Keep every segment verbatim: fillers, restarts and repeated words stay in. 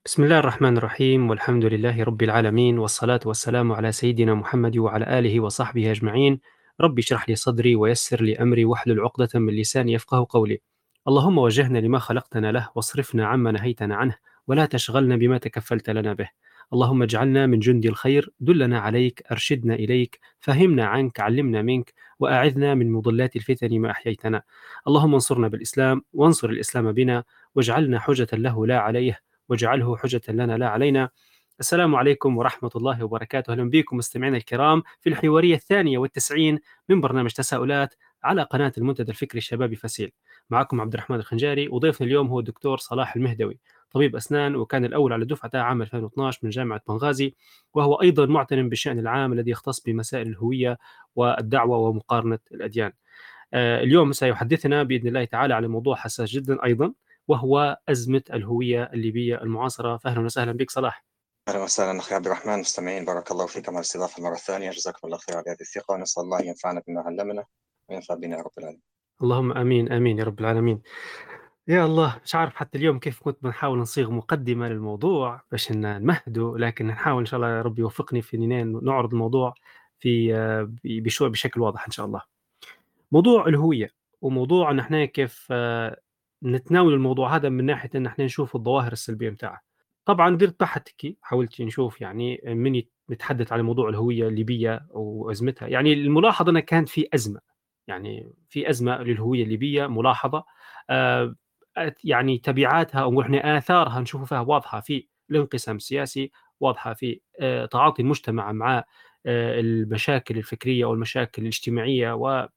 بسم الله الرحمن الرحيم والحمد لله رب العالمين والصلاة والسلام على سيدنا محمد وعلى آله وصحبه أجمعين. ربي اشرح لي صدري ويسر لي أمري واحلل عقدة من لساني يفقه قولي. اللهم وجهنا لما خلقتنا له واصرفنا عما نهيتنا عنه ولا تشغلنا بما تكفلت لنا به. اللهم اجعلنا من جند الخير، دلنا عليك، أرشدنا إليك، فهمنا عنك، علمنا منك، وأعذنا من مضلات الفتن ما أحييتنا. اللهم انصرنا بالإسلام وانصر الإسلام بنا، واجعلنا حجة له لا عليه، واجعله حجة لنا لا علينا. السلام عليكم ورحمة الله وبركاته. أهلا بكم مستمعينا الكرام في الحوارية الثانية والتسعين من برنامج تساؤلات على قناة المنتدى الفكري الشبابي فسيل. معكم عبد الرحمن الخنجاري، وضيفنا اليوم هو الدكتور صلاح المهدوي، طبيب أسنان، وكان الأول على دفعته عام ألفين واثني عشر من جامعة بنغازي، وهو أيضا معتنٍ بالشأن العام الذي يختص بمسائل الهوية والدعوة ومقارنة الأديان. آه، اليوم سيحدثنا بإذن الله تعالى على موضوع حساس جدا أيضا، وهو أزمة الهوية الليبية المعاصرة. فأهلا وسهلا بك صلاح. أهلا وسهلا أخي عبد الرحمن. مستمعين، بارك الله فيكم على الاستضافة المرة الثانية. جزاكم الله خير على هذه الثقة، ونسأل الله ينفعنا بما علمنا وينفع بنا يا رب العالمين. اللهم آمين آمين يا رب العالمين. يا الله، مش عارف حتى اليوم كيف كنت بنحاول نصيغ مقدمة للموضوع باش ن- نمهده، لكن نحاول إن شاء الله يا رب يوفقني في إننا نعرض الموضوع في آه، ب- بشو- بشكل واضح إن شاء الله. موضوع الهوية، وموضوع إن إحنا كيف آه، نتناول الموضوع هذا من ناحية إن إحنا نشوف الظواهر السلبية متاعه. طبعا درت بحث، حاولت نشوف يعني من يت- يتحدث على موضوع الهوية الليبية وأزمتها. يعني الملاحظة أنها كانت في أزمة، يعني في أزمة للهوية الليبية ملاحظة. آه، أت- يعني تبعاتها أو إحنا آثارها نشوفها واضحة في الانقسام السياسي، واضحة في آه، تعاطي المجتمع مع آه، المشاكل الفكرية والمشاكل الاجتماعية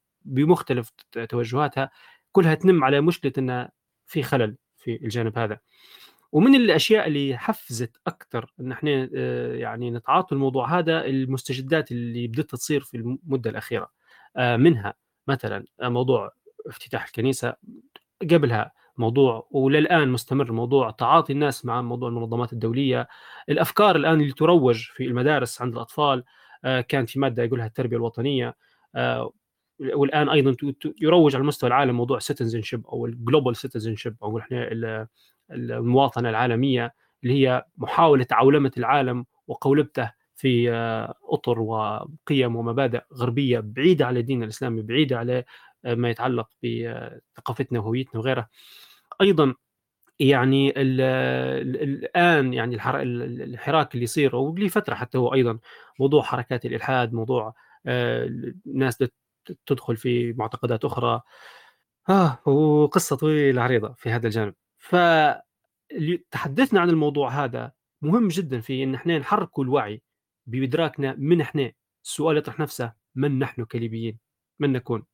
بمختلف ت توجهاتها، كلها تنم على مشكلة إن في خلل في الجانب هذا. ومن الأشياء اللي حفزت أكتر إن إحنا آآ يعني نتعاطوا الموضوع هذا، المستجدات اللي بدأت تصير في المدة الأخيرة. آآ منها مثلًا موضوع افتتاح الكنيسة، قبلها موضوع وللآن مستمر موضوع تعاطي الناس مع موضوع المنظمات الدولية. الأفكار الآن اللي تروج في المدارس عند الأطفال، آآ كان في مادة يقولها التربية الوطنية. آآ والآن أيضًا ت ت يروج على مستوى العالم موضوع citizenship أو الglobal citizenship، أو إحنا ال ال المواطنة العالمية، اللي هي محاولة عولمة العالم وقولبته في آه، أطر وقيم ومبادئ غربية بعيدة على ديننا الإسلامي، بعيدة على آه، ما يتعلق بثقافتنا وهويتنا وغيرها. أيضًا يعني ال ال الآن يعني الحر ال الحراك اللي يصير وليه فترة حتى هو أيضًا موضوع حركات الإلحاد، موضوع آآ الناس ت تدخل في معتقدات أخرى. آه، وقصة طويلة عريضة في هذا الجانب. ف ل تحدثنا عن الموضوع هذا مهم جدًا في إن إحنا نحرّكوا الوعي بإدراكنا من إحنا. السؤال يطرح نفسه: من نحن كليبيين؟ من نكون؟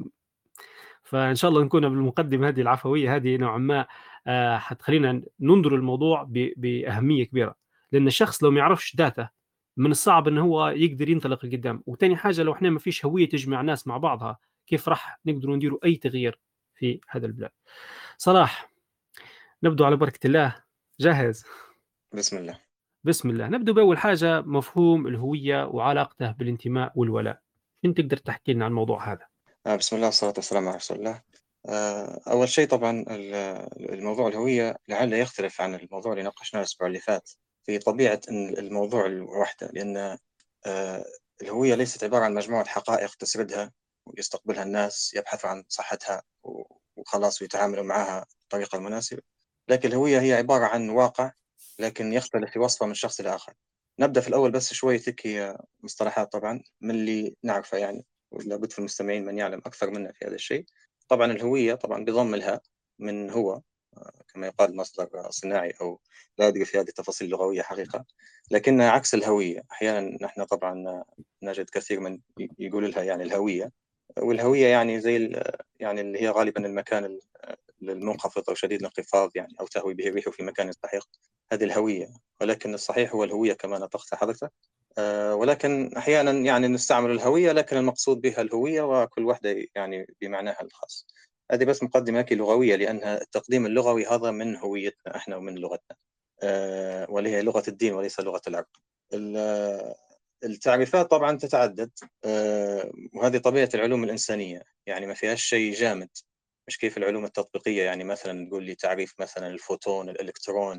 فإن شاء الله نكون بالمقدمة هذه العفوية هذه نوعًا ما آآ حتخلّينا ننظر للموضوع ب بأهمية كبيرة، لأن الشخص لو ما يعرفش ذاته من الصعب إن هو يقدر ينطلق لقدام. وتاني حاجة، لو إحنا ما فيش هوية تجمع ناس مع بعضها، كيف راح نقدروا نديروا أي تغيير في هذا البلاد؟ صلاح، نبدو على بركة الله. جاهز؟ بسم الله. بسم الله. نبدو بأول حاجة، مفهوم الهوية وعلاقته بالانتماء والولاء. أنت تقدر تحكي لنا عن الموضوع هذا؟ آه، بسم الله والصلاة والسلام على رسول الله. آه، أول شيء طبعا ال- الموضوع الهوية لعله يختلف عن الموضوع اللي ناقشناه الأسبوع اللي فات في طبيعة إن الموضوع الوحدة، لأن آه، الهوية ليست عبارة عن مجموعة حقائق تسردها ويستقبلها الناس يبحثوا عن صحتها و- وخلاص ويتعاملوا معها بالطريقة المناسبة، لكن الهوية هي عبارة عن واقع لكن يختلف في وصفه من شخص لآخر. نبدأ في الأول بس شوية هيك مصطلحات طبعا من اللي نعرفها يعني، ولابد في المستمعين من يعلم أكثر منا في هذا الشيء. طبعا الهوية طبعا بضم الهاء من هو، كما يقال مصدر صناعي، أو لا أدري في هذه التفاصيل اللغوية حقيقة، لكنها عكس الهوية. أحيانا نحن طبعا نجد كثير من يقول لها يعني الهوية، والهوية يعني زي ال- يعني اللي هي غالبا المكان ال- المنخفض أو شديد الانخفاض، يعني أو تهوي به الريح في مكان سحيق، هذه الهوية. ولكن الصحيح هو الهوية كما نطقت حضرتك. آه، ولكن أحيانا يعني نستعمل الهوية لكن المقصود بها الهوية، وكل واحدة يعني بمعناها الخاص. هذه بس مقدمة هيك لغوية، لأن التقديم اللغوي هذا من هويتنا إحنا ومن لغتنا، آه، واللي هي لغة الدين وليس لغة العرب. ال- التعريفات طبعا تتعدد، آه، وهذه طبيعة العلوم الإنسانية، يعني ما فيهاش شيء جامد، مش كيف العلوم التطبيقية. يعني مثلا تقول لي تعريف مثلا الفوتون، الإلكترون،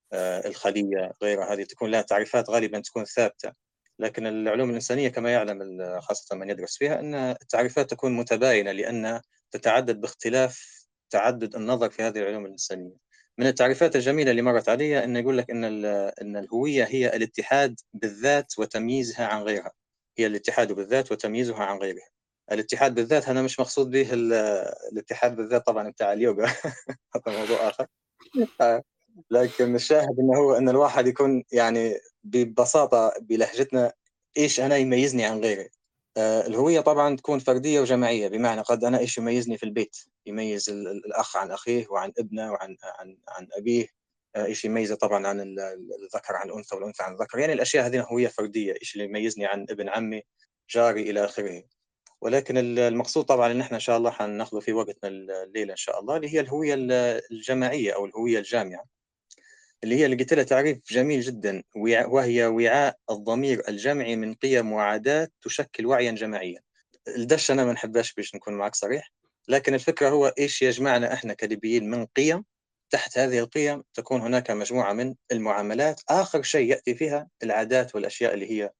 الخلية غيرها، هذه تكون لها تعريفات غالبا تكون ثابتة. لكن العلوم الإنسانية كما يعلم خاصة من يدرس فيها أن التعريفات تكون متباينة، لأن تتعدد باختلاف تعدد النظر في هذه العلوم الإنسانية. من التعريفات الجميلة اللي مرت علي أن يقول لك أن أن الهوية هي الاتحاد بالذات وتمييزها عن غيرها. هي الاتحاد بالذات وتمييزها عن غيرها. الاتحاد بالذات أنا مش مقصود به الاتحاد بالذات طبعا بتاع اليوغا هذا موضوع آخر. لكن الشاهد انه هو ان الواحد يكون يعني ببساطه بلهجتنا ايش انا يميزني عن غيري. آه الهويه طبعا تكون فرديه وجماعيه، بمعنى قد انا ايش يميزني في البيت، يميز الاخ عن اخيه وعن ابنه وعن عن عن ابيه. آه ايش يميزه طبعا عن الذكر عن الانثى والانثى عن الذكر، يعني الاشياء هذه هويه فرديه، ايش اللي يميزني عن ابن عمي جاري الى اخره. ولكن المقصود طبعا ان احنا ان شاء الله حناخذه في وقتنا الليله ان شاء الله، اللي هي الهويه الجماعيه او الهويه الجامعه، اللي هي اللي قلت لها تعريف جميل جدا، وهي وعاء الضمير الجمعي من قيم وعادات تشكل وعيا جماعيا. الدش انا ما نحبهاش باش نكون معك صريح، لكن الفكره هو ايش يجمعنا احنا كليبيين من قيم. تحت هذه القيم تكون هناك مجموعه من المعاملات، اخر شيء ياتي فيها العادات والاشياء اللي هي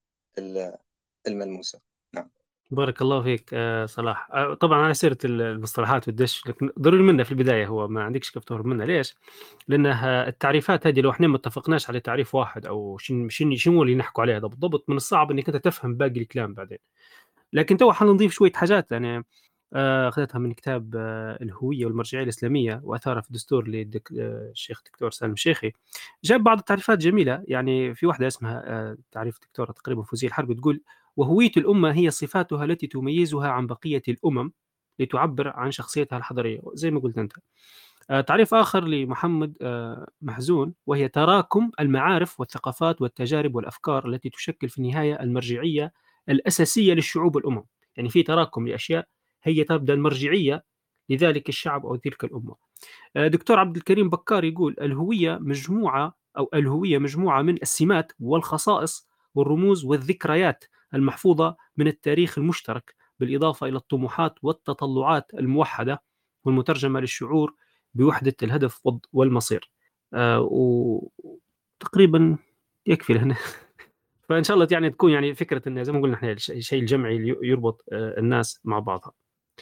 الملموسه. نعم. بارك الله فيك آه صلاح. آه طبعا على سيرة المصطلحات والدش، لكن ضروري منها في البداية، هو ما عندكش كيف تهرب منها. ليش؟ لأنها التعريفات هذه لو احنا ما اتفقناش على تعريف واحد أو شن شن شنو اللي نحكوا عليه بالضبط، من الصعب إنك أنت تفهم باقي الكلام بعدين. لكن تو حنضيف شوية حاجات يعني آه، أخذتها من كتاب آه، الهوية والمرجعية الإسلامية وأثارها في الدستور للشيخ دكتور سالم شيخي. جاب بعض التعريفات جميلة، يعني في واحدة اسمها آه، تعريف الدكتورة تقريبا فوزية الحرب، تقول: وهوية الأمة هي صفاتها التي تميزها عن بقية الأمم لتعبر عن شخصيتها الحضارية، زي ما قلت أنت. آه، تعريف آخر لمحمد آه، محزون، وهي تراكم المعارف والثقافات والتجارب والأفكار التي تشكل في النهاية المرجعية الأساسية للشعوب والأمم. يعني في تراكم لأشياء هي تبدأ المرجعية لذلك الشعب أو تلك الأمة. آه، دكتور عبد الكريم بكار يقول: الهوية مجموعة أو الهوية مجموعة من السمات والخصائص والرموز والذكريات المحفوظة من التاريخ المشترك، بالإضافة إلى الطموحات والتطلعات الموحدة والمترجمة للشعور بوحدة الهدف والمصير. آه وتقريبا يكفي لهنا. فإن شاء الله يعني تكون يعني فكرة إن زي ما قلنا إحنا الشيء الجمعي اللي يربط آه الناس مع بعضها.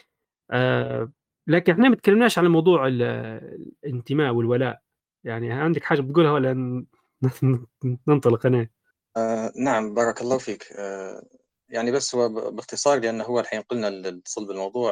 آه لكن احنا ما تكلمناش عن موضوع الانتماء والولاء. يعني عندك حاجة بتقولها ولا ننطلق أنا؟ آه نعم بارك الله فيك. آه يعني بس هو باختصار، لأنه هو الحين قلنا صلب الموضوع.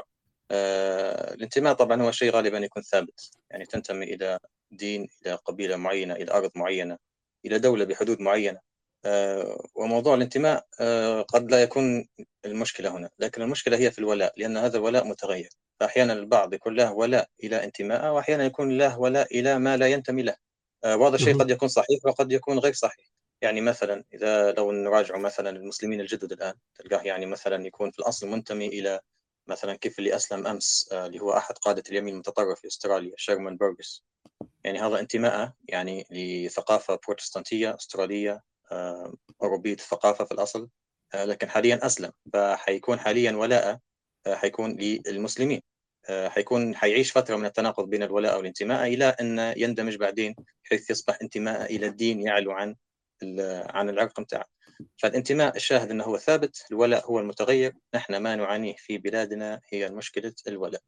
آه الانتماء طبعا هو شيء غالبا يكون ثابت، يعني تنتمي إلى دين، إلى قبيلة معينة، إلى أرض معينة، إلى دولة بحدود معينة. آه وموضوع الانتماء آه قد لا يكون المشكلة هنا، لكن المشكلة هي في الولاء، لأن هذا الولاء متغير. فأحيانا البعض يكون له ولاء إلى انتماء، وأحيانا يكون له ولاء إلى ما لا ينتمي له. آه وهذا الشيء قد يكون صحيح وقد يكون غير صحيح. يعني مثلا إذا لو نراجع مثلا المسلمين الجدد الآن، تلقاه يعني مثلا يكون في الأصل منتمي إلى مثلا كيف اللي أسلم أمس آه اللي هو أحد قادة اليمين المتطرف في أستراليا، شيرمان بورغس. يعني هذا انتماء يعني لثقافة بروتستانتية أسترالية آه أوروبية الثقافة في الأصل، آه لكن حاليا أسلم، فحيكون حاليا ولاء آه حيكون للمسلمين. آه حيكون حيعيش فترة من التناقض بين الولاء والانتماء، إلى أن يندمج بعدين بحيث يصبح انتماء إلى الدين يعلو عن عن العرق متاعه. فالانتماء الشاهد أنه هو ثابت، الولاء هو المتغير. نحن ما نعانيه في بلادنا هي مشكلة الولاء.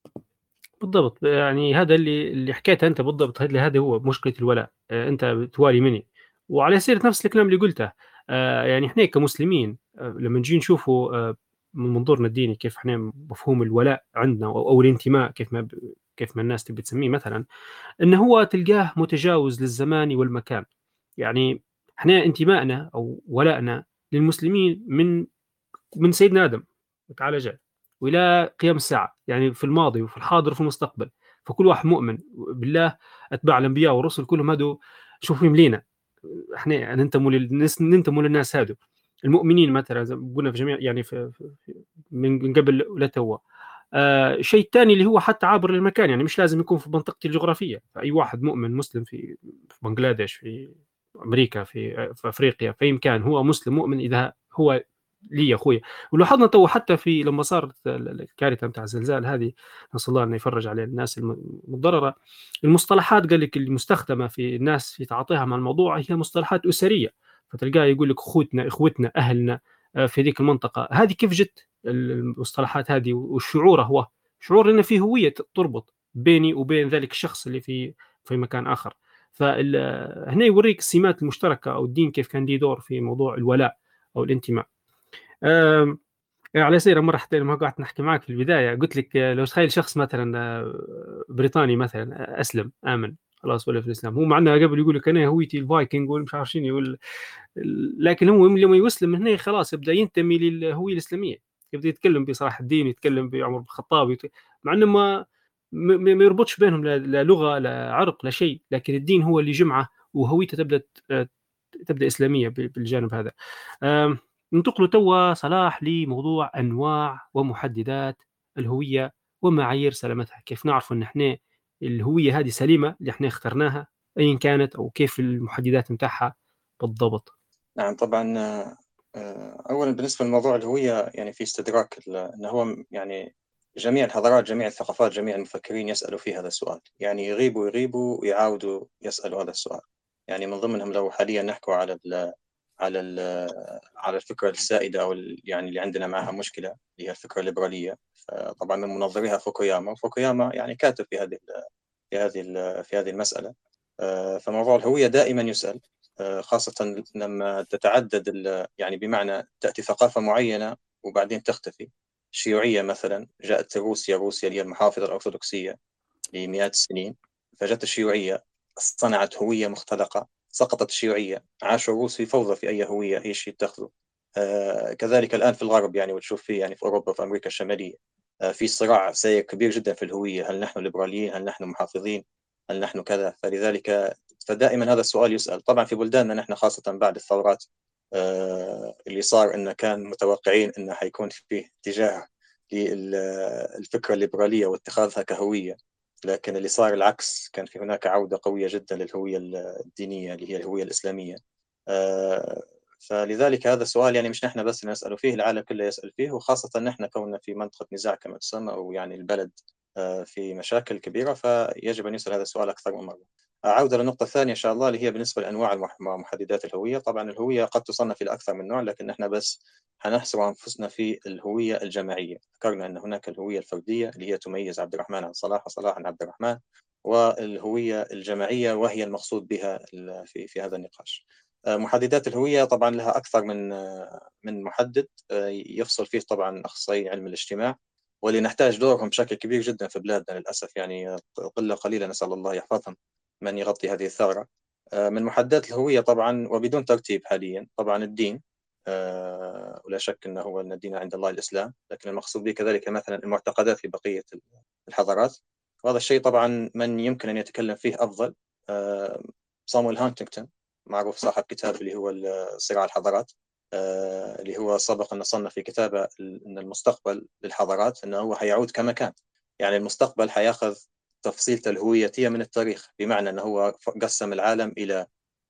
بالضبط، يعني هذا اللي اللي حكيته أنت بالضبط، هذا هذا هو مشكلة الولاء. آه أنت بتوالي مني. وعلى سيرة نفس الكلام اللي قلته، آه يعني إحنا كمسلمين آه لما نجي نشوفوا آه من منظورنا الديني كيف إحنا مفهوم الولاء عندنا أو, أو الانتماء، كيف ما كيف ما الناس تبي تسميه مثلا، انه هو تلقاه متجاوز للزمان والمكان. يعني احنا انتمائنا او ولائنا للمسلمين من من سيدنا ادم تعالى جاء والى قيام الساعه، يعني في الماضي وفي الحاضر وفي المستقبل. فكل واحد مؤمن بالله، اتباع الانبياء والرسل كلهم هذو شوفوا لينا. احنا ننتموا للناس، ننتموا للناس هذو المؤمنين مثلا، زي ما قلنا في جميع يعني في في من قبل لا توا. آه شيء ثاني اللي هو حتى عابر للمكان، يعني مش لازم يكون في منطقتي الجغرافية. فأي واحد مؤمن مسلم في في بنغلاديش، في أمريكا، في في أفريقيا، في أي مكان هو مسلم مؤمن إذا هو لي يا اخويا. ولاحظنا تو حتى في لما صارت الكارثه نتاع الزلزال هذه، نسال الله انه يفرج على الناس المضرره، المصطلحات قال لك المستخدمه في الناس في تعاطيها مع الموضوع هي مصطلحات اسريه. فتلقاه يقول لك اخوتنا اخوتنا اهلنا آه، في ذيك المنطقه هذه. كيف جت المصطلحات هذه؟ والشعور هو شعور ان في هويه تربط بيني وبين ذلك الشخص اللي في في مكان اخر. فهنا يوريك السمات المشتركه، او الدين كيف كان له دور في موضوع الولاء او الانتماء. أم، على سيرة مرة حتى لما قعدت نحكي معك في البداية قلت لك آه، لو تخيل شخص مثلا آه، بريطاني مثلا آه، أسلم آمن خلاص ولا في الإسلام، هو مع أنه قبل يقول لك أنا هويتي الفايكنج والمش عارف شنو يقول، لكن هو لما يسلم من هنا خلاص يبدأ ينتمي للهوية الإسلامية، يبدأ يتكلم بصلاح الدين، يتكلم بعمر بن الخطاب، يت- مع أنه ما ما ما يربطش بينهم لا لا لغة لا عرق لا شيء، لكن الدين هو اللي جمعه وهويته تبدأ آه، تبدأ إسلامية بالجانب هذا. أم، ننتقل توا صلاح لموضوع أنواع ومحددات الهوية ومعايير سلامتها. كيف نعرف أن احنا الهوية هذه سليمة اللي احنا اخترناها أيا كانت، أو كيف المحددات متاعها بالضبط؟ نعم طبعا. آه، أولا بالنسبة لموضوع الهوية، يعني في استدراك ال- أنه هو يعني جميع الحضارات جميع الثقافات جميع المفكرين يسألوا في هذا السؤال، يعني يغيبوا يغيبوا ويعاودوا يسألوا هذا السؤال. يعني من ضمنهم لو حاليا نحكوا على ال على ال على الفكرة السائدة أو ال- يعني اللي عندنا معها مشكلة، اللي هي الفكرة الليبرالية. فطبعا من منظريها فوكوياما، وفوكوياما يعني كاتب في هذه في هذه في هذه المسألة. آه، فموضوع الهوية دائما يسأل، آه، خاصة لما تتعدد يعني بمعنى تأتي ثقافة معينة وبعدين تختفي. الشيوعية مثلا جاءت روسيا، روسيا اللي هي المحافظة الأرثوذكسية لمئات السنين، فجت الشيوعية صنعت هوية مختلقة، سقطت الشيوعية، عاشوا الروس في فوضى في أي هوية إيش يتخذوا. آه كذلك الآن في الغرب، يعني وتشوف فيه يعني في أوروبا في أمريكا الشمالية آه في صراع سير كبير جدا في الهوية، هل نحن ليبراليين، هل نحن محافظين، هل نحن كذا. فلذلك فدائما هذا السؤال يسأل. طبعا في بلداننا نحن خاصة بعد الثورات آه اللي صار، إن كان متوقعين إنه حيكون فيه اتجاه للفكرة الليبرالية واتخاذها كهوية، لكن اللي صار العكس، كان في هناك عودة قوية جدا للهوية الدينية اللي هي الهوية الإسلامية. آه، فلذلك هذا السؤال يعني مش نحن بس نسأل فيه، العالم كله يسأل فيه، وخاصة نحن كوننا في منطقة نزاع كما تسمى، أو يعني البلد آه، في مشاكل كبيرة، فيجب أن يسأل هذا السؤال أكثر من مرة. عودة للنقطة الثانية إن شاء الله، اللي هي بالنسبة لأنواع محددات الهوية. طبعا الهوية قد تصنف إلى أكثر من نوع، لكن نحن بس حنحصر أنفسنا في الهوية الجماعية. ذكرنا أن هناك الهوية الفردية اللي هي تميز عبد الرحمن عن صلاح وصلاح عن عبد الرحمن، والهوية الجماعية وهي المقصود بها في في هذا النقاش. محددات الهوية طبعا لها أكثر من من محدد يفصل فيه طبعا أخصائي علم الاجتماع، واللي نحتاج دورهم بشكل كبير جدا في بلادنا للأسف، يعني قلة قليلة نسأل الله يحفظهم من يغطي هذه الثغرة. من محددات الهوية طبعا وبدون ترتيب حاليا طبعا الدين، آه، ولا شك أنه هو أن الدين عند الله الإسلام، لكن المقصود به كذلك مثلا المعتقدات في بقية الحضارات. وهذا الشيء طبعا من يمكن أن يتكلم فيه أفضل آه، صامويل هانتنغتون، معروف صاحب كتاب اللي هو صراع الحضارات، آه، اللي هو سبق أن صنف في كتابه أن المستقبل للحضارات أنه هو حيعود كما كان. يعني المستقبل حياخذ تفصيلته الهويتية من التاريخ، بمعنى أنه هو قسم العالم إلى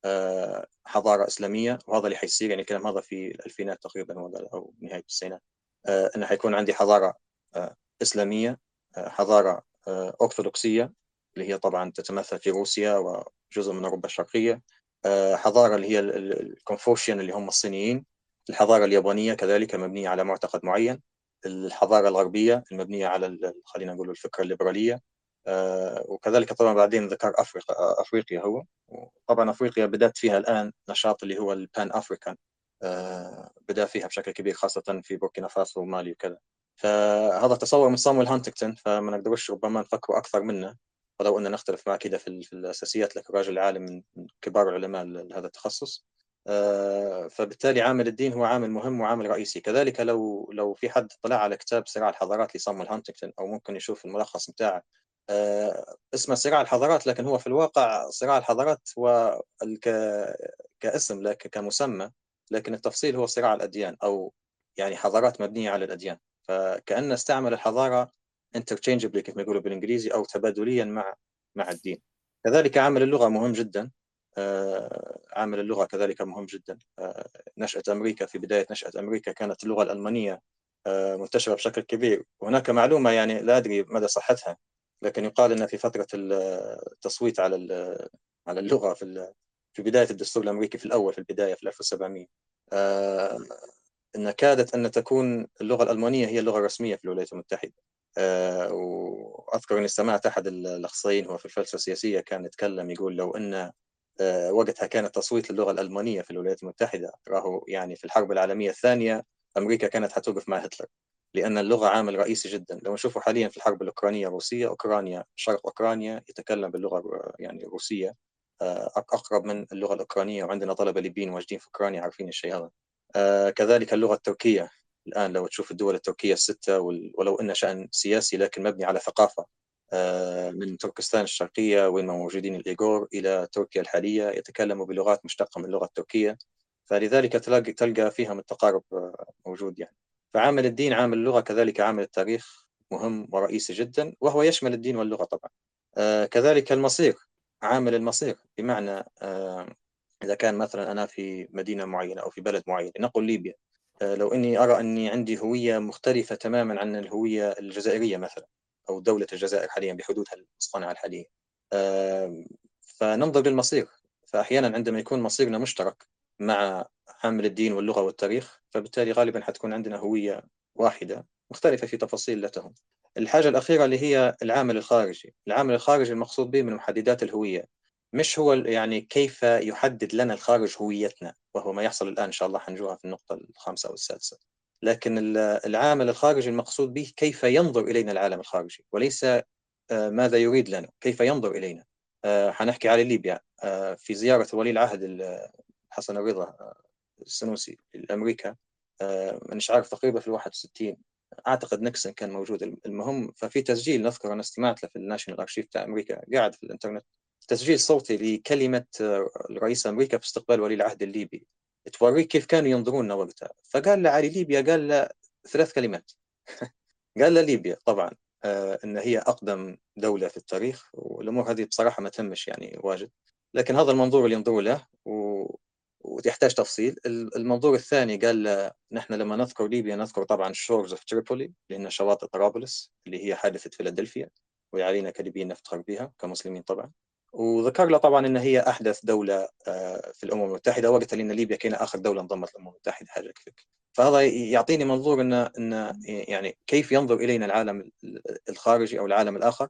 حضارة إسلامية، وهذا اللي حيصير، يعني الكلام هذا في الألفينات تقريبا أو نهاية التسعينات، أنه حيكون عندي حضارة إسلامية، حضارة أرثوذكسية اللي هي طبعا تتمثل في روسيا وجزء من أوروبا الشرقية، حضارة اللي هي الكونفوشيان اللي هم الصينيين، الحضارة اليابانية كذلك مبنية على معتقد معين، الحضارة الغربية المبنية على خلينا نقول الفكرة الليبرالية، وكذلك طبعا بعدين ذكر أفريقيا أفريقيا هو طبعا أفريقيا بدأت فيها الآن نشاط اللي هو البان أفريكان، بدأ فيها بشكل كبير خاصة في بوركينا فاسو ومالي وكذا. فهذا تصور من صامويل هانتنغتون، فما نقدرش ربما نفكر أكثر منه، ولو أننا نختلف معه كده في, في الأساسيات، لكن راجل عالم من كبار العلماء لهذا التخصص. فبالتالي عامل الدين هو عامل مهم وعامل رئيسي. كذلك لو لو في حد طلع على كتاب صراع الحضارات لصامويل هانتنغتون، أو ممكن يشوف الملخص بتاعه، اسمه صراع الحضارات، لكن هو في الواقع صراع الحضارات هو ك... كاسم لك كمسمى، لكن التفصيل هو صراع الأديان، أو يعني حضارات مبنية على الأديان. فكأن استعمل الحضارة interchangeably كما يقولوا بالإنجليزي، أو تبادليا مع مع الدين. كذلك عامل اللغة مهم جدا. آه، عامل اللغة كذلك مهم جدا. آه، نشأة أمريكا، في بداية نشأة أمريكا كانت اللغة الألمانية آه، منتشرة بشكل كبير. وهناك معلومة يعني لا أدري مدى صحتها، لكن يقال أن في فترة التصويت على على اللغة في في بداية الدستور الأمريكي، في الأول في البداية في ألف وسبعمائة، آه، أن كادت أن تكون اللغة الألمانية هي اللغة الرسمية في الولايات المتحدة. آه، وأذكر أني سمعت أحد الأخصائيين هو في الفلسفة السياسية كان يتكلم يقول لو أن آه، وقتها كان التصويت للغة الألمانية في الولايات المتحدة، راهو يعني في الحرب العالمية الثانية أمريكا كانت حتوقف مع هتلر، لأن اللغة عامل رئيسي جدا. لو نشوفوا حاليا في الحرب الأوكرانية الروسية، أوكرانيا شرق أوكرانيا يتكلم باللغة يعني الروسية آه، أقرب من اللغة الأوكرانية، وعندنا طلبة ليبيين واجدين في أوكرانيا عارفين الشيء هذا. آه، كذلك اللغة التركية الآن، لو تشوف الدول التركية الستة، ولو أن شأن سياسي لكن مبني على ثقافة، من تركستان الشرقية وين ما موجودين الإيغور إلى تركيا الحالية، يتكلموا بلغات مشتقة من اللغة التركية. فلذلك تلاقي تلقى فيهم التقارب موجود يعني. فعامل الدين عامل اللغة كذلك عامل التاريخ مهم ورئيسي جدا، وهو يشمل الدين واللغة طبعا. آه كذلك المصير، عامل المصير، بمعنى آه إذا كان مثلا أنا في مدينة معينة أو في بلد معين، نقول ليبيا، آه لو إني أرى أني عندي هوية مختلفة تماما عن الهوية الجزائرية مثلا، أو دولة الجزائر حاليا بحدودها المصطنعة الحالية، آه فننظر للمصير. فأحيانا عندما يكون مصيرنا مشترك مع حامل الدين واللغة والتاريخ، فبالتالي غالبا حتكون عندنا هوية واحدة مختلفة في تفاصيل لا تهم. الحاجة الأخيرة اللي هي العامل الخارجي. العامل الخارجي المقصود به من محددات الهوية، مش هو يعني كيف يحدد لنا الخارج هويتنا، وهو ما يحصل الآن إن شاء الله حنجوها في النقطة الخامسة أو السادسة. لكن العامل الخارجي المقصود به كيف ينظر إلينا العالم الخارجي، وليس ماذا يريد لنا، كيف ينظر إلينا. حنحكي على ليبيا. في زيارة ولي العهد حسن الرضا السنوسي لأمريكا، مش عارف تقريبا في الواحد وستين، أعتقد نيكسون كان موجود. المهم، ففي تسجيل نذكر أنا استمعت له في الناشونال أرشيف بتاع أمريكا، قاعد في الإنترنت، تسجيل صوتي لكلمة رئيس أمريكا في استقبال ولي العهد الليبي، توريك كيف كانوا ينظرون وقتها. فقال له علي ليبيا، قال له ثلاث كلمات قال له ليبيا طبعا آه إن هي أقدم دولة في التاريخ، والأمور هذه بصراحة ما تمش يعني واجد، لكن هذا المنظور اللي ينظروا له و... ويحتاج تفصيل. المنظور الثاني قال نحن لما نذكر ليبيا نذكر طبعا شورز اوف تريبولي، لأن شواطئ طرابلس اللي هي حادثة فيلادلفيا، ويعلينا كليبيين نفتخر بها كمسلمين طبعا. وذكر له طبعا ان هي احدث دوله في الامم المتحده وقتها، لان ليبيا كانت اخر دوله انضمت للامم المتحده حاجه كذا. فهذا يعطيني منظور ان ان يعني كيف ينظر الينا العالم الخارجي او العالم الاخر،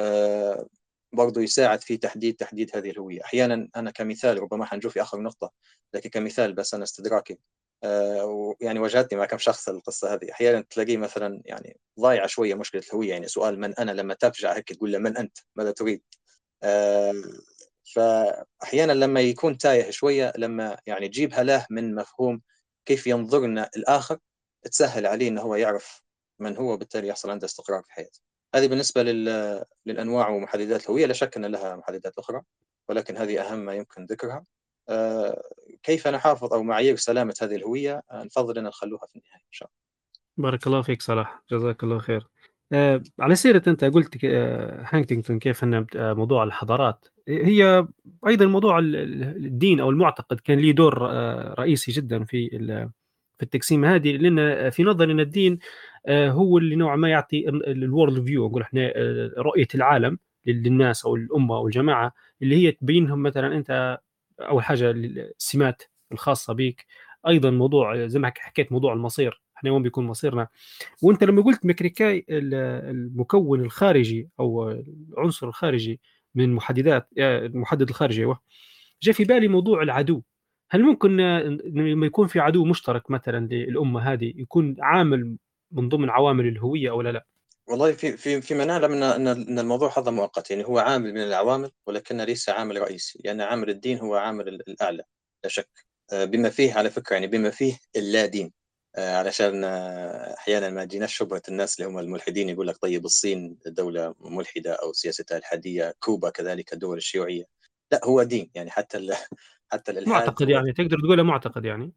برضو يساعد في تحديد تحديد هذه الهويه. احيانا انا كمثال، ربما حنجو في اخر نقطه، لكن كمثال بس انا استدراكي، يعني واجهتني مع كم شخص القصه هذه. احيانا تلاقيه مثلا يعني ضايعه شويه مشكله الهويه، يعني سؤال من انا، لما ترجع هيك تقول له من انت، ماذا تريد. فأحيانا لما يكون تايه شوية، لما يعني تجيبها له من مفهوم كيف ينظرنا الآخر، تسهل عليه أنه هو يعرف من هو، وبالتالي يحصل عنده استقرار في حياته. هذه بالنسبة لل... للأنواع ومحددات الهوية. لا شك أن لها محددات أخرى، ولكن هذه أهم ما يمكن ذكرها. كيف نحافظ أو معايير سلامة هذه الهوية، نفضل أن نخلوها في النهاية إن شاء الله. بارك الله فيك صلاح، جزاك الله خير. آه على سيرة أنت قلت آه هانتينغتون كيف أن آه موضوع الحضارات، هي أيضا موضوع الدين أو المعتقد كان له دور آه رئيسي جدا في في التقسيمة هذه، لأن في نظري أن الدين آه هو اللي نوعا ما يعطي الورلد فيو، نقول احنا آه رؤية العالم للناس أو الأمة أو الجماعة، اللي هي تبين لهم مثلا أنت أول حاجة السمات الخاصة بك. أيضا موضوع زي ما حكيت موضوع المصير، احنا وين بيكون مصيرنا. وانت لما قلت مكريكاي المكون الخارجي او العنصر الخارجي من محددات المحدد الخارجي، ايوه، جاء في بالي موضوع العدو. هل ممكن لما يكون في عدو مشترك مثلا للامه هذه يكون عامل من ضمن عوامل الهويه او لا لا؟ والله في في فيما نعلم ان ان الموضوع هذا مؤقت، يعني هو عامل من العوامل ولكنه ليس عامل رئيسي، لان عامل الدين هو عامل الاعلى لا شك، بما فيه على فكره يعني بما فيه اللا دين. علشان احيانا ما تجيناش شبهه الناس اللي هم الملحدين يقول لك طيب الصين دوله ملحده او سياستها الحاديه، كوبا كذلك الدول الشيوعيه. لا، هو دين يعني، حتى حتى الالحاد معتقد هو يعني، تقدر تقولها معتقد يعني.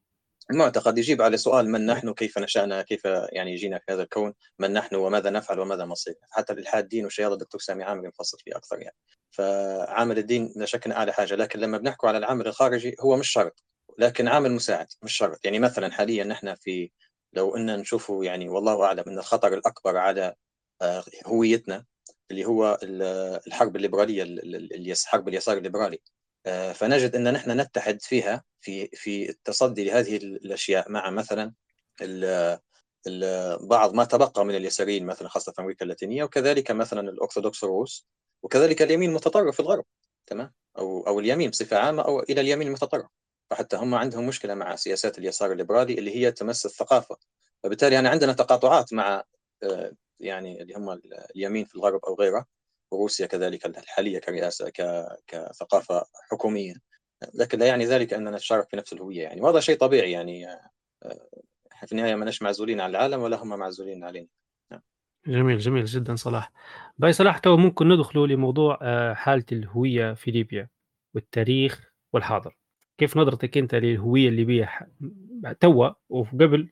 المعتقد يجيب على سؤال من نحن، كيف نشأنا، كيف يعني جينا في هذا الكون، من نحن وماذا نفعل وماذا نصير. حتى الإلحاد دين وشيء، هذا الدكتور سامي عامر يفصل فيه أكثر يعني. فعامل الدين لا شك أعلى حاجة، لكن لما بنحكوا على العامل الخارجي هو مش شرط، لكن عامل مساعد مش شرط. يعني مثلا حاليا نحن في، لو إن نشوفوا يعني والله أعلم أن الخطر الأكبر على آه، هويتنا اللي هو الحرب الليبرالية، الحرب اليسار الليبرالي، آه، فنجد أن نحن نتحد فيها في في التصدي لهذه الأشياء مع مثلا ال- ال- بعض ما تبقى من اليساريين مثلا، خاصة في أمريكا اللاتينية، وكذلك مثلا الأرثوذكس الروس، وكذلك اليمين المتطرف في الغرب. تمام، أو أو اليمين بصفة عامة، أو إلى اليمين المتطرف. فحتى هم عندهم مشكلة مع سياسات اليسار الليبرالي اللي هي تمس الثقافة. فبالتالي يعني عندنا تقاطعات مع آه، يعني اللي هم اليمين في الغرب أو غيره، وروسيا كذلك الحالية كرئاسة كثقافة حكومية. لكن لا يعني ذلك أننا نتشارك في نفس الهوية يعني، وهذا شيء طبيعي يعني. آه، في النهاية ما نش معزولين عن العالم ولا هم معزولين علينا. نعم. جميل، جميل جدًا صلاح. باقي صلاح توا ممكن ندخلوا لموضوع آآ حالة الهوية في ليبيا والتاريخ والحاضر. كيف نظرتك أنت للهوية الليبية ح توا وقبل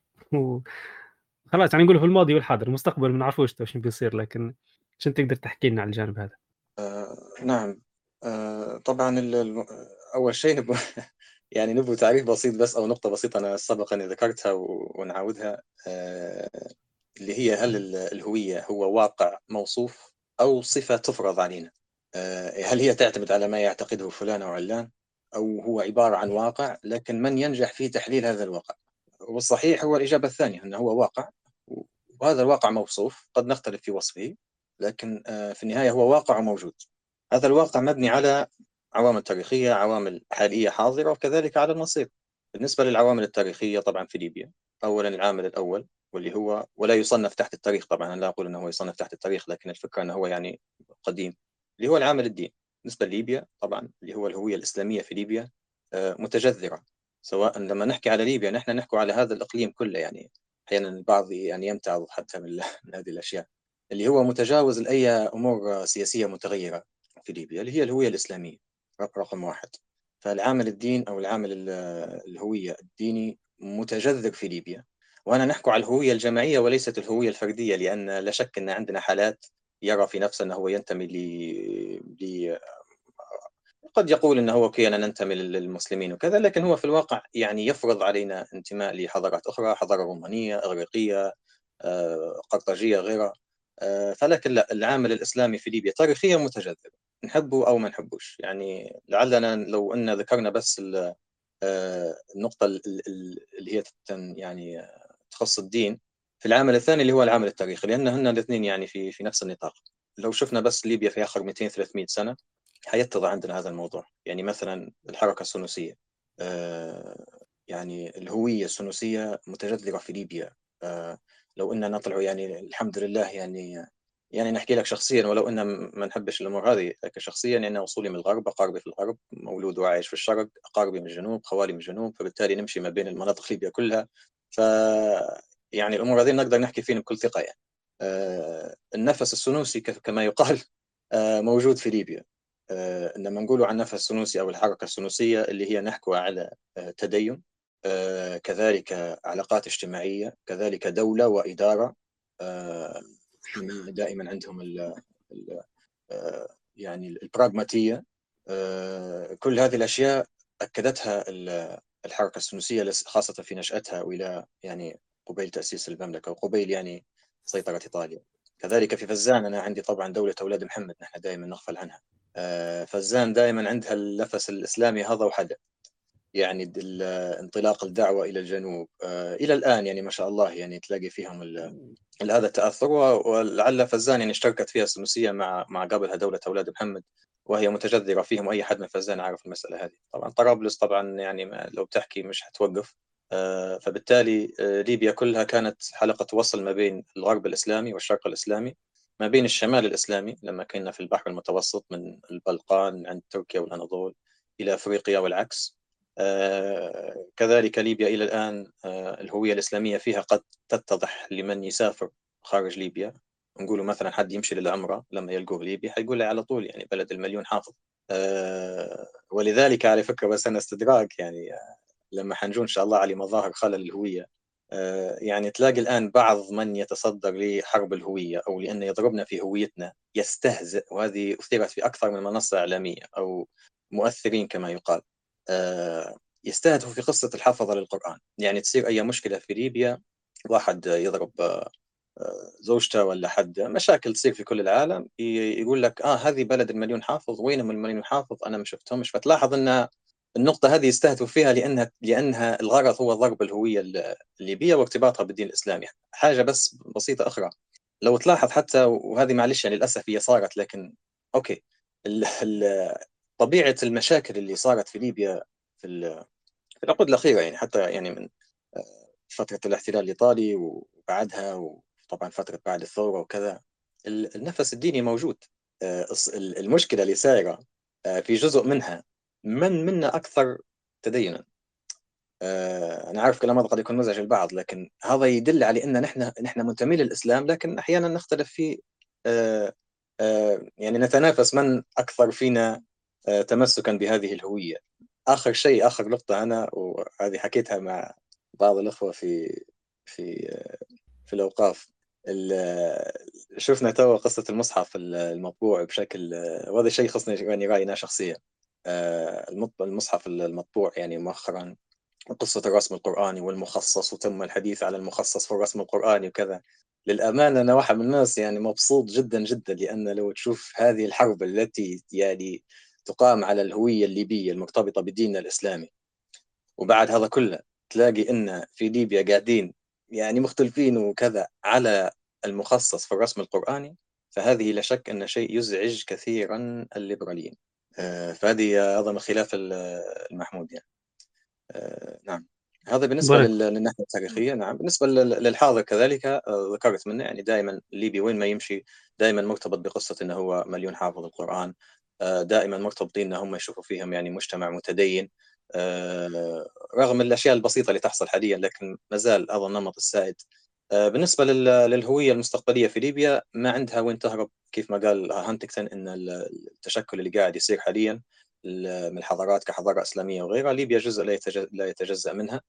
وخلاص يعني نقولوا في الماضي والحاضر، المستقبل ما نعرفوش توا شنو بيصير، لكن شنو تقدر تحكي لنا على الجانب هذا؟ آه، نعم. آه، طبعا ال- الم- أول شيء نبغى يعني نبغى تعريف بسيط بس، أو نقطة بسيطة أنا سبق أني ذكرتها و- ونعاودها. آه، اللي هي هل ال- الهوية هو واقع موصوف أو صفة تفرض علينا؟ آه، هل هي تعتمد على ما يعتقده فلان أو علان، أو هو عبارة عن واقع لكن من ينجح في تحليل هذا الواقع؟ والصحيح هو الإجابة الثانية، أنه هو واقع، وهذا الواقع موصوف، قد نختلف في وصفه، لكن آه، في النهاية هو واقع وموجود. هذا الواقع مبني على عوامل تاريخية، عوامل حالية حاضرة، وكذلك على المصير. بالنسبة للعوامل التاريخية طبعا في ليبيا، أولا العامل الأول واللي هو، ولا يصنف تحت التاريخ طبعا، أنا لا أقول أنه يصنف تحت التاريخ، لكن الفكرة أنه هو يعني قديم، اللي هو العامل الدين. بالنسبة لليبيا طبعا اللي هو الهوية الإسلامية في ليبيا آه، متجذرة. سواء لما نحكي على ليبيا نحن نحكي على هذا الإقليم كله يعني. أحيانا البعض يعني يمتعض حتى من من هذه الأشياء، اللي هو متجاوز لأي أمور سياسية متغيرة في ليبيا، اللي هي الهوية الإسلامية رقم واحد. فالعامل الدين أو العامل ال- الهوية الديني متجذر في ليبيا. وأنا نحكي على الهوية الجماعية وليست الهوية الفردية، لأن لا شك أن عندنا حالات يرى في نفسه أنه هو ينتمي ل... ل... قد يقول أنه هو كي أنا ننتمي للمسلمين وكذا، لكن هو في الواقع يعني يفرض علينا انتماء لحضارات أخرى، حضارة رومانية، إغريقية، آه، قرطاجية، غيرها. آه، فلكن لا، العامل الإسلامي في ليبيا تاريخيا متجذر، نحبه أو ما نحبوش يعني. لعلنا لو أن ذكرنا بس ال- آه، النقطة ال- ال- اللي هي تتن- يعني آه، تخص الدين في العامل الثاني اللي هو العامل التاريخي، لأن هن الاثنين يعني في في نفس النطاق. لو شفنا بس ليبيا في آخر مئتين ثلاثمئة سنة حيتضح عندنا هذا الموضوع. يعني مثلا الحركة السنوسية، آه، يعني الهوية السنوسية متجذرة في ليبيا. آه، لو إننا نطلع يعني الحمد لله يعني، يعني نحكي لك شخصيا، ولو إن ما نحبش الأمور هذه، لكن شخصيا يعني أنا وصولي من الغرب، أقاربي في الغرب، مولود وعايش في الشرق، أقاربي من الجنوب، خوالي من الجنوب، فبالتالي نمشي ما بين المناطق ليبيا كلها. ف يعني الأمور هذه نقدر نحكي فيهم بكل ثقة يعني. آه، النفس السنوسي كما يقال آه، موجود في ليبيا. آه، لما نقولوا عن النفس السنوسي أو الحركة السنوسية، اللي هي نحكوا على آه، تدين، آه، كذلك علاقات اجتماعية، كذلك دولة وإدارة. آه، دائما عندهم ال ال آه، يعني البراغماتية. آه، كل هذه الأشياء أكدتها ال- الحركة السنوسية، لس- خاصة في نشأتها وإلى يعني قبيل تأسيس المملكة وقبيل يعني سيطرة إيطاليا. كذلك في فزان أنا عندي طبعا دولة أولاد محمد، نحن دائما نغفل عنها. آه، فزان دائما عندها النفس الإسلامي هذا وحده، يعني ال- انطلاق الدعوة إلى الجنوب آه، إلى الآن يعني ما شاء الله، يعني تلاقي فيهم ال- هذا التأثر. و- ولعل فزان يعني اشتركت فيها السنوسية مع مع قبلها دولة أولاد محمد، وهي متجذرة فيهم. أي حد من فزان عارف المسألة هذه. طبعا طرابلس طبعا يعني ما لو بتحكي مش حتوقف. آه، فبالتالي آه، ليبيا كلها كانت حلقة وصل ما بين الغرب الإسلامي والشرق الإسلامي، ما بين الشمال الإسلامي لما كنا في البحر المتوسط من البلقان عند تركيا والأناضول إلى أفريقيا والعكس. آه، كذلك ليبيا إلى الآن آه، الهوية الإسلامية فيها قد تتضح لمن يسافر خارج ليبيا. نقولوا مثلا حد يمشي للعمرة لما يلقوه ليبيا حيقول لي على طول يعني بلد المليون حافظ. آه، ولذلك على فكرة بس أنا استدراك يعني، لما حنجو إن شاء الله على مظاهر خلل الهوية. يعني تلاقي الآن بعض من يتصدر لحرب الهوية أو لأن يضربنا في هويتنا يستهزئ، وهذه أثيرت في أكثر من منصة إعلامية أو مؤثرين كما يقال، يستهدفوا في قصة الحفظة للقرآن. يعني تصير أي مشكلة في ليبيا، واحد يضرب زوجته ولا حد، مشاكل تصير في كل العالم، يقول لك آه هذه بلد المليون حافظ، وينهم المليون حافظ، أنا ما شفتهمش. فتلاحظ أن النقطة هذه يستهدف فيها لأنها لأنها الغرض هو ضرب الهوية الليبية وارتباطها بالدين الإسلامي. حاجة بس بسيطة أخرى، لو تلاحظ حتى، وهذه معلش يعني للأسف هي صارت، لكن أوكي، ال ال طبيعة المشاكل اللي صارت في ليبيا في, في العقود الأخيرة، يعني حتى يعني من فترة الاحتلال الإيطالي وبعدها، وطبعا فترة بعد الثورة وكذا، النفس الديني موجود. المشكلة اللي صايرة في جزء منها من منا أكثر تدينا. أنا عارف كلام هذا قد يكون مزعج للبعض، لكن هذا يدل على أن نحن نحن منتمين للإسلام، لكن أحيانا نختلف فيه. يعني نتنافس من أكثر فينا تمسكا بهذه الهوية. آخر شيء، آخر نقطة أنا، وهذه حكيتها مع بعض الأخوة في في في الأوقاف، شفنا توا قصة المصحف المطبوع بشكل، وهذا شيء خصني يعني رأينا شخصيا. المصحف المطبوع يعني مؤخرا، قصة الرسم القرآني والمخصص، وتم الحديث على المخصص في الرسم القرآني وكذا. للأمانة أنا واحد من الناس يعني مبسوط جدا جدا، لأن لو تشوف هذه الحرب التي يعني تقام على الهوية الليبية المرتبطة بديننا الإسلامي، وبعد هذا كله تلاقي إن في ليبيا قاعدين يعني مختلفين وكذا على المخصص في الرسم القرآني، فهذه لا شك أن شيء يزعج كثيرا الليبراليين. فهذه هذا من خلاف المحمود يعني. نعم، هذا بالنسبة بارك للناحية التاريخية. نعم، بالنسبة للحاضر كذلك ذكرت منه، يعني دائما الليبي وين ما يمشي دائما مرتبط بقصة أنه هو مليون حافظ القرآن، دائما مرتبطين أنهم يشوفوا فيهم يعني مجتمع متدين، رغم الأشياء البسيطة اللي تحصل حاليا، لكن ما زال هذا النمط السائد. بالنسبة للهوية المستقبلية في ليبيا، ما عندها وين تهرب، كيف ما قال هانتكسون إن التشكل اللي قاعد يصير حاليا من الحضارات كحضارة إسلامية وغيرها، ليبيا جزء لا يتجزأ منها.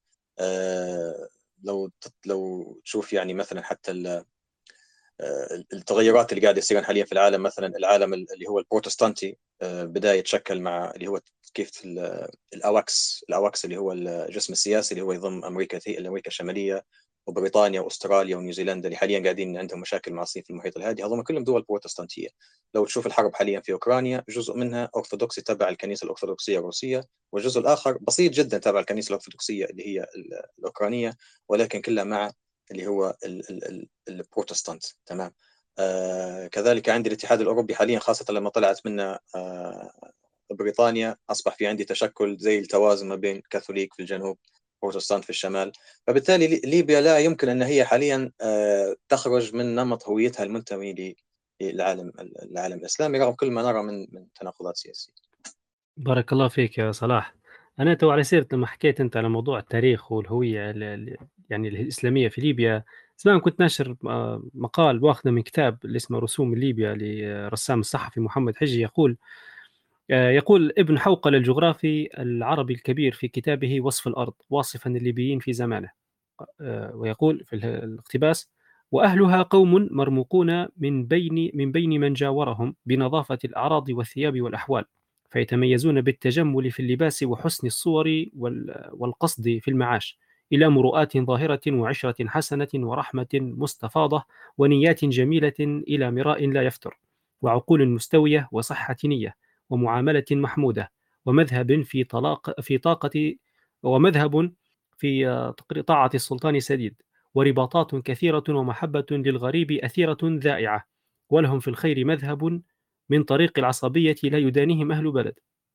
لو لو تشوف يعني مثلا حتى التغيرات اللي قاعد يصير حاليا في العالم، مثلا العالم اللي هو البروتستانتي بدأ يتشكل مع اللي هو كيف الأواكس الأواكس اللي هو الجسم السياسي اللي هو يضم أمريكا أمريكا الشمالية وبريطانيا واستراليا ونيوزيلندا، اللي حاليا قاعدين عندهم مشاكل مع الصين في المحيط الهادي، هذول كلهم دول بروتستانتية. لو تشوف الحرب حاليا في اوكرانيا، جزء منها ارثوذكسي تبع الكنيسه الارثوذكسيه الروسيه، والجزء الاخر بسيط جدا تبع الكنيسه الارثوذكسيه اللي هي الاوكرانيه، ولكن كلها مع اللي هو البروتستانت. تمام. آه كذلك عندي الاتحاد الاوروبي حاليا، خاصه لما طلعت منه آه بريطانيا، اصبح في عندي تشكل زي التوازن ما بين كاثوليك في الجنوب بروتستانت في الشمال. فبالتالي ليبيا لا يمكن أن هي حاليا تخرج من نمط هويتها المنتمي للعالم العالم الإسلامي، رغم كل ما نرى من من تناقضات سياسية. بارك الله فيك يا صلاح. أنا تو على سيرة لما حكيت أنت على موضوع التاريخ والهوية يعني الإسلامية في ليبيا، زمان كنت ناشر مقال واخذه من كتاب اللي اسمه رسوم ليبيا لرسام الصحفي محمد حجي، يقول يقول ابن حوقل الجغرافي العربي الكبير في كتابه وصف الأرض واصفا الليبيين في زمانه، ويقول في الاقتباس: وأهلها قوم مرموقون من بين من بين من جاورهم بنظافة الأعراض والثياب والأحوال، فيتميزون بالتجمل في اللباس وحسن الصور والقصد في المعاش، إلى مروءات ظاهرة وعشرة حسنة ورحمة مستفاضة ونيات جميلة إلى مراء لا يفتر، وعقول مستوية وصحة نية ومعاملة محمودة، ومذهب في طلاق في طاقة ومذهب في طاعة السلطان سديد، ورباطات كثيرة ومحبة للغريب أثيرة ذائعة، ولهم في الخير مذهب من طريق العصبية لا يدانيهم أهل بلد.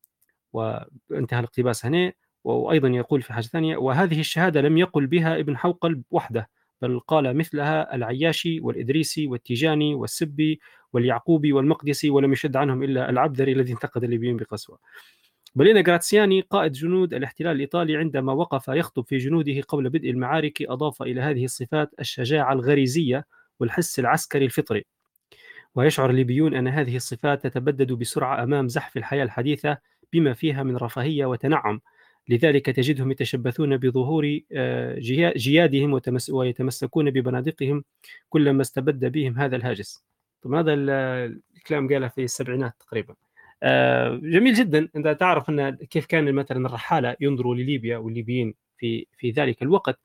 وانتهى الاقتباس هنا. وأيضا يقول في حاجة ثانية: وهذه الشهادة لم يقل بها ابن حوقل وحده، بل قال مثلها العياشي والإدريسي والتيجاني والسبي واليعقوبي والمقدسي، ولم يشد عنهم إلا العبدري الذي انتقد الليبيين بقسوة. بلينا غراتسياني قائد جنود الاحتلال الإيطالي عندما وقف يخطب في جنوده قبل بدء المعارك أضاف إلى هذه الصفات الشجاعة الغريزية والحس العسكري الفطري، ويشعر الليبيون أن هذه الصفات تتبدد بسرعة أمام زحف الحياة الحديثة بما فيها من رفاهية وتنعم، لذلك تجدهم يتشبثون بظهور آه، جيا- جيادهم وتمس- ويتمسكون ببنادقهم كلما استبد بهم هذا الهاجس. طبعا هذا ال- الكلام قاله في السبعينات تقريبا. آه، جميل جدا. انت تعرف ان كيف كان مثلا الرحاله ينظروا لليبيا والليبيين في في ذلك الوقت.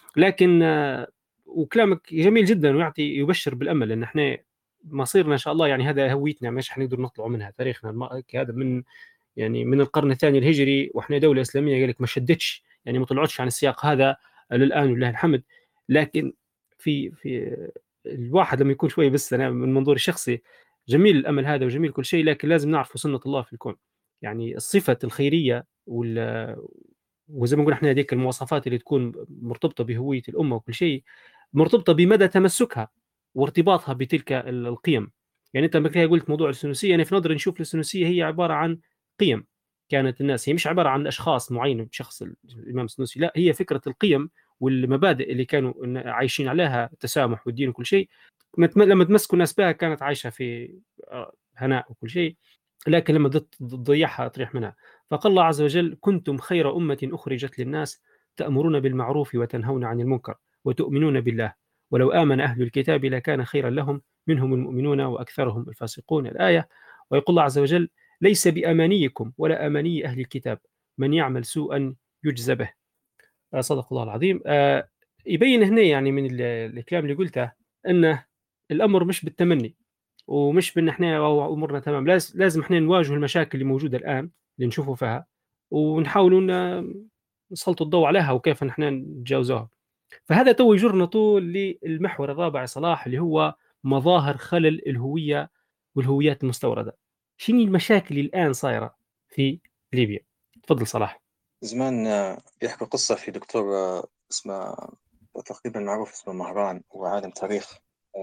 لكن آه، وكلامك جميل جدا ويعطي يبشر بالامل ان احنا مصيرنا ان شاء الله، يعني هذا هويتنا مش حنقدر نطلعوا منها. تاريخنا الم- هذا من يعني من القرن الثاني الهجري واحنا دوله اسلاميه، قال لك ما شدتش، يعني ما طلعتش عن السياق هذا للان ولله الحمد. لكن في في الواحد لما يكون شوي، بس انا من منظوري الشخصي جميل الامل هذا وجميل كل شيء، لكن لازم نعرف سنه الله في الكون. يعني الصفه الخيريه وال وزي ما نقول احنا هذيك المواصفات اللي تكون مرتبطه بهويه الامه وكل شيء، مرتبطه بمدى تمسكها وارتباطها بتلك ال- القيم. يعني انت لما كده قلت موضوع الثنائيه، انا في نظري نشوف الثنائيه هي عباره عن قيم كانت الناس، هي مش عباره عن اشخاص معين بشخص ال- الامام السنوسي، لا، هي فكره القيم والمبادئ اللي كانوا إن- عايشين عليها، التسامح والدين وكل شيء. لما لما تمسكوا الناس بها كانت عايشه في آه، هناء وكل شيء. لكن لما ضد- تضيعها تريح منها. فقال الله عز وجل: كنتم خير أمة أخرجت للناس تأمرون بالمعروف وتنهون عن المنكر وتؤمنون بالله ولو آمن أهل الكتاب لكان خيرا لهم منهم المؤمنون وأكثرهم الفاسقون. الآية. ويقول الله عز وجل: ليس بأمانيكم ولا أماني أهل الكتاب من يعمل سوءا يجزى به. آه، صدق الله العظيم. آه، يبين هنا يعني من ال- الكلام اللي قلته أن الأمر مش بالتمني ومش بان احنا أو امورنا تمام. لاز- لازم احنا نواجه المشاكل اللي موجوده الان اللي نشوفوا فيها، ونحاولوا ن- نسلط الضوء عليها وكيف نحن نتجاوزوها. فهذا تو يجرنا طول للمحور الرابع يا صلاح، اللي هو مظاهر خلل الهويه والهويات المستورده. شنو المشاكل اللي الان صايره في ليبيا؟ تفضل صلاح. زمان آه، بيحكوا قصة في دكتور آه، اسمه تقريبا معروف اسمه مهران، هو عالم تاريخ.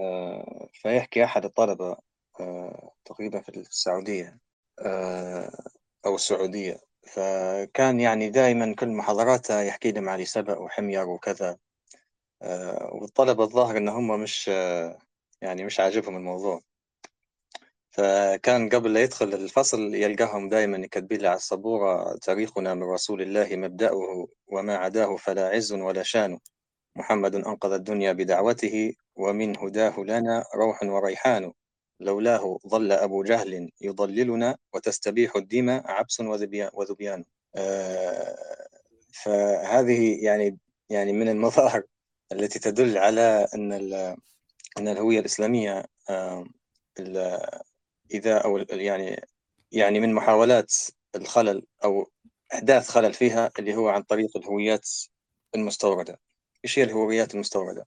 آه، فيحكي أحد الطلبة آه، تقريبا في السعودية آه، أو السعودية. فكان يعني دائما كل محاضراته يحكي لهم على سبأ وحمير وكذا. آه، والطلبة الظاهر إن هم مش آه، يعني مش عاجبهم الموضوع. فكان قبل لا يدخل الفصل يلقاهم دائما كاتبين له على السبورة: تاريخنا من رسول الله مبدأه وما عداه فلا عز ولا شان، محمد أنقذ الدنيا بدعوته ومن هداه لنا روح وريحان، لولاه ظل أبو جهل يضللنا وتستبيح الدماء عبس وذبيان وذبيان. آه، فهذه يعني يعني من المظاهر التي تدل على أن أن الهوية الإسلامية آه، إذا أو يعني يعني من محاولات الخلل أو إحداث خلل فيها اللي هو عن طريق الهويات المستوردة. إيش هي الهويات المستوردة؟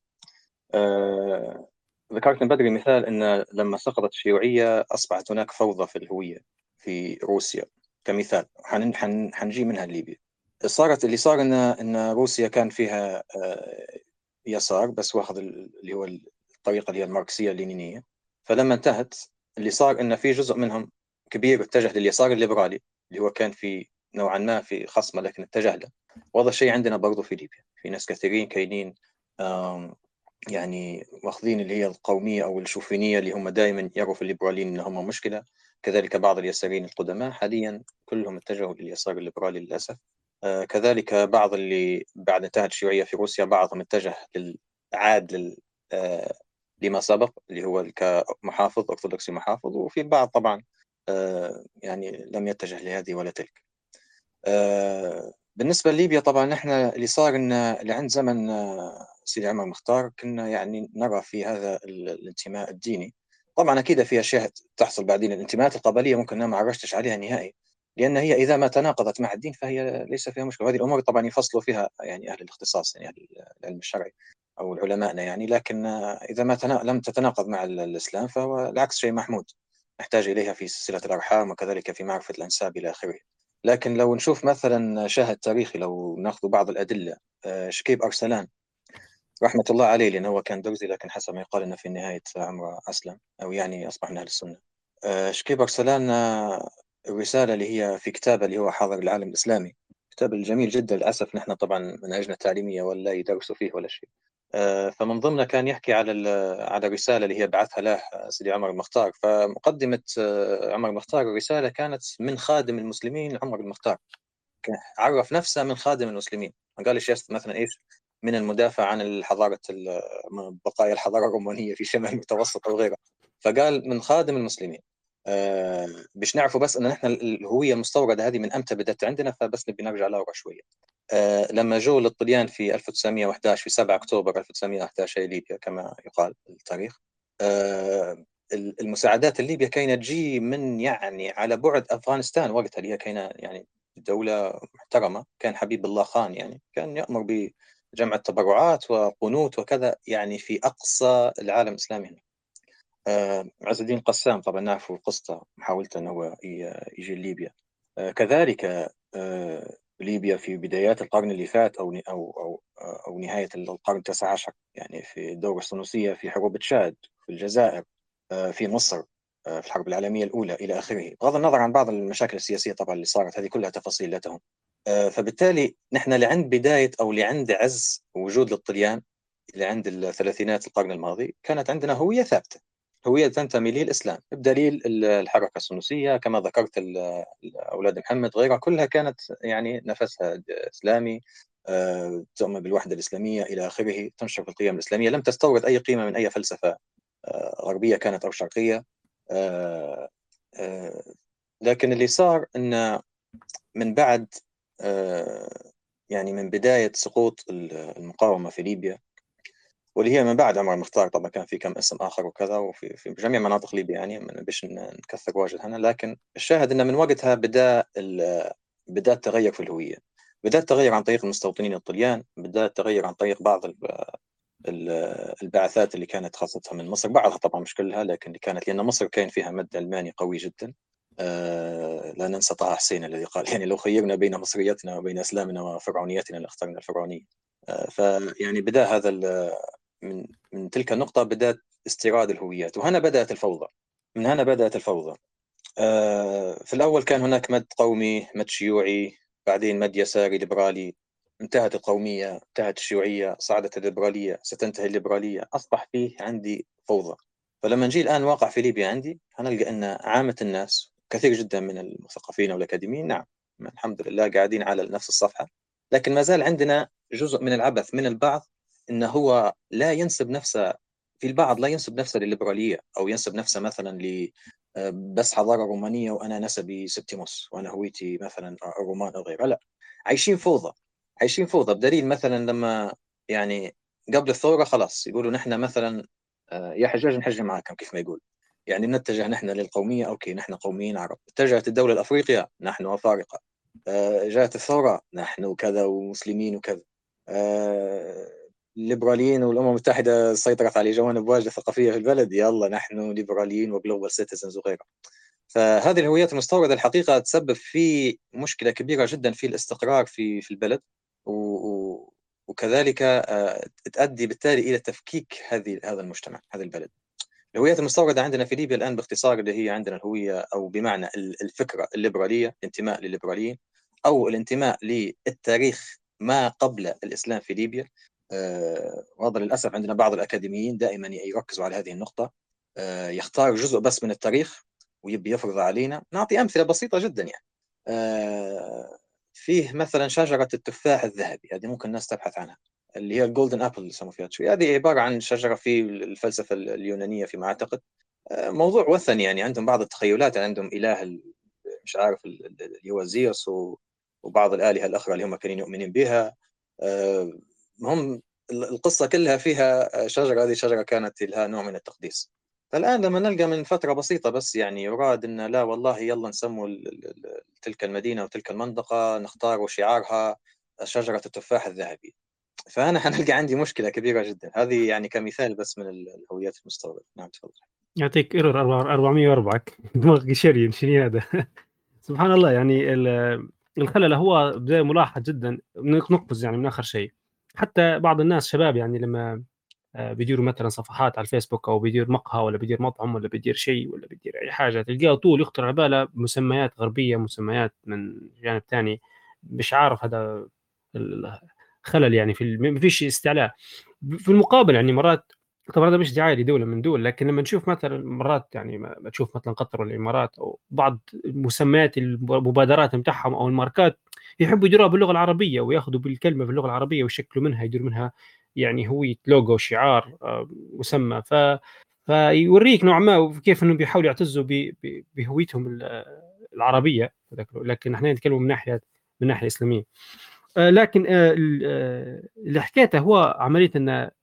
آه، ذكرت من بدري مثال أن لما سقطت الشيوعية أصبحت هناك فوضى في الهوية في روسيا كمثال. حن حن حنجي منها ليبيا. صارت اللي صار أن أن روسيا كان فيها آه، يسار بس واخذ اللي هو الطريقة اللي هي الماركسية اللينينية. فلما انتهت اللي صار أن في جزء منهم كبير اتجه لليسار الليبرالي اللي هو كان في نوعا ما في خصمه لكن اتجه له. وهذا الشيء عندنا برضو في ليبيا، في ناس كثيرين كاينين آم، يعني واخذين اللي هي القومية أو الشوفينية اللي هم دائما يروا في الليبراليين إن هم مشكلة. كذلك بعض اليساريين القدماء حاليا كلهم اتجهوا لليسار الليبرالي للأسف. آه، كذلك بعض اللي بعد انتهت الشيوعية في روسيا بعضهم اتجه لل عاد لل آه، لما سبق اللي هو كمحافظ أرثوذكسي محافظ، وفي البعض طبعا آه، يعني لم يتجه لهذه ولا تلك. آه، بالنسبة لليبيا طبعا نحن اللي صار إن اللي عند زمن آه، سيدي عمر مختار كنا يعني نرى في هذا ال- الانتماء الديني. طبعا أكيد في أشياء تحصل بعدين. الانتماءات القبلية ممكن أنا ما عرجتش عليها نهائي، لأن هي إذا ما تناقضت مع الدين فهي ليس فيها مشكلة. هذه الأمور طبعا يفصلوا فيها يعني أهل الاختصاص، يعني أهل العلم الشرعي أو علمائنا يعني. لكن آه، إذا ما تنا... لم تتناقض مع ال- الإسلام فهو العكس شيء محمود، نحتاج إليها في صلة الأرحام وكذلك في معرفة الأنساب إلى آخره. لكن لو نشوف مثلا شاهد تاريخي، لو ناخذ بعض الأدلة، آه، شكيب أرسلان رحمة الله عليه، لأنه هو كان درزي لكن حسب ما يقال أنه في نهاية عمره أسلم أو يعني أصبح من أهل السنة. آه، شكيب أرسلان آه، الرسالة اللي هي في كتابه اللي هو حاضر العالم الإسلامي، كتاب جميل جدا. للأسف نحن طبعا منهجنا التعليمية ولا يدرسوا فيه ولا شيء. آه، فمن ضمنه كان يحكي على على الرسالة اللي هي بعثها له سيدي عمر المختار. فمقدمة آه، عمر المختار الرسالة كانت من خادم المسلمين عمر المختار. عرف نفسه من خادم المسلمين، ما قالش مثلا إيش من المدافع عن الحضارة بقايا الحضارة الرومانية في شمال المتوسط أو غيره، فقال من خادم المسلمين. آه باش نعرفوا بس أن نحن الهوية المستوردة هذه من أمتى بدأت عندنا، فبس نبي نرجع لها شوية. آه لما جو للطليان في ألف وتسعمائة وأحد عشر في سبعة أكتوبر ألف وتسعمائة وأحد عشر في ليبيا كما يقال التاريخ، آه المساعدات الليبية كانت تجي من يعني على بعد أفغانستان وقتها، اللي هي كانت يعني دولة محترمة، كان حبيب الله خان يعني كان يأمر بجمع التبرعات وقنوت وكذا يعني في أقصى العالم الإسلامي هنا. آه عز الدين قسام طبعا نعرفوا قصته، محاولته أنه هو يجي ليبيا. آه كذلك آه ليبيا في بدايات القرن اللي فات أو أو أو أو نهاية القرن التاسع عشر، يعني في الدورة الثنائية في حروب تشاد، في الجزائر، آه في مصر، آه في الحرب العالمية الأولى إلى آخره، بغض النظر عن بعض المشاكل السياسية طبعا اللي صارت، هذه كلها تفاصيل لا تهم. آه فبالتالي نحن لعند بداية أو لعند عز وجود للطليان، لعند الثلاثينات القرن الماضي، كانت عندنا هوية ثابتة، هوية تنتمي للإسلام، بدليل الحركة السنوسية كما ذكرت، أولاد محمد غيرها كلها كانت يعني نفسها إسلامي، تؤمن بالوحدة الإسلامية إلى آخره، تنشر في القيم الإسلامية، لم تستورد أي قيمة من أي فلسفة غربية كانت أو شرقية. لكن اللي صار أن من بعد يعني من بداية سقوط المقاومة في ليبيا، واللي هي من بعد عمر المختار طبعا كان في كم اسم آخر وكذا، وفي في جميع مناطق ليبيا، يعني ما نبيش نكثر واجد هنا، لكن الشاهد أن من وقتها بدأ بدأ التغير في الهوية، بدأ التغير عن طريق المستوطنين الطليان، بدأ التغير عن طريق بعض البعثات اللي كانت خاصتها من مصر، بعضها طبعا مش كلها، لكن اللي كانت، لأن مصر كان فيها مد علماني قوي جدا. آه لا ننسى طه حسين الذي قال يعني لو خيرنا بين مصريتنا وبين إسلامنا وفرعونيتنا لاخترنا الفرعونية. آه فيعني بدأ هذا من من تلك النقطة بدأت استيراد الهويات، وهنا بدأت الفوضى، من هنا بدأت الفوضى. آه في الأول كان هناك مد قومي، مد شيوعي، بعدين مد يساري ليبرالي، انتهت القومية، انتهت الشيوعية، صعدت الليبرالية، ستنتهي الليبرالية، أصبح فيه عندي فوضى. فلما نجي الآن واقع في ليبيا عندي، هنلقى أن عامة الناس، كثير جدا من المثقفين والأكاديميين، نعم الحمد لله قاعدين على نفس الصفحة، لكن ما زال عندنا جزء من العبث من البعض، إنه هو لا ينسب نفسه، في البعض لا ينسب نفسه للليبرالية، أو ينسب نفسه مثلا ل بس حضارة رومانية وأنا نسبي سبتيموس وأنا هويتي مثلا رومان أو غيره، لا، عايشين فوضى، عايشين فوضى، بدليل مثلا لما يعني قبل الثورة خلاص يقولوا نحن مثلا يا حجاج نحج معاكم، كيف ما يقول يعني نتجه نحن للقومية، أوكي نحن قوميين عرب، اتجهت الدولة الأفريقية نحن أفارقة، جاءت الثورة نحن كذا ومسلمين وكذا، الليبراليين والأمم المتحدة سيطرت على جوانب واجدة ثقافية في البلد، يلا نحن ليبراليين وجلوبال سيتيزنز وغيره. فهذه الهويات المستوردة الحقيقة تسبب في مشكلة كبيرة جدا في الاستقرار في في البلد، و وكذلك تؤدي بالتالي إلى تفكيك هذه هذا المجتمع، هذا البلد. الهويات المستوردة عندنا في ليبيا الآن باختصار اللي هي عندنا الهوية، أو بمعنى الفكرة الليبرالية، الانتماء للليبراليين، أو الانتماء للتاريخ ما قبل الإسلام في ليبيا. أه وهذا للأسف عندنا بعض الأكاديميين دائما يركزوا على هذه النقطة، أه يختار جزء بس من التاريخ ويبي يفرض علينا. نعطي أمثلة بسيطة جدا يعني، أه فيه مثلا شجرة التفاح الذهبي، هذه ممكن الناس تبحث عنها، اللي هي الجولدن ابل اللي يسموا فيها شوي، هذه عباره عن شجره في الفلسفه اليونانيه فيما اعتقد، موضوع وثني يعني، عندهم بعض التخيلات، عندهم اله مش عارف اللي هو زيوس، وبعض الالهه الاخرى اللي هم كانوا يؤمنون بها. هم القصه كلها فيها شجره، هذه الشجره كانت لها نوع من التقديس. فالان لما نلقى من فتره بسيطه بس يعني يراد ان لا والله يلا نسموا تلك المدينه وتلك المنطقه نختار شعارها شجره التفاح الذهبي، فأنا حنلقى عندي مشكلة كبيرة جدا. هذه يعني كمثال بس من الهويات المستوردة. نعم تفضل. يعطيك ايرور أربعمية وأربعة دماغك شري شنو هذا سبحان الله. يعني الخلل هو بداية ملاحظ جدا، نقفز يعني من آخر شيء. حتى بعض الناس شباب يعني لما بيديروا مثلا صفحات على الفيسبوك، او بيدير مقهى ولا بيدير مطعم ولا بيدير شيء ولا بيدير اي حاجه، تلقاه طول يخطر على باله مسميات غربيه، مسميات من جانب ثاني، مش عارف هذا الخلل يعني في ما فيش استعلاء. في المقابل يعني مرات، طبعا هذا مش دعايه لدوله من دول، لكن لما نشوف مثلا مرات يعني ما تشوف مثلا قطر ولا الامارات او بعض مسميات المبادرات بتاعهم او الماركات، يحبوا يديروها باللغة العربية وياخذوا بالكلمة باللغة العربية ويشكلوا منها، يديروا منها يعني هوية لوجو شعار آه، مسمى. ف فيوريك نوعا ما كيف انهم بيحاولوا يعتزوا ب- ب- بهويتهم ال- العربية. لكن احنا نتكلم من ناحية من ناحية إسلامية. آه، لكن آه، ال- آه، اللي حكيته هو عملية أن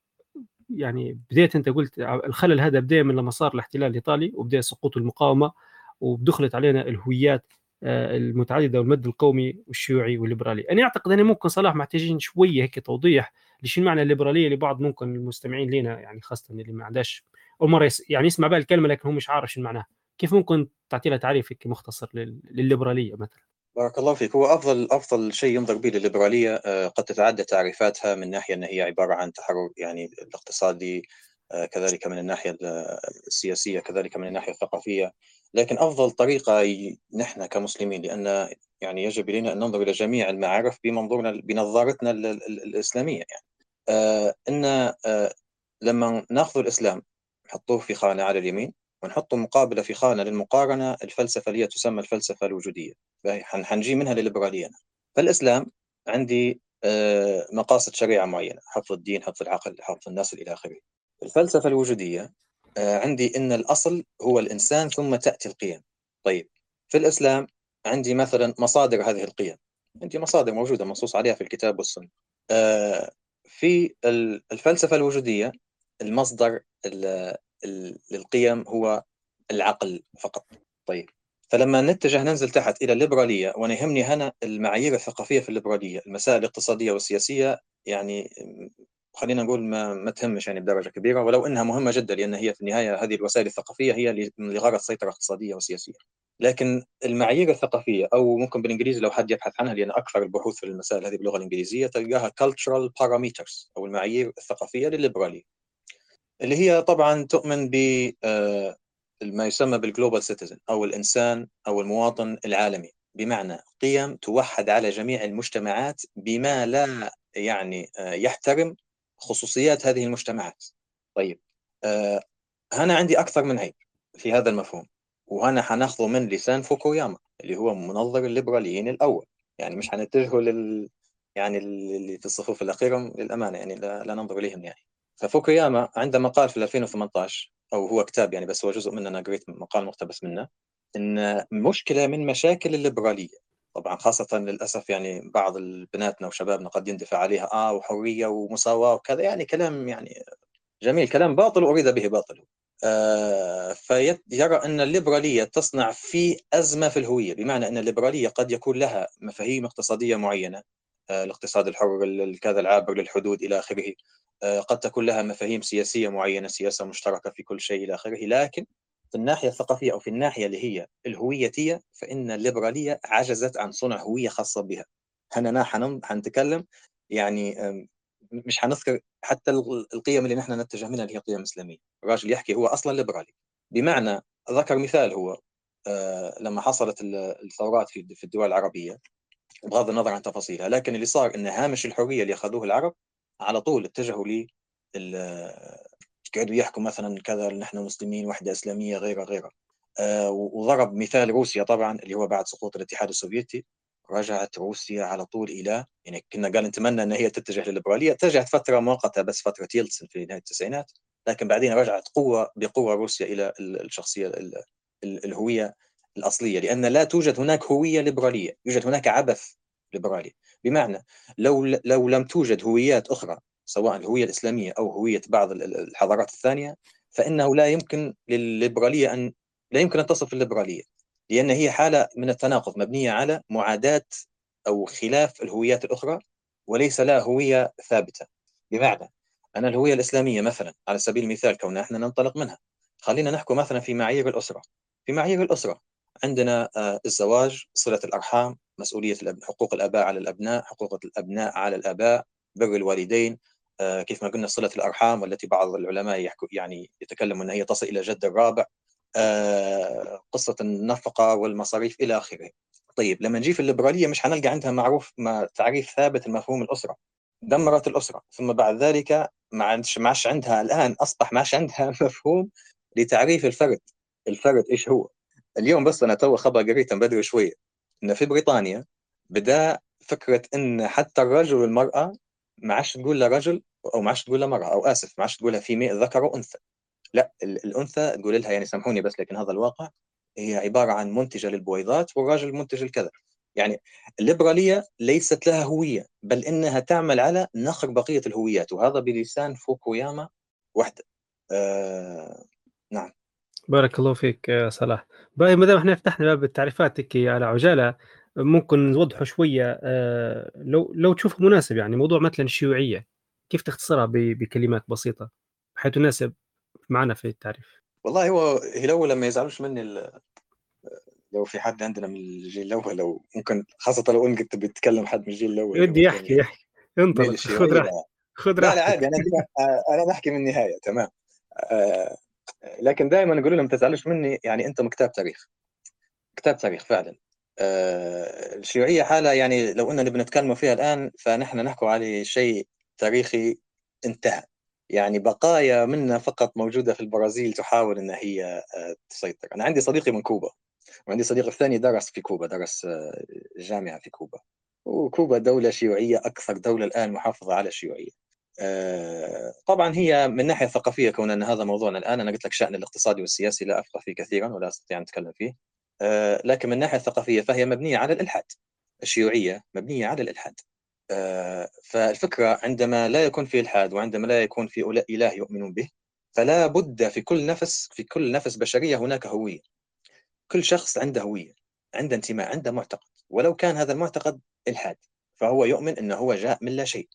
يعني بديت أنت قلت الخلل هذا بدأ من لما صار الاحتلال الإيطالي وبدأ سقوط المقاومة، ودخلت علينا الهويات آه، المتعددة والمد القومي والشيوعي والليبرالي. أنا أعتقد أن ممكن صلاح محتاجين شوية هيك توضيح ليش معنى الليبرالية لبعض ممكن المستمعين لنا، يعني خاصة اللي ما عندهاش أول مرة يس يعني يسمع بقى الكلمة لكن هو مش عارف شو معناها. كيف ممكن تعطي لها تعريف هيك مختصر لل- للليبرالية مثلا؟ بارك الله فيك. هو أفضل أفضل شيء ينظر به للليبرالية، آه، قد تتعدى تعريفاتها من ناحية أن هي عبارة عن تحرر يعني الاقتصادي، آه، كذلك من الناحية السياسية، كذلك من الناحية الثقافية. لكن أفضل طريقة ي- نحن كمسلمين، لأن يعني يجب علينا أن ننظر إلى جميع المعارف بمنظورنا بنظارتنا ال- ال- الإسلامية يعني. آه، أن آه، لما ناخذ الإسلام نحطوه في خانة على اليمين، ونحط مقابلة في خانة للمقارنة الفلسفة اللي هي تسمى الفلسفة الوجودية، فهي حن- حنجي منها للليبرالية. فالإسلام عندي آه، مقاصد شريعة معينة، حفظ الدين، حفظ العقل، حفظ النسل إلى آخره. الفلسفة الوجودية آه، عندي إن الأصل هو الإنسان ثم تأتي القيم. طيب، في الإسلام عندي مثلا مصادر هذه القيم، عندي مصادر موجودة منصوص عليها في الكتاب والسنة. آه، في ال- الفلسفة الوجودية المصدر ال- ال- للقيم هو العقل فقط. طيب، فلما نتجه ننزل تحت إلى الليبرالية، وأنا يهمني هنا المعايير الثقافية في الليبرالية، المسائل الاقتصادية والسياسية يعني خلينا نقول ما, ما تهمش يعني بدرجة كبيرة، ولو أنها مهمة جدا، لأن هي في النهاية هذه الوسائل الثقافية هي لغرض سيطرة اقتصادية وسياسية. لكن المعايير الثقافية، أو ممكن بالإنجليزي لو حد يبحث عنها، لأن أكثر البحوث في المسائل هذه باللغة الإنجليزية، تلقاها cultural parameters أو المعايير الثقافية للليبرالية، اللي هي طبعا تؤمن ب آه، ما يسمى بالجلوبال سيتيزن، أو الإنسان أو المواطن العالمي، بمعنى قيم توحد على جميع المجتمعات بما لا يعني آه، يحترم خصوصيات هذه المجتمعات. طيب، آه، هنا عندي أكثر من عيب في هذا المفهوم، وهنا حناخذه من لسان فوكوياما اللي هو منظر الليبراليين الأول. يعني مش حنتجه لل يعني اللي في الصفوف الأخيرة للأمانة، يعني لا, لا ننظر إليهم يعني. ففوكوياما عندما قال في ألفين وثمانية عشر، أو هو كتاب يعني بس هو جزء منه، أنا قريت مقال مقتبس منه، إن مشكلة من مشاكل الليبرالية، طبعا خاصة للأسف يعني بعض البناتنا وشبابنا قد يندفع عليها آه وحرية ومساواة وكذا، يعني كلام يعني جميل، كلام باطل أريد به باطل. آه فيرى أن الليبرالية تصنع في أزمة في الهوية، بمعنى أن الليبرالية قد يكون لها مفاهيم اقتصادية معينة، آه الاقتصاد الحر، الكذا العابر للحدود إلى آخره. آه قد تكون لها مفاهيم سياسية معينة، سياسة مشتركة في كل شيء إلى آخره. لكن في الناحية الثقافية أو في الناحية اللي هي الهويتية، فإن الليبرالية عجزت عن صنع هوية خاصة بها. هنا حنتكلم يعني مش حنذكر حتى القيم اللي نحن نتجه منها اللي هي قيم إسلامية. الراجل يحكي هو أصلا ليبرالي، بمعنى ذكر مثال هو آه لما حصلت الثورات في في الدول العربية، بغض النظر عن تفاصيلها، لكن اللي صار إن هامش الحرية اللي أخذوه العرب على طول اتجهوا لي قعدوا يحكوا مثلا كذا نحن مسلمين، وحدة إسلامية، غيرها غيرها. آه وضرب مثال روسيا طبعا، اللي هو بعد سقوط الاتحاد السوفيتي رجعت روسيا على طول إلى يعني كنا قال نتمنى أن هي تتجه للليبرالية، اتجهت فترة مؤقتة بس فترة يلتسن في نهاية التسعينات، لكن بعدين رجعت قوة بقوة روسيا إلى الشخصية الهوية الأصلية، لأن لا توجد هناك هوية ليبرالية، يوجد هناك عبث ليبرالي. بمعنى لو لو لم توجد هويات أخرى، سواء الهوية الإسلامية أو هوية بعض الحضارات الثانية، فإنه لا يمكن للليبرالية أن لا يمكن أن تصف الليبرالية، لأن هي حالة من التناقض مبنية على معاداة أو خلاف الهويات الأخرى، وليس لها هوية ثابتة. بمعنى أنا الهوية الإسلامية مثلا على سبيل المثال كوننا إحنا ننطلق منها، خلينا نحكي مثلا في معايير الأسرة. في معايير الأسرة عندنا الزواج، صلة الأرحام، مسؤولية حقوق الآباء على الأبناء، حقوق الأبناء على الآباء، بر الوالدين، كيف ما قلنا صلة الأرحام، والتي بعض العلماء يحكوا يعني يتكلموا أن هي تصل إلى جد الرابع، قصة النفقة والمصاريف إلى آخره. طيب، لما نجي في الليبرالية مش حنلقى عندها معروف ما تعريف ثابت لمفهوم الأسرة، دمرت الأسرة، ثم بعد ذلك ما عادش ما عادش عندها الآن أصبح ما عادش عندها مفهوم لتعريف الفرد. الفرد إيش هو اليوم؟ بس أنا تو خبر قريت بدري شوية إن في بريطانيا بدأ فكرة إن حتى الرجل والمرأة ما عادش تقول له رجل أو ما عادش تقول له مرأة، أو آسف ما عادش تقول له في ذكر وأنثى، لا الأنثى تقول لها، يعني سامحوني بس لكن هذا الواقع، هي عبارة عن منتجة للبويضات والراجل منتج الكذا. يعني الليبرالية ليست لها هوية، بل إنها تعمل على نخر بقية الهويات، وهذا بلسان فوكوياما وحده. آه... نعم. بارك الله فيك يا صلاح. باهي، ما دام احنا فتحنا باب التعريفات هيك على عجالة، ممكن نوضحه شوية. آه، لو لو تشوف مناسب، يعني موضوع مثلا الشيوعية، كيف تختصرها ب- بكلمات بسيطة بحيث تناسب معنا في التعريف؟ والله هو هلو لما يزعلوش مني ال... لو في حد عندنا من الجيل الأول، لو ممكن خاصة لو أنت كنت بتتكلم حد من الجيل الأول اللي هو ودي كان يحكي يحكي، ميل انطلق، خذ الشيوعية، راحتك، خذ لا لا عادي، راحتك. أنا ديما أنا بحكي من النهاية تمام. آه... لكن دائما نقول لهم ما تزعلوش مني، يعني أنتم كتاب تاريخ، كتاب تاريخ فعلا. آه... الشيوعية حالة، يعني لو أننا بنتكلم فيها الآن فنحن نحكي على شيء تاريخي انتهى، يعني بقايا منها فقط موجودة في البرازيل تحاول أن هي آه، تسيطر. أنا عندي صديقي من كوبا، وعندي صديق الثاني درس في كوبا، درس آه، جامعة في كوبا، وكوبا دولة شيوعية، أكثر دولة الآن محافظة على الشيوعية. آه، طبعا هي من ناحية ثقافية، كون أن هذا موضوعنا الآن، أنا قلت لك شأن الاقتصادي والسياسي لا أفقه فيه كثيرا ولا أستطيع أن أتكلم فيه. آه، لكن من الناحية الثقافية فهي مبنية على الإلحاد، الشيوعية مبنية على الإلحاد. آه، فالفكرة عندما لا يكون في إلحاد، وعندما لا يكون في إله يؤمنون به، فلا بد في كل نفس في كل نفس بشرية هناك هوية. كل شخص عنده هوية، عنده انتماء، عنده معتقد، ولو كان هذا المعتقد إلحاد فهو يؤمن أنه هو جاء من لا شيء.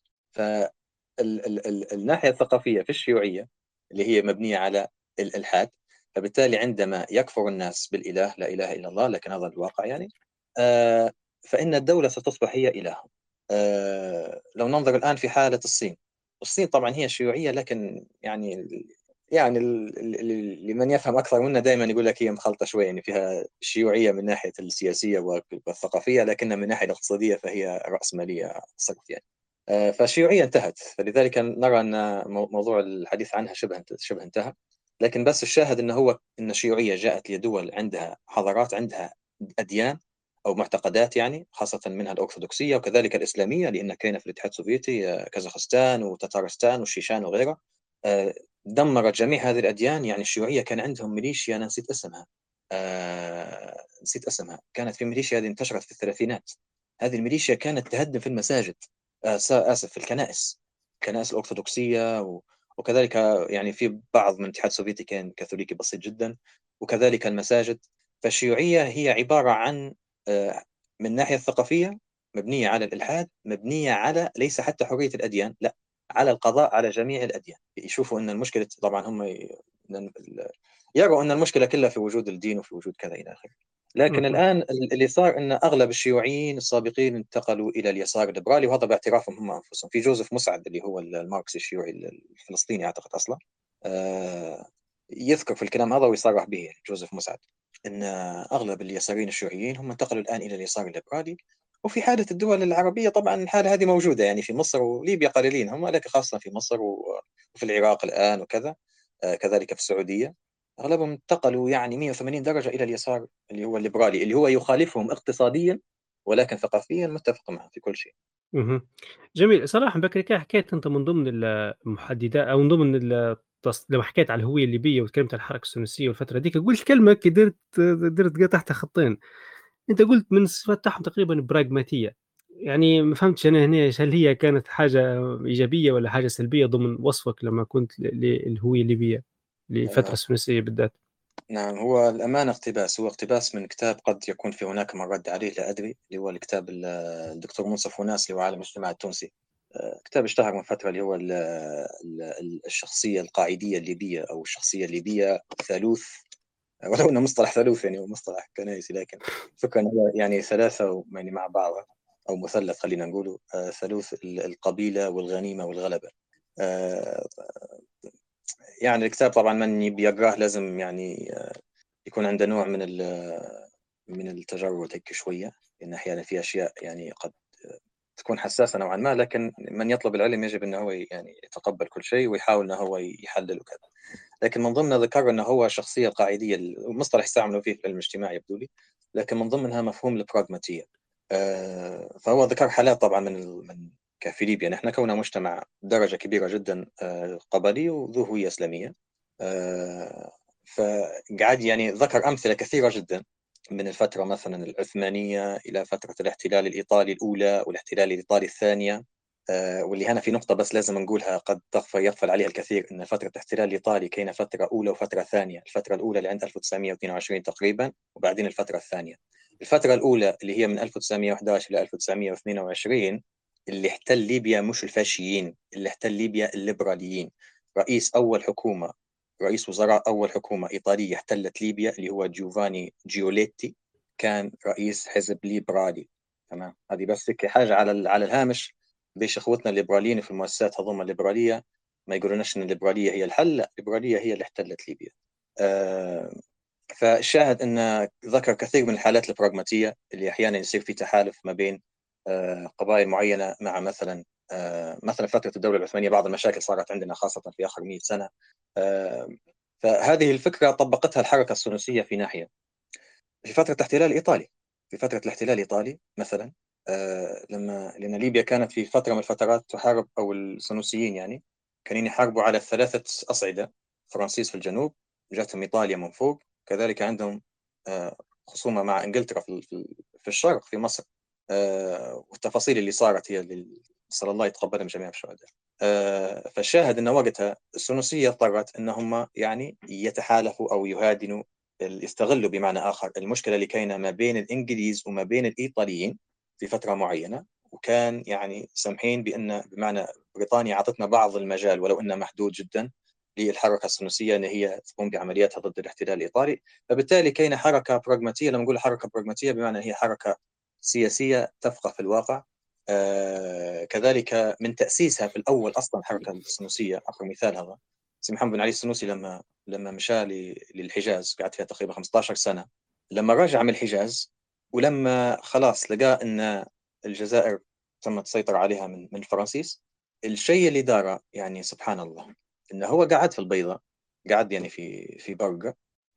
فالناحية الثقافية في الشيوعية اللي هي مبنية على الإلحاد، فبالتالي عندما يكفر الناس بالإله، لا إله إلا الله، لكن هذا الواقع يعني، آه، فإن الدولة ستصبح هي إله. آه، لو ننظر الآن في حالة الصين، الصين طبعا هي شيوعية، لكن يعني يعني ال- ال- ال- لمن يفهم أكثر منا دائما يقول لك هي مخلطة شوية، يعني فيها شيوعية من ناحية السياسية والثقافية، لكن من الناحية الاقتصادية فهي رأسمالية صرف يعني. آه، فالشيوعية انتهت، فلذلك نرى أن مو- موضوع الحديث عنها شبه شبه انتهى. لكن بس الشاهد أنه هو أن الشيوعية جاءت لدول عندها حضارات، عندها أديان أو معتقدات، يعني خاصة منها الأرثوذكسية وكذلك الإسلامية، لأن كان في الاتحاد السوفيتي آه، كازاخستان وتتارستان والشيشان وغيرها. آه، دمرت جميع هذه الأديان. يعني الشيوعية كان عندهم ميليشيا، أنا نسيت اسمها، آه، نسيت اسمها، كانت في ميليشيا هذه انتشرت في الثلاثينات. هذه الميليشيا كانت تهدم في المساجد، آه، آسف في الكنائس، الكنائس الأرثوذكسية و... وكذلك يعني في بعض من الاتحاد السوفيتي كان كاثوليكي بسيط جدا، وكذلك المساجد. فالشيوعية هي عبارة عن آه، من الناحية الثقافية مبنية على الإلحاد، مبنية على ليس حتى حرية الأديان، لا، على القضاء على جميع الأديان. يشوفوا أن المشكلة، طبعا هم ي- يروا أن المشكلة كلها في وجود الدين وفي وجود كذا إلى آخره. لكن مهم. الآن اللي صار أن أغلب الشيوعيين السابقين انتقلوا إلى اليسار الليبرالي، وهذا باعترافهم هم أنفسهم. في جوزيف مسعد اللي هو الماركسي الشيوعي الفلسطيني أعتقد أصلا، آه، يذكر في الكلام هذا ويصرح به يعني جوزيف مسعد أن أغلب اليساريين الشيوعيين هم انتقلوا الآن إلى اليسار الليبرالي. وفي حالة الدول العربية طبعا الحالة هذه موجودة، يعني في مصر وليبيا قليلين هم، لكن خاصة في مصر وفي العراق الآن وكذا، آه، كذلك في السعودية أغلبهم انتقلوا يعني مئة وثمانين درجة إلى اليسار اللي هو الليبرالي، اللي هو يخالفهم اقتصاديا ولكن ثقافيا متفق معهم في كل شيء. مهم. جميل صراحة. بكري كده حكيت أنت من ضمن المحددات أو من ضمن التص... لما حكيت على الهوية الليبية وتكلمت عن الحركة السياسية والفترة ديك، قلت كلمة قدرت قدرت تحت خطين. أنت قلت من الصفات تاعهم تقريبا براغماتية. يعني ما فهمتش أنا هنا هل هي كانت حاجة إيجابية ولا حاجة سلبية ضمن وصفك لما كنت ل- للهوية الليبية للفترة آه، الثلاثينية بالذات؟ نعم، هو الأمانة اقتباس، هو اقتباس من كتاب قد يكون في هناك من رد عليه لا أدري، اللي هو الكتاب ال- الدكتور منصف وناس اللي هو عالم الاجتماع التونسي. آه، كتاب اشتهر من فترة، اللي هو ال- ال- الشخصية القاعدية الليبية أو الشخصية الليبية ثالوث، ولو انه مصطلح ثالوث يعني هو مصطلح كنائسي، لكن فكرة انه يعني ثلاثة يعني مع بعض، او مثلث خلينا نقوله، آه، ثالوث ال- القبيلة والغنيمة والغلبة. آه، يعني الكتاب طبعا من بيقراه لازم يعني آه، يكون عنده نوع من ال- من التجرد هيك شوية، لأن أحيانا في أشياء يعني قد تكون حساسة نوعا ما، لكن من يطلب العلم يجب أنه هو يعني يتقبل كل شيء ويحاول أنه هو يحلل وكذا. لكن من ضمن ذكر أنه هو الشخصية القاعدية، المصطلح استعملوا فيه في العلم الاجتماعي يبدو لي، لكن من ضمنها مفهوم البراغماتية. آه، فهو ذكر حالات طبعا من ال- من في ليبيا. نحن كنا مجتمع بدرجة كبيرة جدا آه، قبلي وذو هوية إسلامية. آه، فقعد يعني ذكر أمثلة كثيرة جدا من الفترة مثلا العثمانية إلى فترة الاحتلال الإيطالي الأولى والاحتلال الإيطالي الثانية. آه، واللي هنا في نقطة بس لازم نقولها قد تغفل يغفل عليها الكثير، أن فترة الاحتلال الإيطالي كاينة فترة أولى وفترة ثانية. الفترة الأولى اللي عند ألف وتسعمئة واثنين وعشرين تقريبا، وبعدين الفترة الثانية. الفترة الأولى اللي هي من ألف وتسعمئة وأحد عشر إلى ألف وتسعمئة واثنين وعشرين، اللي احتل ليبيا مش الفاشيين، اللي احتل ليبيا الليبراليين. رئيس أول حكومة رئيس وزراء أول حكومة إيطالية احتلت ليبيا اللي هو جوفاني جيوليتي، كان رئيس حزب ليبرالي. تمام، هذه بس هيك حاجة على على الهامش، بيش اخوتنا الليبراليين في المؤسسات هذوما الليبرالية ما يقولوناش ان الليبرالية هي الحل، لا، الليبرالية هي اللي احتلت ليبيا. آه، فالشاهد أن ذكر كثير من الحالات البراغماتية اللي أحيانا يصير في تحالف ما بين آه، قبائل معينة مع مثلا آه، مثلا فترة الدولة العثمانية بعض المشاكل صارت عندنا خاصة في آخر مئة سنة. آه، فهذه الفكرة طبقتها الحركة السنوسية في ناحية. في فترة الاحتلال الإيطالي في فترة الاحتلال الإيطالي مثلا، آه، لما لأن ليبيا كانت في فترة من الفترات تحارب، أو السنوسيين يعني كانوا يحاربوا على ثلاثة أصعدة. فرنسيس في الجنوب، جاتهم إيطاليا من فوق، كذلك عندهم آه، خصومة مع إنجلترا في في في الشرق في مصر. آه، والتفاصيل اللي صارت هي اللي صلى الله يتقبلها من جميع الشهداء. آه، فالشاهد أن وقتها السنوسية اضطرت أنهم يعني يتحالفوا أو يهادنوا، يستغلوا بمعنى آخر المشكلة اللي كاينة ما بين الإنجليز وما بين الإيطاليين في فترة معينة. وكان يعني سمحين بأن بمعنى بريطانيا أعطتنا بعض المجال ولو أنه محدود جدا للحركة السنوسية أن هي تقوم بعملياتها ضد الاحتلال الإيطالي. فبالتالي كاينة حركة براغماتية. لما نقول حركة براغماتية بمعنى هي حركة سياسية تفقه في الواقع. آه كذلك من تأسيسها في الأول أصلا الحركة السنوسية، آخر مثال هذا سي محمد بن علي السنوسي، لما لما مشى للحجاز قعد فيها تقريبا خمسة عشر سنة. لما رجع من الحجاز ولما خلاص لقى أن الجزائر تم السيطرة عليها من من الفرنسيس، الشيء اللي داره يعني سبحان الله انه هو قعد في البيضة، قعد يعني في في برقة،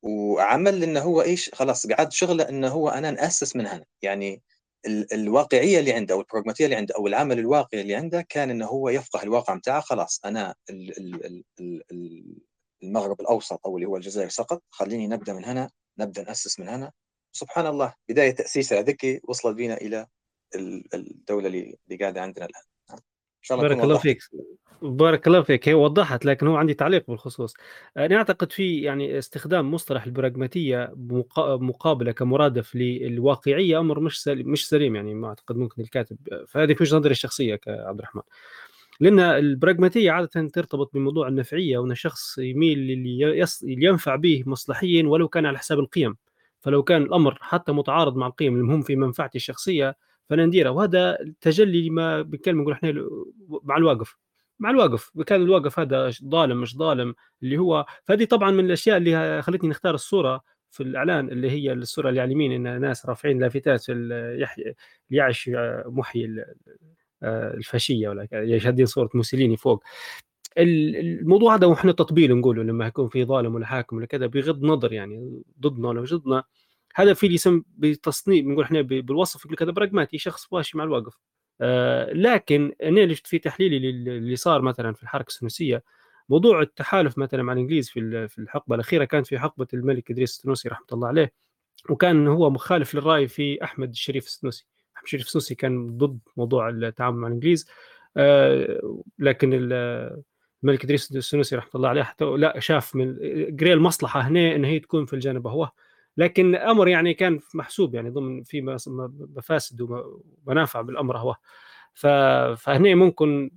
وعمل انه هو ايش، خلاص قعد شغله انه هو انا ناسس من هنا يعني. ال- الواقعيه اللي عنده او البراغماتيه اللي عنده او العمل الواقعي اللي عنده كان انه هو يفقه الواقع متاعه. خلاص انا ال ال ال ال المغرب الاوسط او اللي هو الجزائر سقط، خليني نبدا من هنا، نبدا ناسس من هنا. سبحان الله، بدايه تاسيسها ذكي وصلت بنا الى ال- الدوله اللي اللي قاعده عندنا الان. ان شاء الله نكون بارك الله وضحت. فيك. بارك الله فيك، هي وضحت، لكن هو عندي تعليق بالخصوص. أنا أعتقد في يعني استخدام مصطلح البراغماتية مقا- مقابلة كمرادف للواقعية أمر مش سليم، مش سليم يعني. ما أعتقد ممكن الكاتب، فهذه في وجهة نظري الشخصية كعبد الرحمن. لأن البراغماتية عادة ترتبط بموضوع النفعية، وأن الشخص يميل للي يص- اللي ينفع به مصلحيا ولو كان على حساب القيم. فلو كان الأمر حتى متعارض مع القيم المهم في منفعتي الشخصية فأنا نديره. وهذا تجلي لما بنتكلم نقول احنا مع الواقف. مع الواقف كان الواقف هذا ظالم مش ظالم، اللي هو فهذه طبعا من الأشياء اللي خلتني نختار الصورة في الإعلان، اللي هي الصورة اللي على اليمين، إن ناس رافعين لافتات في ال- يحيى يعش محيي آه، الفاشيه، ولا شادين صوره موسوليني فوق. ال- الموضوع هذا واحنا تطبيل نقوله لما يكون في ظالم ولا حاكم ولا كذا بغض نظر يعني ضدنا ولا مش ضدنا. هذا في اللي يسمى بتصنيف، بنقول احنا ب- بالوصف يقول لك هذا براغماتي، شخص ماشي مع الواقف. آه لكن انا اللي في تحليلي لل- اللي صار مثلا في الحركه السنوسيه، موضوع التحالف مثلا مع الانجليز في ال- في الحقبه الاخيره كانت في حقبه الملك ادريس السنوسي رحمه الله عليه. وكان هو مخالف للرأي في أحمد الشريف السنوسي. أحمد الشريف السنوسي كان ضد موضوع التعامل مع الإنجليز. آه، لكن ال- الملك إدريس السنوسي رحمه الله عليه حتى لا شاف من قري المصلحة هنا أن هي تكون في الجانب هو. لكن الأمر يعني كان محسوب يعني ضمن في مس- مفاسد ومنافع بالأمر هو. ف- فهنا ممكن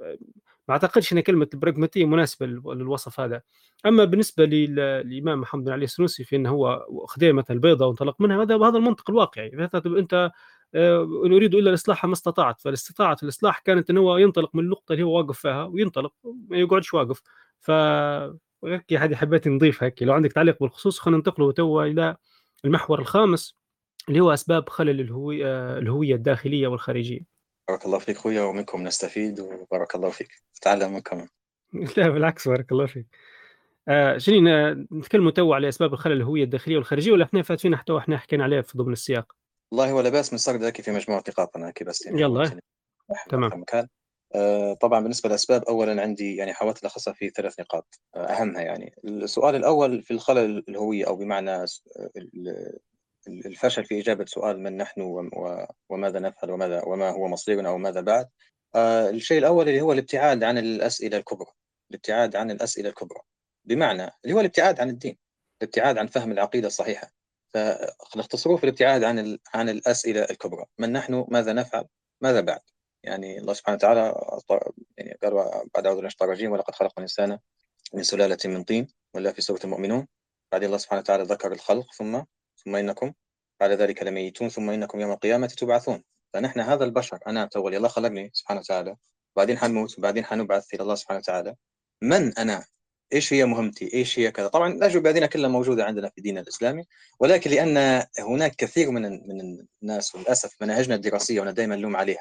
ما اعتقدش ان كلمه براغماتيه مناسبه لل- للوصف هذا. اما بالنسبه لل- للامام محمد بن علي السنوسي في انه هو خديمه البيضاء وانطلق منها، هذا هذا المنطق الواقعي. مثلا انت آه، ان اريد الا الاصلاح ما استطعت، فالاستطاعه الاصلاح كانت انه هو ينطلق من النقطه اللي هو واقف فيها وينطلق، ما يقعدش واقف. ف هيك هذه حبيت نضيفها هيك. لو عندك تعليق بالخصوص خلينا ننتقل توا الى المحور الخامس، اللي هو اسباب خلل الهويه الهويه الداخليه والخارجيه. بارك الله فيك خويا، ومنكم نستفيد، وبارك الله فيك نتعلم منكم. لا بالعكس، بارك الله فيك. آه شنو نتكلموا تو على اسباب الخلل الهويه الداخليه والخارجيه، ولا احنا فات فينا حتى احنا حكينا عليه في ضمن السياق؟ والله ولا بأس من سردك في مجموعة نقاط. أنا هيك بس يعني يالّا حاولت إيه، إني أفتح تمام. أكثر مكان. آآ طبعًا بالنسبة للأسباب، أولًا عندي يعني حاولت ألخصها في ثلاث نقاط آه، أهمها يعني. السؤال الأول في الخلل الهوية، أو بمعنى س ال ال الفشل في إجابة سؤال من نحن وم و وماذا نفعل وماذا وما هو مصيرنا وماذا بعد. آآ الشيء الأول اللي هو الابتعاد عن الأسئلة الكبرى، الابتعاد عن الأسئلة الكبرى، بمعنى اللي هو الابتعاد عن الدين، الابتعاد عن فهم العقيدة الصحيحة. فنختصروه في الابتعاد عن ال عن الأسئلة الكبرى، من نحن، ماذا نفعل، ماذا بعد. يعني الله سبحانه وتعالى ط يعني قال: بعد أعوذ بالله من الشيطان الرجيم، ولقد خلقنا الإنسان من سلالة من طين، ولا في سورة المؤمنون. بعدين الله سبحانه وتعالى ذكر الخلق، ثم ثم إنكم بعد ذلك لميتون، ثم إنكم يوم القيامة تبعثون. فنحن هذا البشر، أنا تولي الله خلقني سبحانه وتعالى، وبعدين حنموت، وبعدين حنبعث إلى الله سبحانه وتعالى. من أنا؟ إيش هي مهمتي؟ إيش هي كذا؟ طبعا الأجوبة هذه كلها موجودة عندنا في ديننا الإسلامي، ولكن لأن هناك كثير من من الناس، وللأسف مناهجنا الدراسية وأنا دائما نلوم عليها،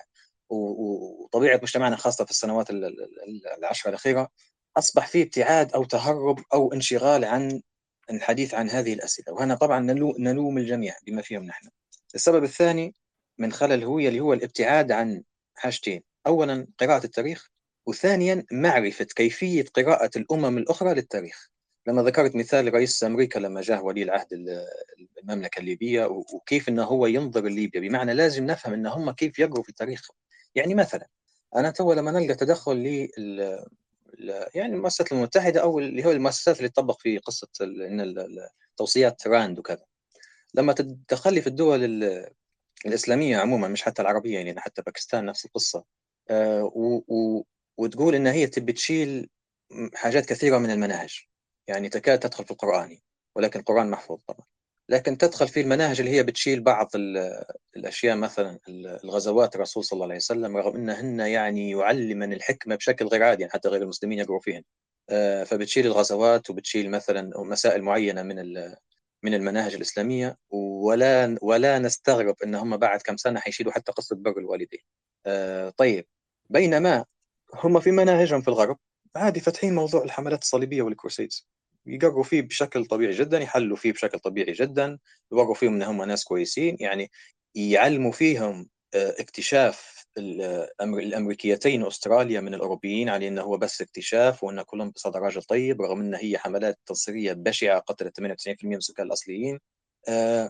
وطبيعة مجتمعنا خاصة في السنوات العشرة الأخيرة، أصبح في ابتعاد أو تهرب أو انشغال عن الحديث عن هذه الأسئلة. وهنا طبعا نلوم الجميع بما فيهم نحن. السبب الثاني من خلل الهوية اللي هو الابتعاد عن حاجتين: أولا قراءة التاريخ، وثانيا معرفة كيفية قراءة الأمم الأخرى للتاريخ. لما ذكرت مثال رئيس أمريكا لما جاء ولي العهد المملكة الليبية، وكيف أنه هو ينظر لليبيا، بمعنى لازم نفهم أن هم كيف يقروا في التاريخ. يعني مثلا أنا تو لما نلقى تدخل لل يعني المؤسسات المتحدة، أو اللي هو المؤسسات اللي تطبق في قصة إن توصيات راند وكذا، لما تتدخلي في الدول الإسلامية عموما، مش حتى العربية، يعني حتى باكستان نفس القصة. آه و و وتقول إن هي تبي تشيل حاجات كثيرة من المناهج، يعني تكاد تدخل في القرآن، ولكن القرآن محفوظ طبعا، لكن تدخل في المناهج اللي هي بتشيل بعض الأشياء، مثلا الغزوات الرسول صلى الله عليه وسلم، رغم أنهن يعني يعلمن الحكمة بشكل غير عادي، يعني حتى غير المسلمين يقروا فيهن. آه فبتشيل الغزوات، وبتشيل مثلا مسائل معينة من من المناهج الإسلامية، ولا ولا نستغرب إن هم بعد كم سنة حيشيلوا حتى قصة بر الوالدين. آه طيب، بينما هم في مناهجهم في الغرب عادي فاتحين موضوع الحملات الصليبية والكروسيدز، يقروا فيه بشكل طبيعي جدا، يحلوا فيه بشكل طبيعي جدا، يوروا فيهم إن هم ناس كويسين، يعني يعلموا فيهم آه، اكتشاف الأمريكيتين وأستراليا من الأوروبيين على أنه هو بس اكتشاف، وأن كولومبوس بصدر راجل طيب، رغم أن هي حملات تنصيرية بشعة قتلت ثمانية وتسعين بالمئة من السكان الأصليين. آه،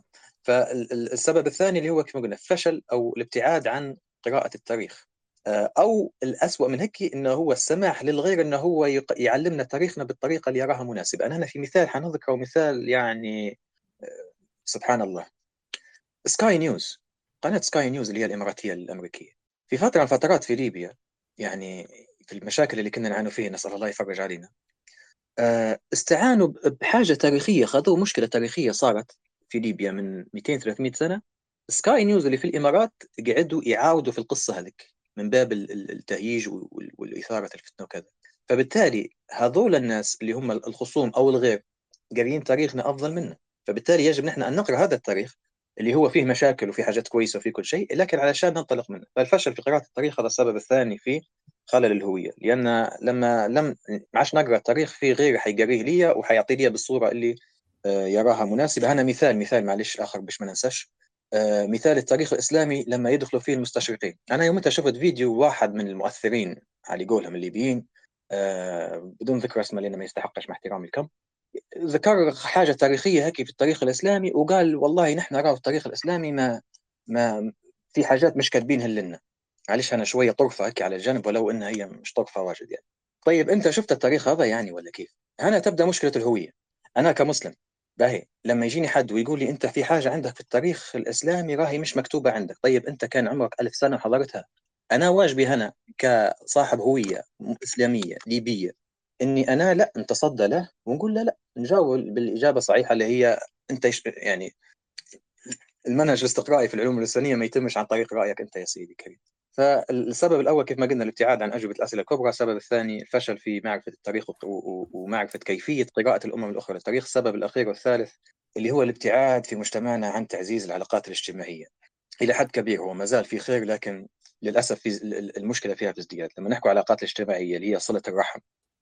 فالسبب الثاني اللي هو كما قلنا الفشل أو الابتعاد عن قراءة التاريخ، آه، أو الأسوأ من هيك أنه هو السماح للغير أنه هو يعلمنا تاريخنا بالطريقة اللي يراها مناسبة. أنا هنا في مثال حنذكره، مثال يعني آه، سبحان الله. سكاي نيوز، قناة سكاي نيوز اللي هي الإماراتية الأمريكية، في فترة من الفترات في ليبيا، يعني في المشاكل اللي كنا نعاني فيها، نسأل الله يفرج علينا، استعانوا بحاجة تاريخية، خذوا مشكلة تاريخية صارت في ليبيا من مئتين ثلاثمئة سنة. سكاي نيوز اللي في الإمارات قعدوا يعاودوا في القصة هذيك من باب التهييج والإثارة الفتنة وكذا. فبالتالي هذول الناس اللي هم الخصوم أو الغير قاريين تاريخنا أفضل منا، فبالتالي يجب نحن أن نقرأ هذا التاريخ اللي هو فيه مشاكل وفيه حاجات كويسة وفيه كل شيء، لكن علشان ننطلق منه. فالفشل في قراءة التاريخ هذا السبب الثاني في خلل الهوية، لأن لما لم ما عادش نقرأ التاريخ في غيري حيقريه لي وحيعطي لي بالصورة اللي آه، يراها مناسبة. أنا مثال مثال معلش آخر باش ما ننساش، آه، مثال التاريخ الإسلامي لما يدخلوا فيه المستشرقين. أنا يومتها شفت فيديو واحد من المؤثرين على قولهم الليبيين، آه، بدون ذكر اسمه لأنه ما يستحقش مع احترامي الكم، ذكر حاجة تاريخية هيك في التاريخ الإسلامي، وقال والله نحن نرى التاريخ الإسلامي ما ما في حاجات مش كاتبينها لنا. معلش أنا شوية طرفة هيك على الجنب، ولو إنها هي مش طرفة واجد يعني. طيب أنت شفت التاريخ هذا يعني ولا كيف؟ هنا تبدأ مشكلة الهوية. أنا كمسلم باهي لما يجيني حد ويقول لي أنت في حاجة عندك في التاريخ الإسلامي راهي مش مكتوبة عندك، طيب أنت كان عمرك ألف سنة وحضرتها. أنا واجبي هنا كصاحب هوية إسلامية ليبية إني أنا لا نتصدى له ونقول له لا، نجاوب بالإجابة الصحيحة اللي هي أنت يعني المنهج الاستقرائي في العلوم الإنسانية ما يتمش عن طريق رأيك أنت يا سيدي كريم. فالسبب الأول كيف ما قلنا الابتعاد عن أجوبة الأسئلة الكبرى، السبب الثاني الفشل في معرفة التاريخ ومعرفة كيفية قراءة الأمم الأخرى للتاريخ، السبب الأخير والثالث اللي هو الابتعاد في مجتمعنا عن تعزيز العلاقات الاجتماعية. إلى حد كبير هو ما زال في خير، لكن للأسف في المشكلة فيها في ازدياد. لما نحكي علاقات الاجتماعية اللي هي صلة الرحم،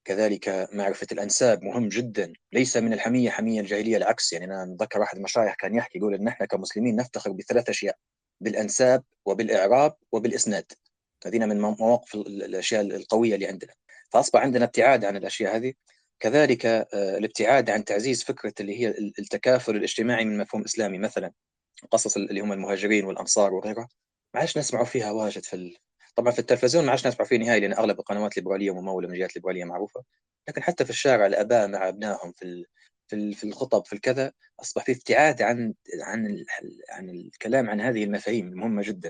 كذلك معرفة الأنساب مهم جدا، ليس من الحمية حمية الجاهلية، العكس. يعني أنا نتذكر واحد المشايخ كان يحكي يقول إن إحنا كمسلمين نفتخر بثلاث أشياء: بالأنساب وبالإعراب وبالإسناد. هذين من مواقف الأشياء القوية اللي عندنا. فأصبح عندنا ابتعاد عن الأشياء هذه. كذلك آه، الابتعاد عن تعزيز فكرة اللي هي التكافل الاجتماعي من مفهوم إسلامي. مثلا قصص اللي هم المهاجرين والأنصار وغيرها ما عادش نسمعوا فيها واجد في ال... طبعا في التلفزيون ما عادش نسمع فيه نهائي، لأن أغلب القنوات ليبرالية وممولة من جهات ليبرالية معروفة. لكن حتى في الشارع الآباء مع أبنائهم في ال... في ال... في الخطب في الكذا أصبح في ابتعاد عن عن ال... عن الكلام عن هذه المفاهيم المهمة جدا.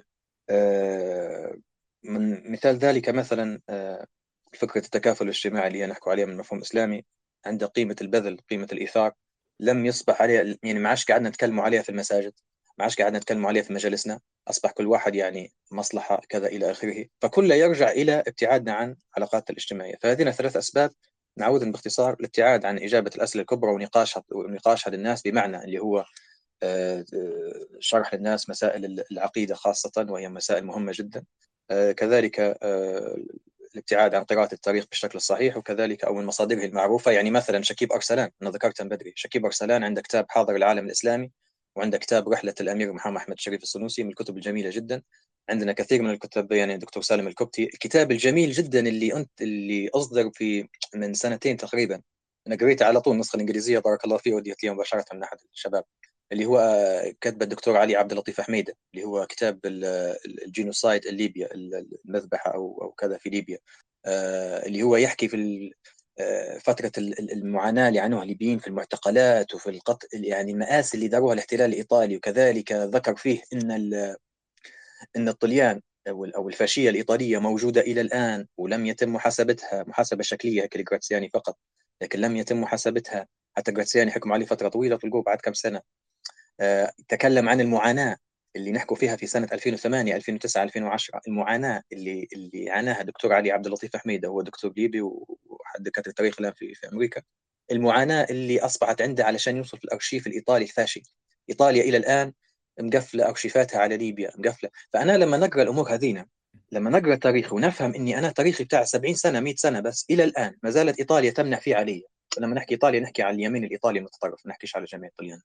آه، من مثال ذلك مثلا آه، فكرة التكافل الاجتماعي اللي هي نحكوا عليها من مفهوم إسلامي، عند قيمة البذل، قيمة الإيثار، لم يصبح عليها، يعني ما عادش قعدنا نتكلموا عليها في المساجد، ما عادش قعدنا نتكلموا عليها في مجالسنا. أصبح كل واحد يعني مصلحة كذا إلى آخره، فكله يرجع إلى ابتعادنا عن العلاقات الاجتماعية. فهذه ثلاث أسباب نعود باختصار: الابتعاد عن إجابة الأسئلة الكبرى ونقاشها ونقاشها للناس، بمعنى اللي هو آه، آه، شرح للناس مسائل العقيدة خاصة، وهي مسائل مهمة جدا. آه، كذلك آه، الابتعاد عن قراءة التاريخ بالشكل الصحيح، وكذلك أو من مصادره المعروفة. يعني مثلا شكيب أرسلان، أنا ذكرت من بدري، شكيب أرسلان عنده كتاب حاضر العالم الإسلامي، وعنده كتاب رحلة الأمير محمد أحمد الشريف السنوسي، من الكتب الجميلة جدا. عندنا كثير من الكتب، يعني دكتور سالم الكبتي، الكتاب الجميل جدا اللي أنت اللي أصدر في من سنتين تقريبا، أنا قريته على طول النسخة الإنجليزية بارك الله فيه، وديت لي مباشرة من أحد الشباب، اللي هو كتب الدكتور علي عبد اللطيف حميدة، اللي هو كتاب الجينوسايد الليبيا، المذبحة أو أو كذا في ليبيا. آه، اللي هو يحكي في آه، فترة المعاناة اللي عانوها الليبيين في المعتقلات وفي القتل، يعني المآسي اللي داروها الاحتلال الإيطالي. وكذلك ذكر فيه أن أن الطليان أو أو الفاشية الإيطالية موجودة إلى الآن، ولم يتم محاسبتها محاسبة شكلية كالجراتسياني فقط، لكن لم يتم محاسبتها. حتى جراتسياني حكم عليه فترة طويلة في الجو بعد كم سنة. آه، تكلم عن المعاناة اللي نحكوا فيها في سنة ألفين وثمانية ألفين وتسعة ألفين وعشرة، المعاناة اللي اللي عاناها دكتور علي عبد اللطيف حميدة، هو دكتور ليبي وحد دكاترة التاريخ الآن في في أمريكا. المعاناة اللي أصبحت عنده علشان يوصل في الأرشيف الإيطالي الفاشي. إيطاليا إلى الآن مقفلة أرشيفاتها على ليبيا، مقفلة. فأنا لما نقرأ الأمور هذينا، لما نقرأ التاريخ ونفهم إني أنا تاريخي بتاع سبعين سنة مئة سنة بس إلى الآن ما زالت إيطاليا تمنع فيه علي. لما نحكي إيطاليا نحكي على اليمين الإيطالي المتطرف، ما نحكيش على جميع الطليان.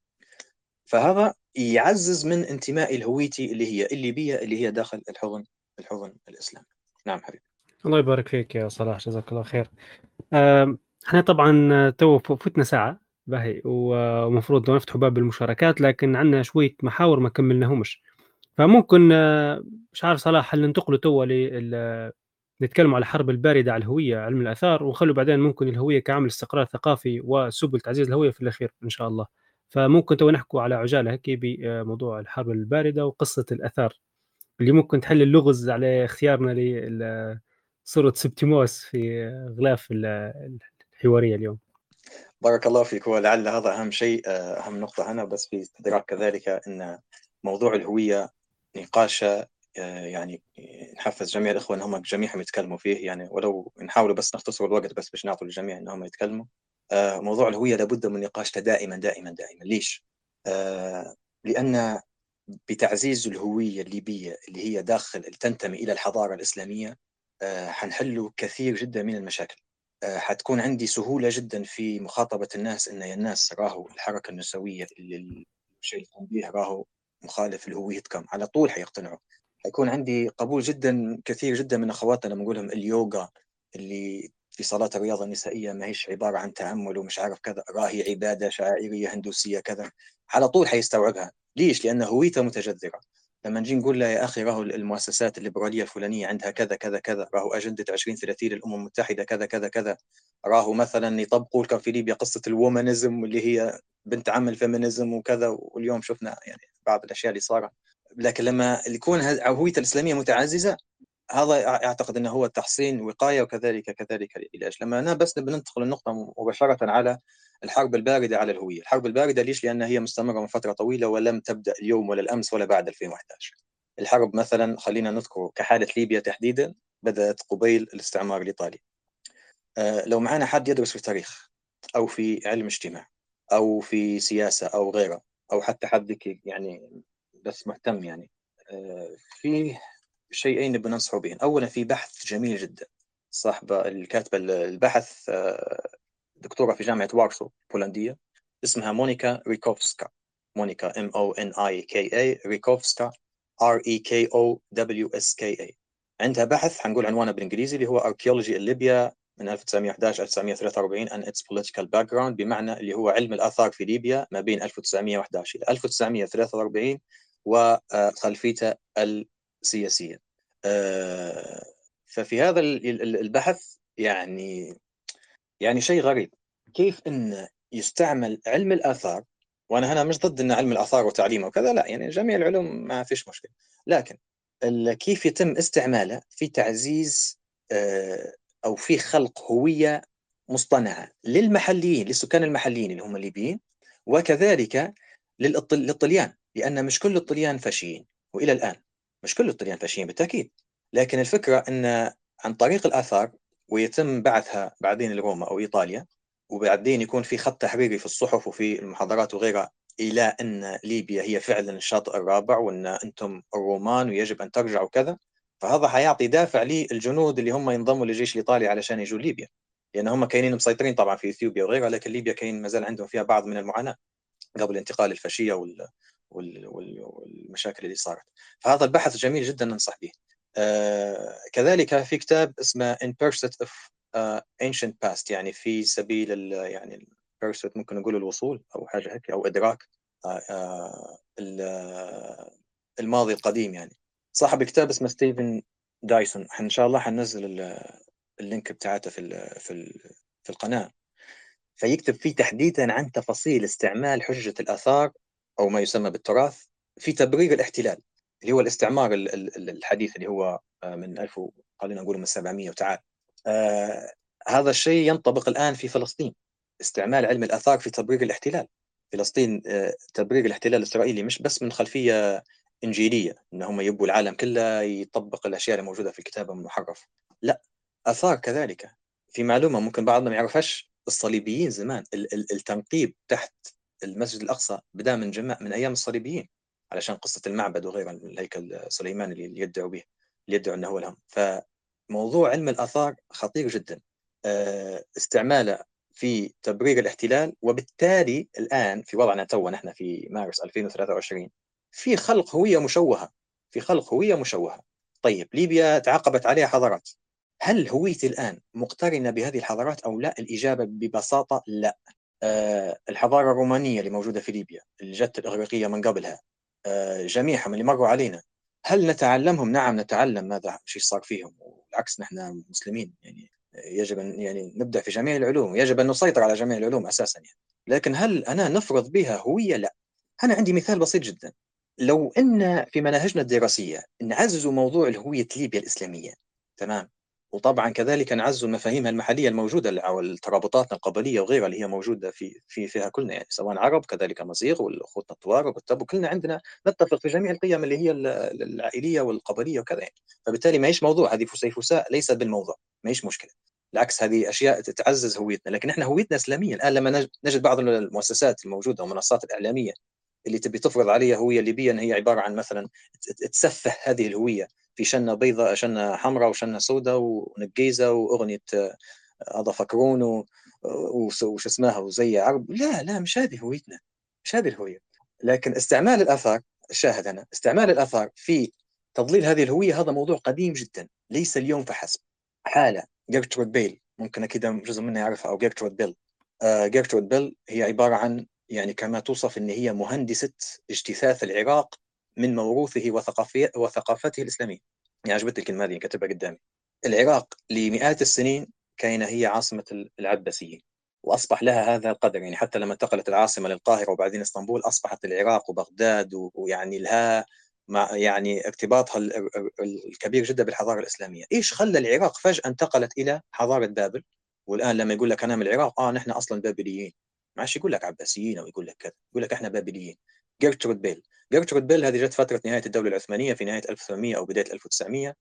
فهذا يعزز من انتمائي لهويتي اللي هي الليبية، اللي هي داخل الحضن الحضن الإسلامي. نعم حبيبي. الله يبارك فيك يا صلاح، جزاك الله خير. آمم، إحنا طبعًا تو ف فوتنا ساعة باهي، ومفروض نفتحوا باب المشاركات، لكن عندنا شوية محاور ما كملناهمش. فممكن آه، مش عارف صلاح، هل ننتقلوا توا لل نتكلموا على الحرب الباردة على الهوية، علم الآثار، ونخلوا بعدين ممكن الهوية كعامل استقرار ثقافي وسبل تعزيز الهوية في الأخير إن شاء الله. فممكن توا نحكوا على عجالة هيك بموضوع الحرب الباردة وقصة الآثار، اللي ممكن تحل اللغز على اختيارنا لل صورة سبتيموس في غلاف ال الحوارية اليوم. بارك الله فيك. ولعل هذا أهم شيء، آه، أهم نقطة هنا، بس في استدراك كذلك أن موضوع الهوية نقاش آه، يعني نحفز جميع الإخوة أنهم جميعهم يتكلموا فيه، يعني ولو نحاولوا بس نختصر الوقت بس باش نعطوا للجميع أنهم يتكلموا. آه، موضوع الهوية لابد من نقاشته دائما دائما دائما. ليش؟ آه، لأن بتعزيز الهوية الليبية اللي هي داخل تنتمي إلى الحضارة الإسلامية، آه، حنحلوا كثير جدا من المشاكل. آه، حتكون عندي سهولة جدا في مخاطبة الناس، إن يا الناس راهو الحركة النسوية اللي الشيء اللي يقوم به راهو مخالف لهويتكم، على طول حيقتنعوا. حيكون عندي قبول جدا كثير جدا من أخواتنا لما نقول لهم اليوغا اللي في صلاة الرياضة النسائية ما هيش عبارة عن تأمل ومش عارف كذا، راهي عبادة شاعرية هندوسية كذا، على طول حيستوعبها. ليش؟ لأن هويته متجذرة. لما نجي نقول له يا أخي راهو المؤسسات الليبرالية الفلانية عندها كذا كذا كذا، راهو أجندة عشرين ثلاثين للأمم المتحدة كذا كذا كذا، راهو مثلا يطبقوا لكم في ليبيا قصة الومنزم اللي هي بنت عم الفيمينيزم وكذا، واليوم شفنا يعني بعض الأشياء اللي صارت. لكن لما يكون هويته الإسلامية متعززة، هذا اعتقد انه هو تحصين وقايه، وكذلك كذلك العلاج. لما انا بس بننتقل النقطه مباشره على الحرب البارده على الهويه. الحرب البارده ليش؟ لانها هي مستمره من فتره طويله، ولم تبدا اليوم ولا الامس ولا بعد ألفين وأحد عشر. الحرب مثلا خلينا نذكر كحاله ليبيا تحديدا، بدات قبيل الاستعمار الايطالي. آه لو معنا حد يدرس في التاريخ او في علم اجتماع او في سياسه او غيره، او حتى حد يعني بس مهتم، يعني آه في شيئين بننصح بهم. أولا في بحث جميل جدا صاحبة الكاتبة البحث آه، دكتورة في جامعة وارسو بولندية، اسمها مونيكا ريكوفسكا. مونيكا M O N I K A، ريكوفسكا R E K O W S K A. عندها بحث حنقول عنوانه بالإنجليزي اللي هو Archaeology in Libya من ألف وتسعمية وأحد عشر إلى ألف وتسعمية وثلاثة وأربعين and its political background، بمعنى اللي هو علم الآثار في ليبيا ما بين ألف وتسعمية وأحد عشر إلى ألف وتسعمية وثلاثة وأربعين وخلفيته السياسية. آه، ففي هذا البحث يعني يعني شيء غريب كيف أن يستعمل علم الآثار. وأنا هنا مش ضد أن علم الآثار وتعليمه وكذا، لا، يعني جميع العلوم ما فيش مشكلة، لكن كيف يتم استعماله في تعزيز أو في خلق هوية مصطنعة للمحليين، للسكان المحليين اللي هم الليبيين، وكذلك للطليان، لأن مش كل الطليان فاشيين، وإلى الآن مش كل الطليان فاشيين بالتأكيد، لكن الفكرة أن عن طريق الآثار ويتم بعثها بعدين لروما أو إيطاليا، وبعدين يكون في خط تحريري في الصحف وفي المحاضرات وغيرها إلى أن ليبيا هي فعلا الشاطئ الرابع، وأن أنتم الرومان ويجب أن ترجعوا كذا. فهذا حيعطي دافع للجنود اللي هم ينضموا للجيش الإيطالي علشان يجوا ليبيا، لأن هم كاينين مسيطرين طبعا في إثيوبيا وغيرها، لكن ليبيا كاين مازال عندهم فيها بعض من المعاناة قبل انتقال الفاشية وال... وال... وال... والمشاكل اللي صارت. فهذا البحث جميل جدا، ننصح به. آه كذلك في كتاب اسمه In Pursuit of uh, Ancient Past، يعني في سبيل ال... يعني Pursuit ممكن نقول الوصول أو حاجة هيك، أو إدراك آه آه الماضي القديم. يعني صاحب الكتاب اسمه ستيفن دايسون، إن شاء الله حننزل اللينك بتاعته في ال... في ال... في القناة. فيكتب فيه تحديدا عن تفاصيل استعمال حجة الآثار أو ما يسمى بالتراث في تبرير الاحتلال، اللي هو الاستعمار الحديث اللي هو من ألف، خلينا نقول من سبعمية وتعال. آه هذا الشيء ينطبق الآن في فلسطين، استعمال علم الآثار في تبرير الاحتلال. فلسطين آه تبرير الاحتلال الإسرائيلي مش بس من خلفية إنجيلية، إن هم يبوا العالم كله يطبق الأشياء الموجودة في الكتاب المحرف، لا، آثار كذلك. في معلومة ممكن بعضنا ما يعرفهاش، الصليبيين زمان التنقيب تحت المسجد الأقصى بدأ من جمع من أيام الصليبيين، علشان قصة المعبد وغيره، الهيكل سليمان اللي يدعوا به، اللي يدعوا أنه هو لهم. فموضوع علم الآثار خطير جدا، استعماله في تبرير الاحتلال، وبالتالي الآن في وضعنا تو نحن في مارس ألفين وثلاثة وعشرين في خلق هوية مشوهة، في خلق هوية مشوهة. طيب ليبيا تعاقبت عليها حضارات، هل هويتي الآن مقترنة بهذه الحضارات أو لا؟ الإجابة ببساطة لا. أه الحضارة الرومانية اللي موجودة في ليبيا، اللي جت الإغريقية من قبلها، أه جميعهم اللي مروا علينا، هل نتعلمهم؟ نعم نتعلم ماذا شيء صار فيهم، والعكس نحن مسلمين يعني يجب أن يعني نبدأ في جميع العلوم، يجب أن نسيطر على جميع العلوم أساسا يعني. لكن هل أنا نفرض بها هوية؟ لا. أنا عندي مثال بسيط جدا، لو أن في مناهجنا الدراسية نعززوا موضوع الهوية ليبيا الإسلامية، تمام، وطبعا كذلك نعزز المفاهيم المحليه الموجوده او الترابطات القبليه وغيرها اللي هي موجوده في في فيها كلنا، يعني سواء عرب كذلك مزيغ واخوتنا التوارق والتبو، كلنا عندنا نتفق في جميع القيم اللي هي العائليه والقبليه وكذا يعني. فبالتالي ما هيش موضوع، هذه فسيفساء ليست بالموضوع، ما هيش مشكله، بالعكس هذه اشياء تعزز هويتنا. لكن احنا هويتنا اسلاميه. الان لما نجد بعض المؤسسات الموجوده والمنصات الاعلاميه اللي تبي تفرض عليها هويه ليبيه، هي عباره عن مثلا تسفه هذه الهويه في شنة بيضاء، شنة حمراء، وشنة سوداء، ونقيزة، وأغنية أضا فكرون وش اسمها وزي عرب. لا لا، مش هذه هويتنا، مش هذه الهوية. لكن استعمال الآثار، الشاهد أنا استعمال الآثار في تضليل هذه الهوية هذا موضوع قديم جدا، ليس اليوم فحسب. حالة جيرترود بيل، ممكن أكيد جزء منا يعرفها، أو جيرترود بيل. آه جيرترود بيل هي عبارة عن، يعني كما توصف أن هي مهندسة اجتثاث العراق من موروثه وثقافته الإسلامية. يعني عجبتني الكلمة هذه كتبها قدامي. العراق لمئات السنين كان هي عاصمة العباسيين، وأصبح لها هذا القدر، يعني حتى لما انتقلت العاصمة للقاهرة وبعدين اسطنبول أصبحت العراق وبغداد ويعني لها مع يعني ارتباطها الكبير جدا بالحضارة الإسلامية. إيش خلى العراق فجأة انتقلت إلى حضارة بابل؟ والآن لما يقول لك أنا من العراق، آه نحن أصلا بابليين، ما عادش يقول لك عباسيين أو يقول لك كذا، يقول لك إحنا بابليين. جيرترود بيل جيرترود بيل هذه جت فترة نهاية الدولة العثمانية في نهاية ألف وثمانمئة أو بداية ألف وتسعمئة.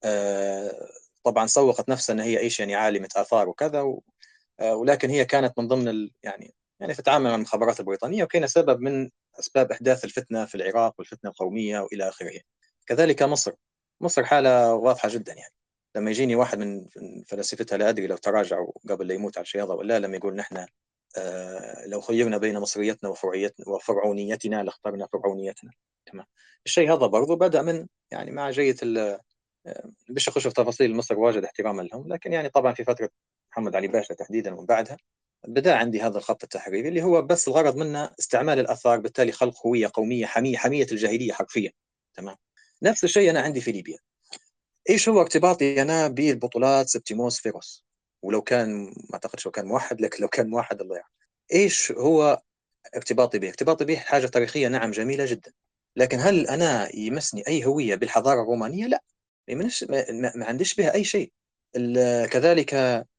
آه طبعا سوقت نفسها أن هي إيش يعني عالمة آثار وكذا و... آه ولكن هي كانت من ضمن ال... يعني يعني تتعامل مع المخابرات البريطانية، وكان سبب من أسباب إحداث الفتنة في العراق والفتنة القومية وإلى آخره. كذلك مصر، مصر حالة واضحة جدا يعني. لما يجيني واحد من فلاسفتها، لا أدري لو تراجعوا قبل لا يموت على الشيء هذا ولا، لما يقول نحن آه لو خيرنا بين مصريتنا وفرعيتنا وفرعونيتنا لاخترنا فرعونيتنا. تمام. الشيء هذا برضو بدأ من يعني مع جية ال مش أخش في تفاصيل مصر واجد احتراما لهم، لكن يعني طبعا في فترة محمد علي باشا تحديدا ومن بعدها بدأ عندي هذا الخط التحريري اللي هو بس الغرض منه استعمال الآثار، بالتالي خلق هوية قومية حمية، حمية الجاهلية حرفيا. تمام. نفس الشيء أنا عندي في ليبيا. إيش هو ارتباطي أنا بالبطولات سبتيموس فيروس؟ ولو كان ما أعتقدش لو كان موحد، لكن لو كان موحد الله يعلم. إيش هو ارتباطي به؟ ارتباطي به حاجة تاريخية نعم جميلة جدا، لكن هل أنا يمسني أي هوية بالحضارة الرومانية؟ لا، ما, ما, ما عنديش بها أي شيء. كذلك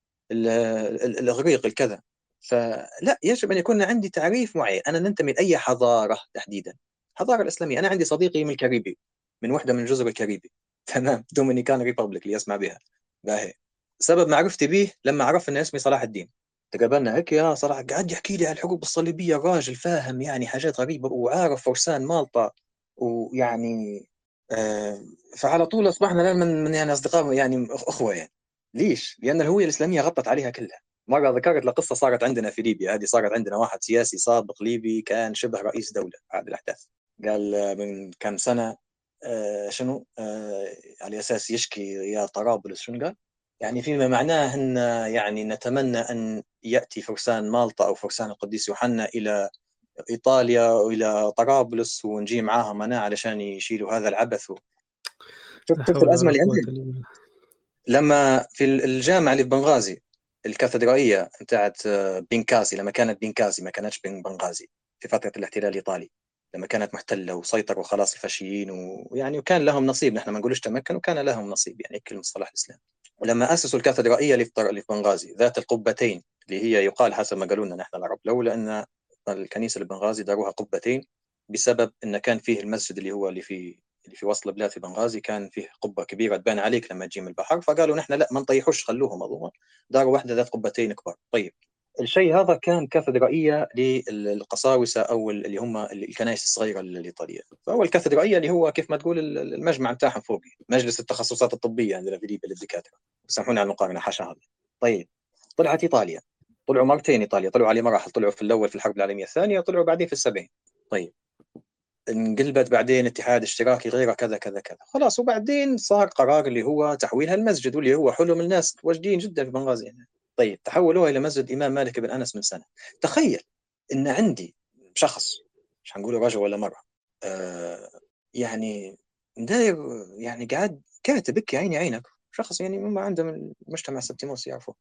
الإغريق الكذا. فلا، يجب أن يكون عندي تعريف معين، أنا ننتمي لأي حضارة تحديدا. الحضارة الإسلامية. أنا عندي صديقي من الكاريبي، من وحدة من جزر الكاريبي. تمام. دومينيكان ريبابليك اللي يسمع بها. باهي. سبب معرفتي به لما عرف أن اسمي صلاح الدين، تقابلنا هيك يا صلاح، قاعد يحكي لي عن الحروب الصليبية، راجل فاهم يعني حاجات غريبة وعارف فرسان مالطا ويعني آه فعلى طول أصبحنا الآن من, من يعني أصدقاء يعني أخوة يعني. ليش؟ لأن الهوية الإسلامية غطت عليها كلها. مرة ذكرت لقصة صارت عندنا في ليبيا، هذه صارت عندنا واحد سياسي سابق ليبي كان شبه رئيس دولة هذه الأحداث. قال من كم سنة آه شنو آه على أساس يشكي يا طرابلس، شنو قال؟ يعني فيما معناه أن يعني نتمنى أن يأتي فرسان مالطا أو فرسان القديس يوحنا إلى إيطاليا وإلى طرابلس ونجي معاهم أنا علشان يشيلوا هذا العبث. شفت لا شفت حول الأزمة ولا اللي قوة عندنا إلا بالله. لما في الجامعة اللي في بنغازي، الكاتدرائية بتاعت بنكازي، لما كانت بنكازي ما كانتش بنغازي في فترة الاحتلال الإيطالي، لما كانت محتلة وسيطروا خلاص الفاشيين ويعني وكان لهم نصيب، نحن ما نقولش تمكنوا، كان لهم نصيب يعني كل مصطلح الإسلام. ولما أسسوا الكاتدرائية اللي في بنغازي ذات القبتين، اللي هي يقال حسب ما قالوا لنا نحن العرب، لولا أن الكنيسة اللي بنغازي داروها قبتين بسبب أن كان فيه المسجد اللي هو اللي في اللي في وسط البلاد في بنغازي كان فيه قبة كبيرة تبان عليك لما تجي من البحر، فقالوا نحن لا ما نطيحوش خلوهم مضمون، داروا واحدة ذات قبتين كبار. طيب الشيء هذا كان كاتدرائية للقساوسة أو اللي هم الكنائس الصغيرة الإيطالية. فأول كاتدرائية اللي هو كيف ما تقول المجمع بتاعهم فوقي، مجلس التخصصات الطبية عندنا في ليبيا للدكاترة، سامحوني على المقارنة حاشا هذا. طيب طلعت إيطاليا، طلعوا مرتين إيطاليا، طلعوا على مراحل، طلعوا في الأول في الحرب العالمية الثانية وطلعوا بعدين في السبعين. طيب انقلبت بعدين اتحاد اشتراكي غيره كذا كذا كذا، خلاص. وبعدين صار قرار اللي هو تحويلها المسجد، واللي هو حلم الناس واجدين جدا في بنغازي يعني. طيب تحولوها الى مسجد امام مالك بن انس من سنه. تخيل ان عندي شخص، مش هنقول رجل ولا مره، آه يعني داير يعني قاعد كاتب يا عيني عينك، شخص يعني ما عنده من مجتمع سبتيموس يعرفه،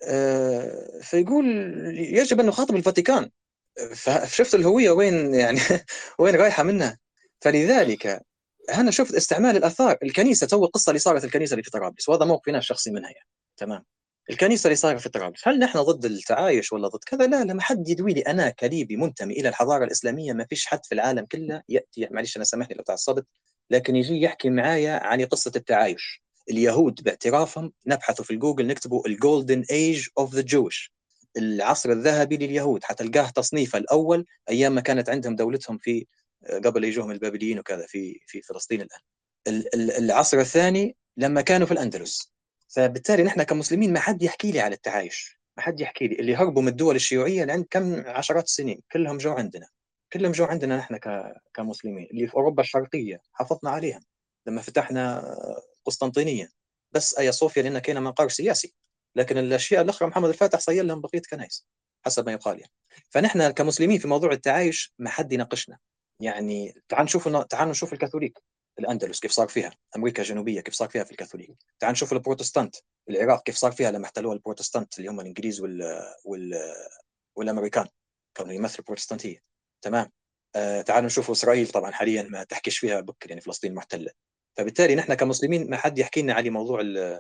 آه فيقول يجب ان نخاطب الفاتيكان. فشفت الهوية وين يعني وين رايحة منها. فلذلك أنا شفت استعمال الآثار. الكنيسة تو القصة اللي صارت الكنيسة اللي في طرابلس، وهذا موقفنا الشخصي منها يعني. تمام. الكنيسة اللي صارت في طرابلس، هل نحن ضد التعايش ولا ضد كذا؟ لا، لما حد يدوي لي أنا كليبي منتمي إلى الحضارة الإسلامية، ما فيش حد في العالم كله يأتي، معلش أنا سامحني لو تعصبت، لكن يجي يحكي معايا عن قصة التعايش. اليهود باعترافهم، نبحثوا في الجوجل نكتبوا الجولدن ايج اوف ذا جويش، العصر الذهبي لليهود، حتلقاه تصنيفه الأول أيام ما كانت عندهم دولتهم في قبل يجوهم البابليين وكذا في في فلسطين الآن. العصر الثاني لما كانوا في الأندلس. فبالتالي نحن كمسلمين ما حد يحكي لي على التعايش، ما حد يحكي لي. اللي هربوا من الدول الشيوعية لعند كم عشرات السنين كلهم جو عندنا، كلهم جو عندنا نحن كمسلمين. اللي في أوروبا الشرقية حافظنا عليهم لما فتحنا قسطنطينية، بس آيا صوفيا لأنها كان مقر سياسي، لكن الأشياء الأخرى محمد الفاتح صير لهم بقية كنائس حسب ما يقال يعني. فنحن كمسلمين في موضوع التعايش ما حد يناقشنا يعني. تعال نشوف تعال نشوف الكاثوليك الأندلس كيف صار فيها، أمريكا الجنوبية كيف صار فيها في الكاثوليك. تعال نشوف البروتستانت، العراق كيف صار فيها لما احتلوها البروتستانت اللي هم الإنجليز وال... وال... والأمريكان كانوا يمثلوا البروتستانتية. تمام. آه تعالوا نشوف إسرائيل طبعا حاليا ما تحكيش فيها بكر يعني فلسطين محتلة. فبالتالي نحن كمسلمين ما حد يحكي لنا على موضوع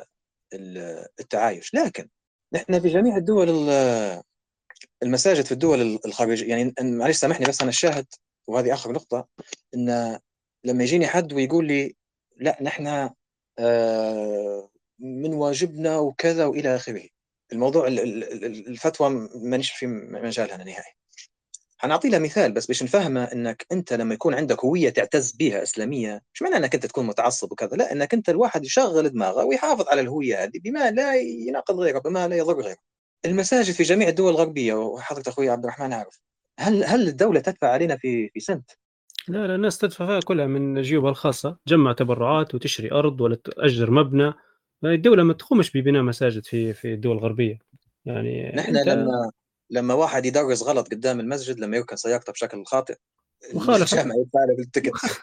التعايش. لكن نحن في جميع الدول المساجد في الدول الخارجية يعني، معلش سامحني بس أنا الشاهد، وهذه آخر نقطة، إن لما يجيني حد ويقول لي لا نحن آه من واجبنا وكذا وإلى آخره، الموضوع الفتوى مانيش في مجالها نهائي. حنعطي لها مثال بس باش نفهمها انك انت لما يكون عندك هويه تعتز بها اسلاميه، مش معنى انك انت تكون متعصب وكذا، لا، انك انت الواحد يشغل دماغه ويحافظ على الهويه هذه بما لا يناقض غيره، بما لا يضر غيره. المساجد في جميع الدول الغربيه، وحضرتك اخوي عبد الرحمن عارف، هل هل الدوله تدفع علينا في في سنت؟ لا، لا، الناس تدفع فيها كلها من جيوبها الخاصة، تجمّع تبرعات وتشري أرض والّا تأجّر مبنى. الدولة ما تقومش ببناء مساجد في في الدول الغربية، يعني نحن أنت لما لما واحد يدرس غلط قدام المسجد، لما يركن سيارته بشكل خاطئ، مخالفة. الجامع يدفع له بالتكت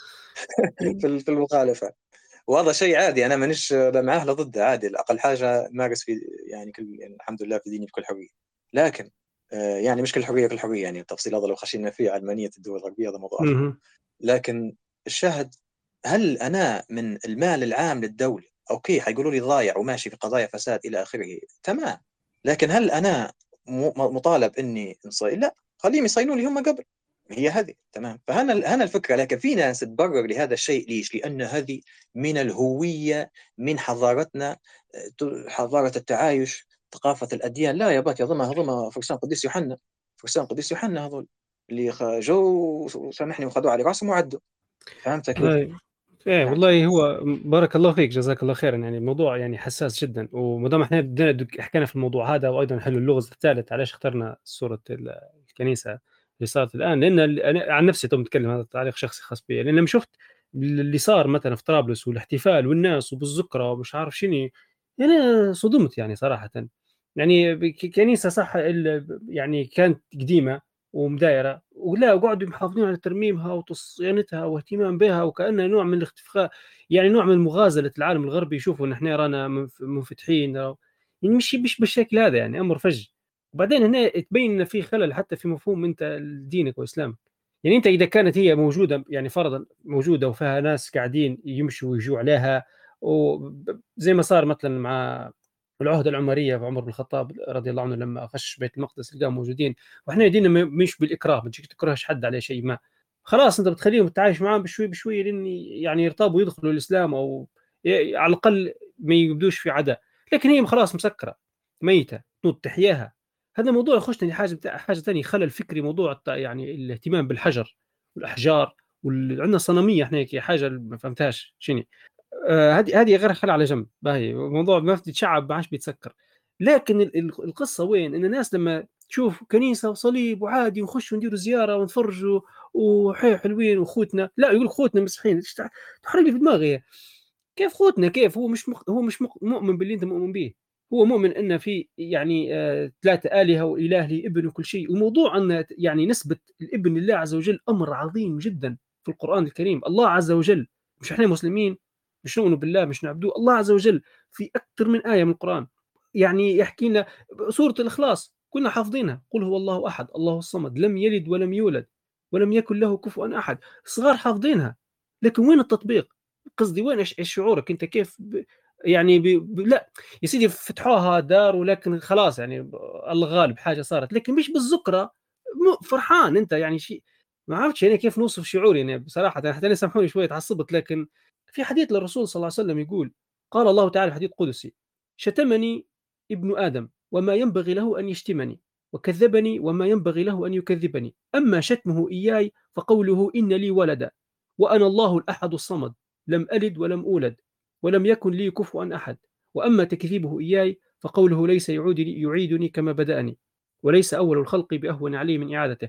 إمم، في في المخالفه. وهذا شيء عادي، انا مانيش لا معاه لا ضده، عادي، اقل حاجه مارس في يعني كل يعني الحمد لله في ديني بكل حريه. لكن آه، يعني مش كل حريه كل حريه، يعني التفصيل هذا لو خشينا فيه علمانيه الدول الغربيه هذا موضوع اخر. اهم، لكن الشاهد، هل انا من المال العام للدوله اوكي حيقولوا لي ضايع وماشي في قضايا فساد الى اخره، تمام، لكن هل انا م- مطالب اني نصي؟ لا، خليهم يصينوا لي هم قبل. هي هذه تمام. فهنا هنا الفكره. لكن في ناس تبرر لهذا الشيء، ليش؟ لان هذه من الهويه، من حضارتنا، حضاره التعايش، ثقافه الاديان. لا يا بات، يضمها هضمها فرسان قديس يوحنا. فرسان قديس يوحنا هذول اللي خ- جو سامحني وخذوا على راسهم وعدوا. فهمت كيف؟ أي. إيه نعم. والله هو بارك الله فيك، جزاك الله خيرًا، يعني الموضوع يعني حساس جدًا، وما دام إحنا بدينا دك حكينا في الموضوع هذا وأيضًا حل اللغز الثالث، علاش اخترنا صورة ال الكنيسة اللي صارت الآن؟ لأن ال أنا عن نفسي تو متكلم، هذا تعليق شخصي خاص بيّا، لأن لمّا شُفت ال اللي صار مثلًا في طرابلس والاحتفال والناس وبالذكرى ومش عارف شنو، أنا صُدمت يعني صراحةً. يعني ب ك كنيسة صح ال يعني كانت قديمة ومدايرة، ولأ وقعدوا محافظين على ترميمها وتصيانتها واهتمام بها، وكأنها نوع من الاختفاء، يعني نوع من مغازلة العالم الغربي، يشوفوا إن إحنا رانا منف منفتحين، أو يعني مش مش بالشكل هذا، يعني أمر فَج. وبعدين هنا تبين إن في خلل حتى في مفهوم أنت لدينك وإسلامك. يعني أنت إذا كانت هي موجودة، يعني فرضًا موجودة وفيها ناس قاعدين يمشوا ويجوا عليها، وب زي ما صار مثلًا مع العهدة العمرية في عمر بن الخطاب رضي الله عنه لمّا خش بيت المقدس لقاهم موجودين. وإحنا ديننا م مش بالإكراه، ما تجيش تكرهش حد على شيء ما، خلاص أنت بتخلّيهم تتعايش معاهم بشوي بشوي لين يعني يرتابوا ويدخلوا الإسلام، أو ي على الأقل ما يبدوش في عداء. لكن هي خلاص مسكرة، ميتة، تموت تحياها. هذا موضوع يخشني حاجة بتاع حاجة تانية، خلل فكري، موضوع الت يعني الاهتمام بالحجر والأحجار، وال عندنا صنمية إحنا هيك حاجة ما فهمتهاش شنو. آآ هذه هذه غير خليها على جنب، باهي موضوع ما تتشعّب ما عادش بيتسكّر. لكن ال ال القصة وين؟ إن الناس لمّا تشوف كنيسة وصليب وعادي ونخش ونديروا زيارة ونتفرجوا وحي حلوين وأخوتنا، لأ يقول لك أخوتنا مسيحيين، إيش ت تحرق لي في دماغي. كيف أخوتنا كيف؟ هو مش مق هو مش مق مؤمن باللي أنت مؤمن به، هو مؤمن إن في يعني آآ ثلاثة آلهة وإله لي ابن وكل شيء. وموضوع أن ت يعني نسبة الابن لله عز وجل أمر عظيم جدًا في القرآن الكريم. الله عز وجل، مش إحنا مسلمين، مش نؤمن بالله، مش نعبدوه، الله عز وجل في أكثر من آية من القرآن يعني يحكي لنا. سورة الإخلاص كلنا حافظينها، قل هو الله أحد، الله الصمد، لم يلد ولم يولد ولم يكن له كفوا أحد. الصغار حافظينها، لكن وين التطبيق؟ قصدي وين إيش إيش شعورك أنت كيف ب يعني ب ب لأ، يا سيدي فتحوها دار ولكن خلاص يعني ب الله غالب حاجة صارت، لكن مش بالذكرى. م فرحان أنت يعني شيء. ما عرفتش أنا كيف نوصف شعوري أنا بصراحة، حتى أنا سامحوني شوية اتعصبت. لكن في حديث للرسول صلى الله عليه وسلم يقول، قال الله تعالى في حديث قدسي: "شتمني ابن آدم وما ينبغي له أن يشتمني، وكذبني وما ينبغي له أن يكذبني، أما شتمه إياي فقوله إن لي ولدا وأنا الله الأحد الصمد لم ألد ولم أولد ولم يكن لي كفوا أحد، وأما تكذيبه إياي فقوله ليس يعودني يعيدني كما بدأني، وليس أول الخلق بأهون عليه من إعادته."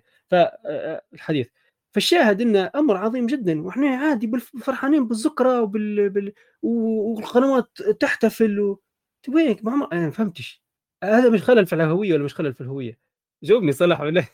فالحديث، فالشاهد إنه أمر عظيم جدا، وإحنا عادي بالف- فرحانين بالذكرى وبال... بال... والقنوات تحتفل و... وين ما عمر- أنا ما فهمتش. هذا مش خلل في الهوية ولا مش خلل في الهوية؟ جاوبني صراحة ولا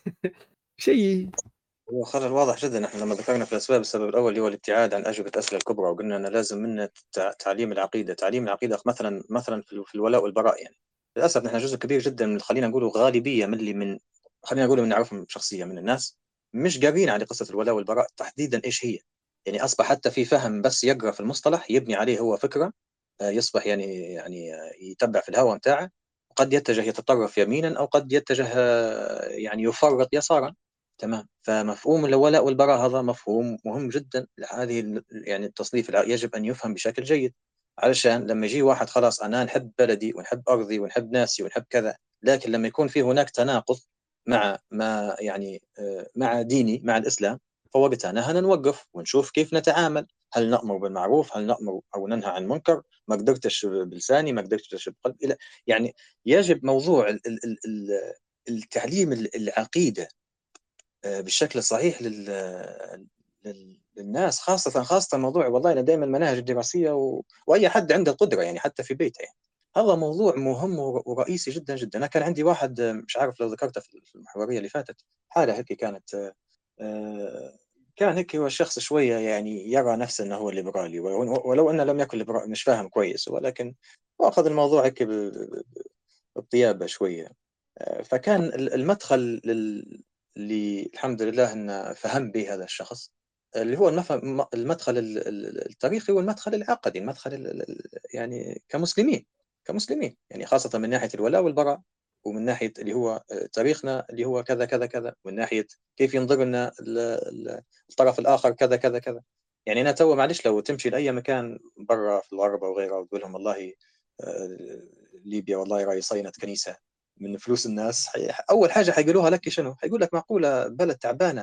شيء. هو خلل واضح جدا. احنا لما ذكرنا في الاسباب، السبب الاول اللي هو الابتعاد عن اجوبه الاسئله الكبرى، وقلنا ان لازم منا تع- تعليم العقيده. تعليم العقيده مثلا مثلا في ال- في الولاء والبراء. يعني للاسف نحن جزء كبير جدا من، خلينا نقول غالبيه من اللي من خلينا نقول من نعرفهم شخصيا من الناس، مش قارين على قصه الولاء والبراء تحديدا ايش هي. يعني اصبح حتى في فهم بس يقرا في المصطلح يبني عليه هو فكره، آه، يصبح يعني يعني آه، يتبع في الهوى متاعه، وقد يتجه يتطرف يمينا او قد يتجه آه، يعني يفرط يسارا. تمام. فمفهوم الولاء والبراء هذا مفهوم مهم جدا. هذه ال- يعني التصنيف الع- يجب أن يفهم بشكل جيد، علشان لما يجي واحد خلاص أنا نحب بلدي ونحب أرضي ونحب ناسي ونحب كذا، لكن لما يكون في هناك تناقض مع ما يعني مع ديني، مع الإسلام، فوقتها نحن نوقف ونشوف كيف نتعامل. هل نأمر بالمعروف، هل نأمر أو ننهى عن المنكر؟ ما قدرتش بلساني، ما قدرتش بقلبي، إلى يعني يجب موضوع ال- ال- ال- ال- التعليم العقيدة بالشكل الصحيح لل... لل... للناس، خاصة خاصة موضوع، والله أنا دائما المناهج الدراسية و... وأي حد عنده القدرة يعني حتى في بيته يعني. هذا موضوع مهم ورئيسي جدا جدا. أنا كان عندي واحد مش عارف لو ذكرته في المحورية اللي فاتت، حالة هيك كانت، كان هيك هو الشخص شوية يعني يرى نفسه أنه هو ليبرالي، ولو أنه لم يكن ليبرالي، مش فاهم كويس، ولكن أخذ الموضوع هيك بالطيابة شوية. فكان المدخل لل... اللي الحمد لله أن فهم به هذا الشخص، اللي هو المدخل التاريخي والمدخل العقدي، المدخل يعني كمسلمين كمسلمين يعني، خاصة من ناحية الولاء والبراء، ومن ناحية اللي هو تاريخنا اللي هو كذا كذا كذا، ومن ناحية كيف ينظر لنا الطرف الآخر كذا كذا كذا. يعني أنا تو معلش لو تمشي لأي مكان برا في الغرب أو غيره وتقول لهم والله ليبيا والله راهي صينت كنيسة من فلوس الناس، أول حاجة حيقولوها لك شنو؟ حيقول لك معقولة بلد تعبانة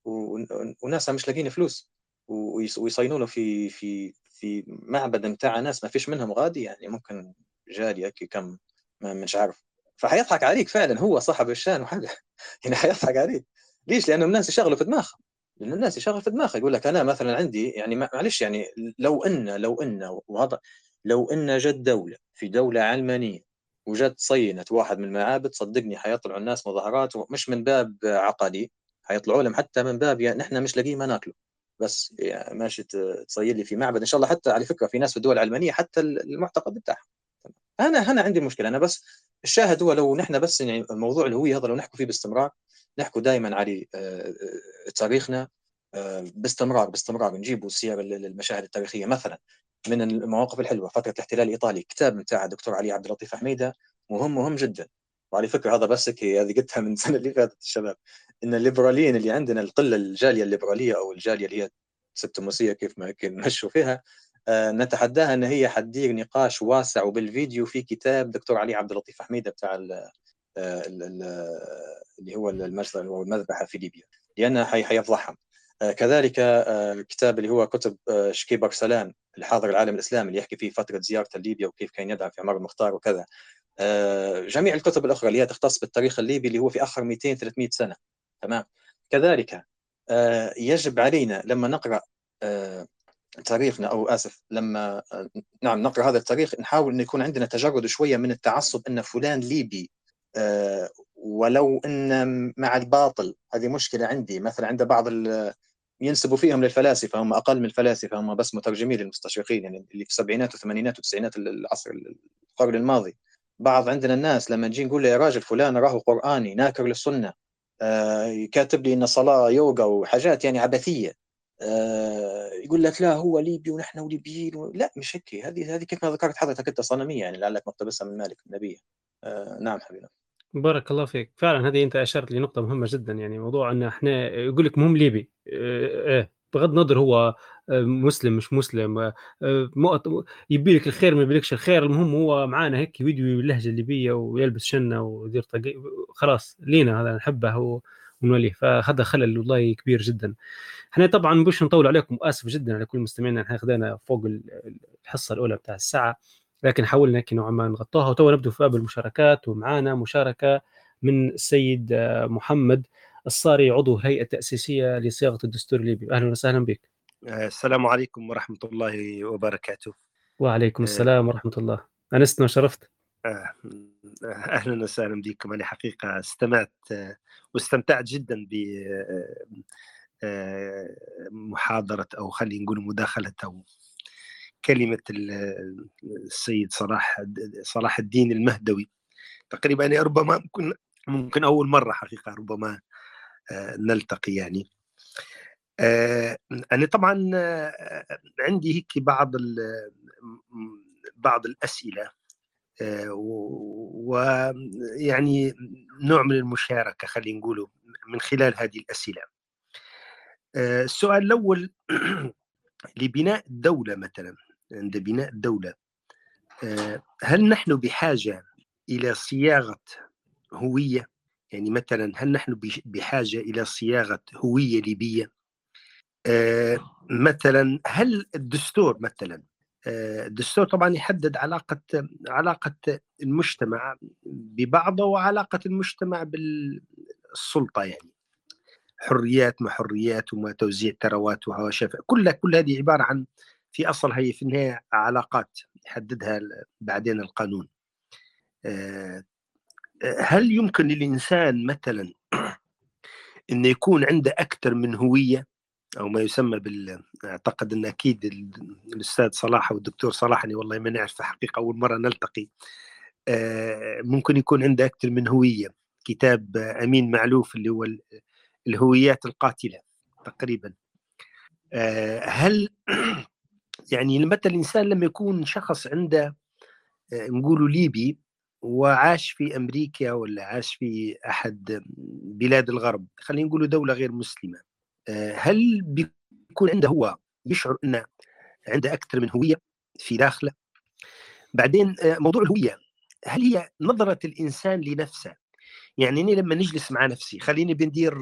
وناسها مش لاقين فلوس ويصينوا في في في معبد متاع ناس ما فيش منهم غادي، يعني ممكن جاري هيك كم ما مش عارف. فحيضحك عليك فعلا، هو صاحب الشان وحاجة يعني حيضحك عليك. ليش؟ لأنه الناس يشغلوا في دماغهم، لأن الناس يشغل في دماغها، يقول لك أنا مثلا عندي يعني معلش يعني لو أن لو أن وهذا لو أن جد دولة في دولة علمانية وجت صينت واحد من المعابد، صدقني حيطلعوا الناس مظاهرات، مش من باب عقدي، حيطلعوا لهم حتى من باب يعني نحن مش لاقيين ما ناكله، بس يعني ماشي تصير لي في معبد ان شاء الله. حتى على فكره في ناس في الدول العلمانيه حتى المعتقد بتاعهم. انا هنا عندي مشكله، انا بس الشاهد هو لو نحن بس يعني الموضوع الهويه هذا لو نحكوا فيه باستمرار، نحكوا دائما على تاريخنا باستمرار باستمرار، نجيبوا سير المشاهد التاريخيه. مثلا من المواقف الحلوه فتره الاحتلال الايطالي، كتاب بتاع الدكتور علي عبد اللطيف حميده مهم مهم جدا. وعلى فكره هذا بس هيك هذه قلتها من السنه اللي فاتت الشباب، ان الليبراليين اللي عندنا، القله الجاليه الليبراليه او الجاليه اللي هي سبتموسيه كيف ما هيك نمشوا فيها، آه نتحداها ان هي حدير نقاش واسع وبالفيديو في كتاب دكتور علي عبد اللطيف حميده بتاع ال ال ال اللي هو المجزر او المذبحه في ليبيا، لانها حي حيفضحهم. آه كذلك آه كتاب اللي هو كتب آه شكيب ارسلان الحاضر العالم الاسلامي، اللي يحكي فيه فتره زيارته لليبيا وكيف كان يدعم في عمر المختار وكذا. آه جميع الكتب الاخرى اللي هي تختص بالتاريخ الليبي اللي هو في اخر مئتين ثلاثمئة سنه. تمام. كذلك آه يجب علينا لما نقرا آه تاريخنا، او اسف لما نعم نقرا هذا التاريخ، نحاول ان يكون عندنا تجرد شويه من التعصب ان فلان ليبي أه ولو ان مع الباطل. هذه مشكله عندي مثلا عند بعض ينسبوا فيهم للفلاسفه، هم اقل من الفلاسفه، هم بس مترجمين للمستشرقين يعني اللي في السبعينات والثمانينات والتسعينات العصر القرن الماضي. بعض عندنا الناس لما نجي نقول له يا راجل فلان راهو قراني ناكر للسنه، أه كاتب لي ان الصلاه يوغا وحاجات يعني عبثيه، آه يقول لك لا هو ليبي ونحن ليبيين و... لا مش هيك، هذه هذه كيف ما ذكرت حضرتك انت صنميه يعني لعلك مقتبسها من مالك النبي. آه نعم حبيبي. بارك الله فيك. فعلًا هذه أنت أشرت لنقطة مهمة جدًا، يعني موضوع إن إحنا يقول لك المهم ليبي، آآ، إيه، بغض النظر هو آآ، مسلم مش مسلم، آآ، مؤت يبي لك الخير ما يبيلكش الخير، المهم هو معانا هيك ويدوي باللهجة الليبية ويلبس شنة ويدير طاقية، خلاص لينا هذا نحبه و ونوليه، فهذا خلل والله كبير جدًا. إحنا طبعًا مش نطوّل عليكم وآسف جدًا على كل مستمعينا، إحنا خدينا فوق ال الحصة الأولى بتاع الساعة، لكن حاولنا هيك نوعًا ما نغطّوها، وتوا نبدو في باب المشاركات، ومعانا مشاركة من السيد محمد الصاري عضو هيئة تأسيسية لصياغة الدستور الليبي. أهلًا وسهلًا بك. السلام عليكم ورحمة الله وبركاته. وعليكم السلام ورحمة الله. أنستنا وشرفت. أهلا وسهلا بكم. أنا حقيقة استمعت واستمتعت جدا بمحاضرة أو خلينا نقول مداخلة أو كلمة السيد صلاح صلاح الدين المهدوي. تقريبا يعني ربما ممكن ممكن أول مرة حقيقة ربما نلتقي يعني. أنا طبعا عندي هيك بعض بعض الأسئلة ويعني نوع من المشاركة خلينا نقوله من خلال هذه الأسئلة. السؤال الأول لبناء الدولة مثلا، عند بناء الدولة هل نحن بحاجة إلى صياغة هوية؟ يعني مثلا هل نحن بحاجة إلى صياغة هوية ليبية؟ آه مثلا هل الدستور مثلا آه الدستور طبعا يحدد علاقة علاقة المجتمع ببعضه وعلاقة المجتمع بالسلطة، يعني حريات ما حريات وما توزيع ثروات وهواشف، كلها كل هذه عبارة عن في أصلها هي في النهاية علاقات يحددها بعدين القانون. آه هل يمكن للإنسان مثلا أن يكون عنده أكثر من هوية، أو ما يسمى بال أعتقد أن أكيد الأستاذ صلاح والدكتور صلاح أني والله ما نعرف حقيقة أول مرة نلتقي، ممكن يكون عنده أكثر من هوية. كتاب أمين معلوف اللي هو الهويات القاتلة تقريبا. هل يعني مثل الإنسان لما يكون شخص عنده نقولوا ليبي وعاش في أمريكا ولا عاش في أحد بلاد الغرب، خلينا نقولوا دولة غير مسلمة، هل بيكون عنده هو يشعر أنه عنده أكثر من هوية في داخله؟ بعدين موضوع الهوية، هل هي نظرة الإنسان لنفسه؟ يعني أنا لما نجلس مع نفسي خليني بندير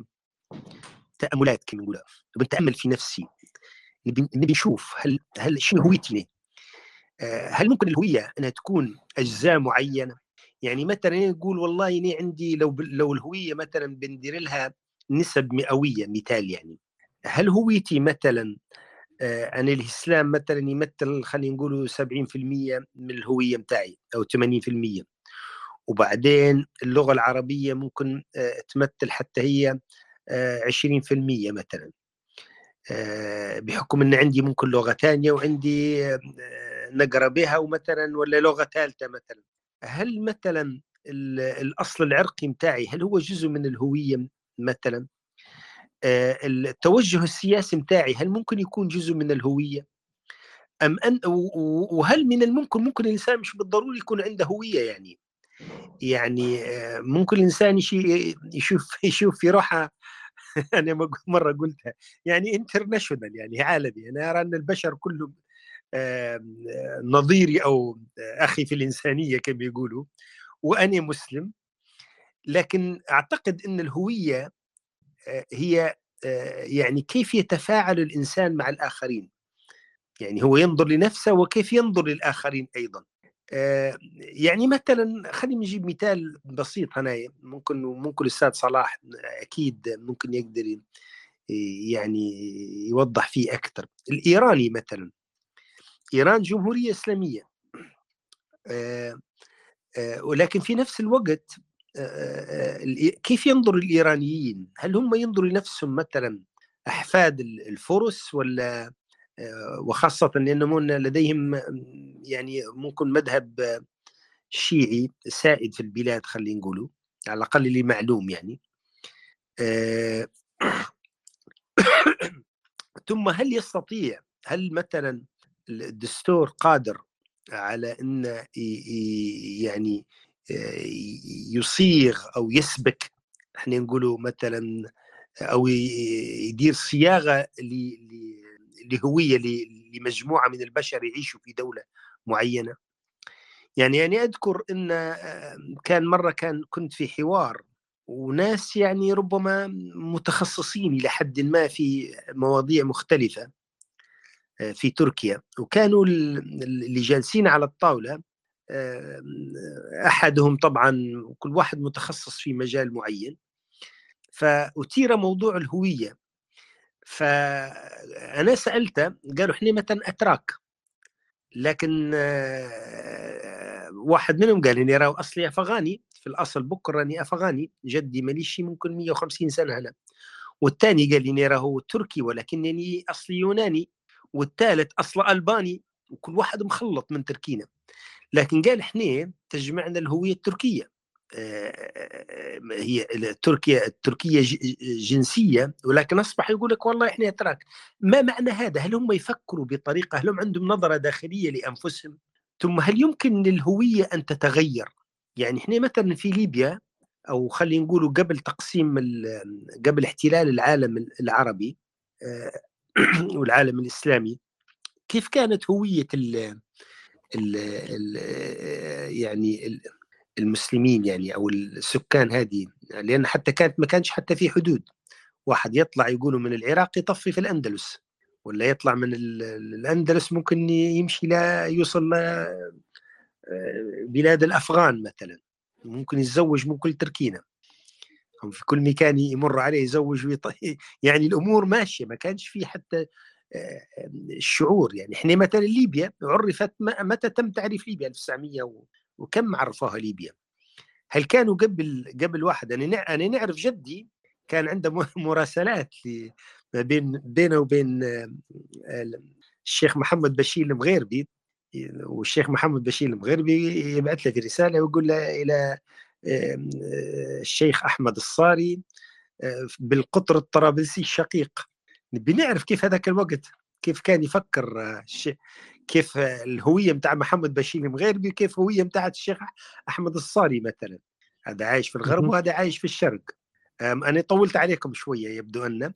تأملات كما نقولها، بنتأمل في نفسي، نبي نشوف هل هل شنو هويتي؟ هل ممكن الهوية أنها تكون أجزاء معينة؟ يعني مثلا نقول والله إني عندي لو لو الهوية مثلا بندير لها نسب مئوية مثال، يعني هل هويتي مثلا أنا الإسلام مثلا يمثل خلينا نقولوا سبعين بالمئة من الهوية متاعي أو ثمانين بالمئة، وبعدين اللغة العربية ممكن تمثل حتى هي عشرين بالمئة مثلا، بحكم أن عندي ممكن لغة ثانية وعندي نقرأ بها ومثلا ولا لغة ثالثة مثلا. هل مثلا الأصل العرقي متاعي هل هو جزء من الهوية مثلا؟ التوجه السياسي متاعي هل ممكن يكون جزء من الهوية؟ أم أن وهل من الممكن ممكن الإنسان مش بالضروري يكون عنده هوية، يعني يعني ممكن الإنسان يشوف يشوف في روحه أنا مرة قلتها يعني انترناشونال، يعني عالمي. أنا أرى أن البشر كلهم نظيري أو أخي في الإنسانية كما يقولوا، وأنا مسلم، لكن أعتقد أن الهوية هي يعني كيف يتفاعل الإنسان مع الآخرين، يعني هو ينظر لنفسه وكيف ينظر للآخرين أيضا. يعني مثلا خلينا نجيب مثال بسيط هنا، ممكن ممكن الأستاذ صلاح أكيد ممكن يقدر يعني يوضح فيه أكثر. الإيراني مثلا، إيران جمهورية إسلامية، ولكن في نفس الوقت كيف ينظر الإيرانيين؟ هل هم ينظروا لنفسهم مثلا أحفاد الفرس، ولا وخاصة لأنهم لديهم يعني ممكن مذهب شيعي سائد في البلاد، خلينا نقوله على الأقل اللي معلوم يعني. ثم هل يستطيع هل مثلا الدستور قادر على أن يعني يصيغ أو يسبك، احنا نقوله مثلا، أو يدير صياغة لهوية لمجموعة من البشر يعيشوا في دولة معينة؟ يعني يعني أذكر أن كان مرة كان كنت في حوار وناس يعني ربما متخصصين إلى حد ما في مواضيع مختلفة في تركيا، وكانوا اللي جالسين على الطاولة أحدهم طبعا كل واحد متخصص في مجال معين، فأثير موضوع الهوية، فأنا سألته قالوا إحنا مثلا أتراك، لكن واحد منهم قال إني راو أصلي أفغاني في الأصل، بكرة أني أفغاني، جدي ماليشي ممكن مئة وخمسين سنة هنا، والثاني قال لي راهو تركي ولكنني أصلي يوناني، والثالث أصله ألباني، وكل واحد مخلط من تركينا، لكن قال إحنا تجمعنا الهوية التركية. هي تركيا التركية جنسية، ولكن أصبح يقول لك والله إحنا أتراك. ما معنى هذا؟ هل هم يفكروا بطريقة، هل هم عندهم نظرة داخلية لأنفسهم؟ ثم هل يمكن للهوية أن تتغير؟ يعني إحنا مثلا في ليبيا، أو خلينا نقولوا قبل تقسيم قبل احتلال العالم العربي والعالم الإسلامي، كيف كانت هوية ال ال ال يعني ال المسلمين يعني أو السكان هذه لأن حتى كانت ما كانش حتى في حدود، واحد يطلع يقولوا من العراق يطفي في الأندلس، ولا يطلع من الأندلس ممكن يمشي لا يوصل بلاد الأفغان مثلا، ممكن يتزوج من كل تركينا، في كل مكان يمر عليه يزوج ويطي. يعني الأمور ماشية، ما كانش في حتى الشعور. يعني احنا مثلا ليبيا عرفت متى تم تعريف ليبيا؟ ألف وتسعمية وكم عرفوها ليبيا؟ هل كانوا قبل قبل واحد؟ أنا أنا نعرف جدي كان عنده مراسلات ما بين بينه وبين الشيخ محمد بشير المغيربي، والشيخ محمد بشير المغيربي يبعث له رسالة ويقول له إلى الشيخ أحمد الصاري بالقطر الطرابلسي الشقيق. بنعرف كيف هذاك الوقت كيف كان يفكر، كيف الهوية متاع محمد بشير المغيربي وكيف هوية متاع الشيخ أحمد الصاري مثلا. هذا عايش في الغرب وهذا عايش في الشرق. أنا طولت عليكم شوية يبدو أن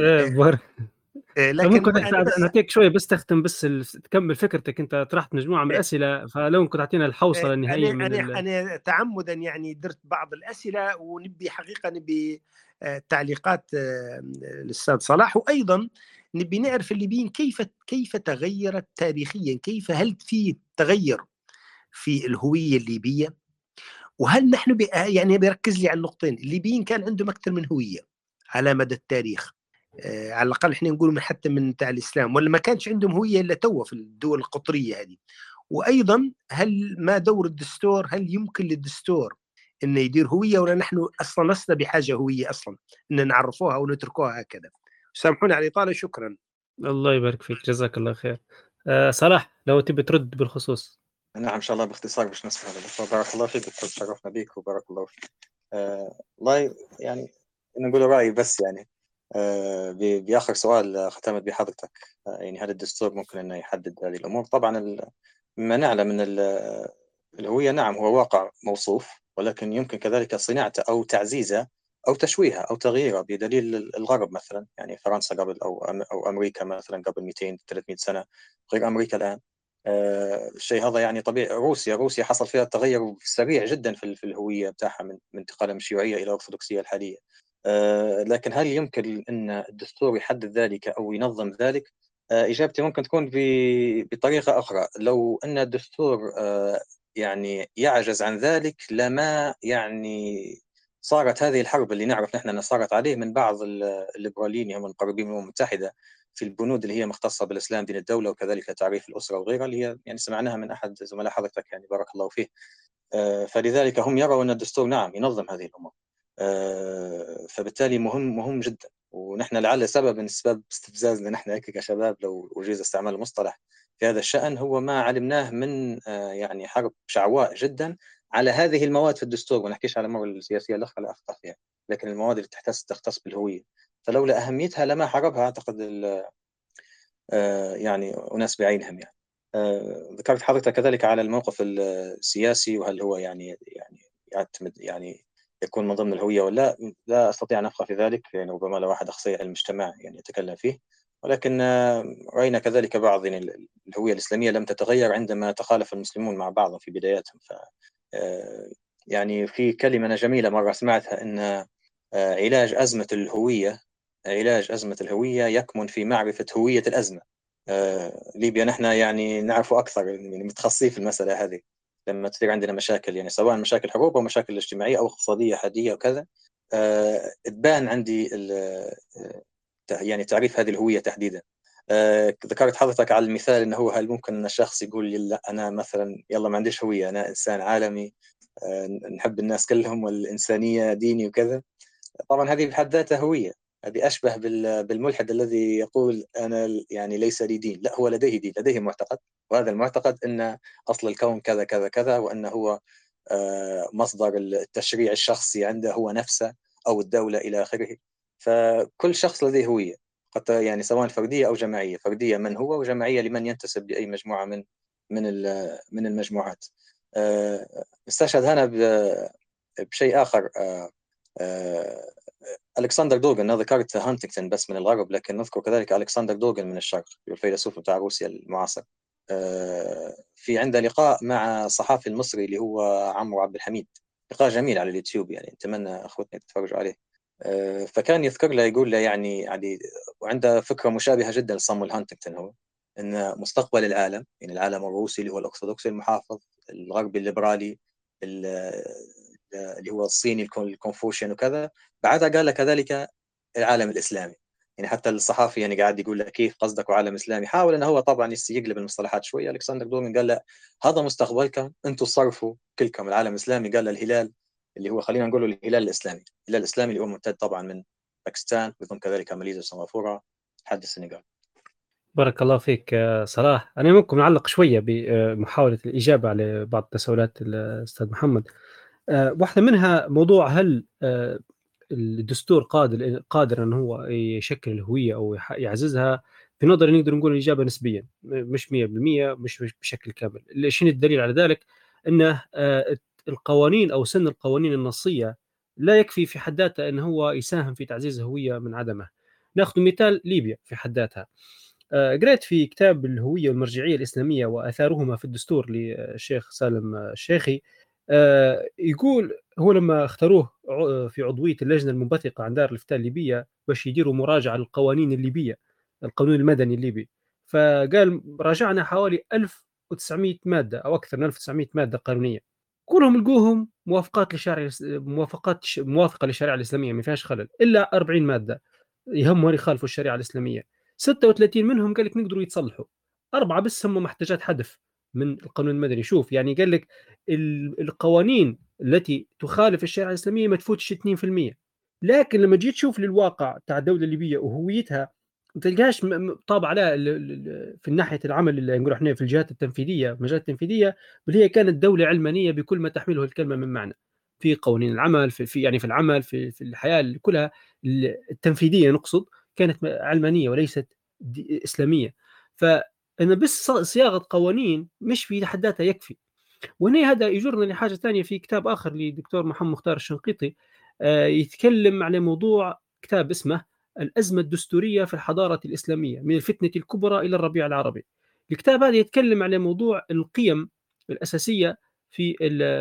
لكن ممكن نعطيك شويه بس تختم، بس تكمل فكرتك. انت طرحت مجموعه من الاسئله، فلو كنت تعطينا الحوصله النهائيه أنا من أنا, أنا تعمدا يعني درت بعض الاسئله، ونبي حقيقه نبي تعليقات الاستاذ صلاح، وايضا نبي نعرف الليبيين كيف كيف تغيرت تاريخيا، كيف هل في تغير في الهويه الليبيه، وهل نحن بي يعني بيركز لي على النقطتين. الليبيين كان عندهم اكثر من هويه على مدى التاريخ، آه على الاقل احنا نقول حتى من تاع الاسلام، ولا ما كانش عندهم هويه الا توا في الدول القطريه هذه؟ وايضا هل ما دور الدستور؟ هل يمكن للدستور انه يدير هويه، ولا نحن اصلا لسنا بحاجه هويه اصلا ان نعرفوها ونتركوها هكذا؟ سامحوني على الاطاله، شكرا. الله يبارك فيك، جزاك الله خير. أه صلاح لو تبي ترد بالخصوص. نعم إن شاء الله باختصار باش نسمع هذا. بارك الله فيك دكتور، تشرفنا بك وبارك الله فيك. آه الله يعني نقول رأيي بس يعني آه بآخر سؤال ختمت بحضرتك، آه يعني هل الدستور ممكن أنه يحدد هذه الأمور؟ طبعا ما نعلم من الهوية نعم هو واقع موصوف، ولكن يمكن كذلك صناعته أو تعزيزه أو تشويهه أو تغييره، بدليل الغرب مثلا، يعني فرنسا قبل أو أو أمريكا مثلا قبل مئتين ثلاثمئة سنة غير أمريكا الآن. آه الشيء هذا يعني طبيعي. روسيا روسيا حصل فيها تغير سريع جدا في في الهوية بتاعها من من انتقالها من الشيوعية إلى الأرثوذكسية الحالية. آه لكن هل يمكن أن الدستور يحدد ذلك أو ينظم ذلك؟ آه إجابتي ممكن تكون بطريقة أخرى. لو أن الدستور آه يعني يعجز عن ذلك لما يعني صارت هذه الحرب اللي نعرف نحن أنها صارت عليه من بعض الليبراليين هم المقربين من الأمم المتحدة في البنود اللي هي مختصة بالإسلام دين الدولة، وكذلك تعريف الأسرة وغيرها، اللي هي يعني سمعناها من أحد زملاء حضرتك يعني بارك الله فيه. آه فلذلك هم يروا أن الدستور نعم ينظم هذه الأمور. آه فبالتالي مهم مهم جدا. ونحن لعل سبب من اسباب استفزازنا نحن هيك كشباب لو اجيز استعمال المصطلح في هذا الشأن هو ما علمناه من آه يعني حرب شعواء جدا على هذه المواد في الدستور. ما نحكيش على الامور السياسيه الاخرى لا اخطا فيها، لكن المواد اللي تحتس تختص بالهويه، فلولا اهميتها لما حاربها اعتقد آه يعني اناس بعينهم. يعني آه ذكرت حضرتك كذلك على الموقف السياسي وهل هو يعني يعني يعتمد يعني يكون من ضمن الهوية ولا لا. لا أستطيع أن أبقى في ذلك، يعني ربما لو واحد أخصائي علم اجتماع يعني يتكلم فيه، ولكن رأينا كذلك بعض يعني الهوية الإسلامية لم تتغير عندما تخالف المسلمون مع بعض في بداياتهم. ف يعني في كلمة جميلة مرة سمعتها أن علاج أزمة الهوية علاج أزمة الهوية يكمن في معرفة هوية الأزمة. ليبيا نحن يعني نعرف أكثر، يعني متخصصين في المسألة هذه. لما تصير عندنا مشاكل يعني سواء مشاكل حروب أو مشاكل اجتماعية أو اقتصادية حادية وكذا، أه تبان عندي يعني تعريف هذه الهوية تحديدا. أه ذكرت حضرتك على المثال أنه هو هل ممكن أن الشخص يقول لي لا أنا مثلا يلا ما عنديش هوية، أنا إنسان عالمي أه نحب الناس كلهم والإنسانية ديني وكذا. طبعا هذه بحد ذاتها هوية. هذه أشبه بالملحد الذي يقول أنا يعني ليس لي دين، لا هو لديه دين، لديه معتقد، وهذا المعتقد أن أصل الكون كذا كذا كذا، وأنه هو مصدر التشريع الشخصي عنده هو نفسه أو الدولة إلى آخره. فكل شخص لديه هوية، حتى يعني سواء فردية أو جماعية، فردية من هو وجماعية لمن ينتسب لأي مجموعة من من من المجموعات. استشهد هنا بشيء آخر. ألكسندر دوغن، ذكرت هانتنغتون بس من الغرب، لكن نذكر كذلك ألكسندر دوغن من الشرق، الفيلسوف بتاع روسيا المعاصر. في عنده لقاء مع الصحافي المصري اللي هو عمرو عبد الحميد، لقاء جميل على اليوتيوب، يعني أتمنى أخوتنا تتفرجوا عليه. فكان يذكر له يقول له يعني يعني وعنده فكرة مشابهة جدا لصامويل هانتنغتون، هو أن مستقبل العالم، يعني العالم الروسي اللي هو الأرثوذكسي المحافظ، الغربي الليبرالي اللي هو الصيني الكونفوشيان وكذا، بعدها قال له كذلك العالم الإسلامي. يعني حتى الصحافي يعني قاعد يقول له كيف قصدك عالم إسلامي، حاول أنه هو طبعا يقلب المصطلحات شوية. ألكسندر دومين قال له هذا مستقبلكم أنتم صرفوا كلكم العالم الإسلامي، قال له الهلال اللي هو خلينا نقول الهلال الإسلامي، الهلال الإسلامي اللي هو ممتد طبعا من باكستان ويضم كذلك ماليزيا وسنغافورة لحد السنغال. بارك الله فيك صلاح. أنا ممكن نعلق شوية بمحاولة الإجابة على بعض تساؤلات الأستاذ محمد. واحدة منها موضوع هل الدستور قادر قادر أن هو يشكل الهوية أو يعززها؟ في نظري نقدر نقول الإجابة نسبيا، مش مية بالمية، مش بشكل كامل. شنو الدليل على ذلك؟ أنه القوانين أو سن القوانين النصية لا يكفي في حد ذاتها أن هو يساهم في تعزيز الهوية من عدمه. نأخذ مثال ليبيا في حد ذاتها. قرأت في كتاب الهوية والمرجعية الإسلامية وآثارهما في الدستور للشيخ سالم الشيخي، يقول هو لما اختاروه في عضوية اللجنة المنبثقة عن دار الإفتاء الليبية باش يديروا مراجعة للقوانين الليبية، القانون المدني الليبي، فقال راجعنا حوالي ألف وتسعمائة مادة أو أكثر من ألف وتسعمائة مادة قانونية، كلهم لقوهم موافقات للشريعة، موافقات موافقة للشريعة الإسلامية ما فيهاش خلل، إلا أربعين مادة يهمهم يخالفوا الشريعة الإسلامية. ستة وثلاثين منهم قال لك نقدروا يتصلحوا، أربعة بس هم محتاجات حذف من القانون المدني. شوف يعني قال لك القوانين التي تخالف الشريعة الإسلامية ما تفوتش اثنين بالمئة، لكن لما جيت تشوف للواقع تاع الدولة الليبية وهويتها ما تلقاش طابع على في الناحية العمل اللي نقول احنا في الجهات التنفيذية، المجالات التنفيذية، بل هي كانت دولة علمانية بكل ما تحمله الكلمة من معنى، في قوانين العمل، في, في يعني في العمل، في, في الحياة كلها التنفيذية نقصد، كانت علمانية وليست إسلامية. فأنا بس صياغة قوانين مش في حد ذاتها يكفي. وهنا هذا يجرنا لحاجة ثانية في كتاب آخر لدكتور محمد مختار الشنقيطي، آه يتكلم على موضوع، كتاب اسمه الأزمة الدستورية في الحضارة الإسلامية من الفتنة الكبرى إلى الربيع العربي. الكتاب هذا يتكلم على موضوع القيم الأساسية في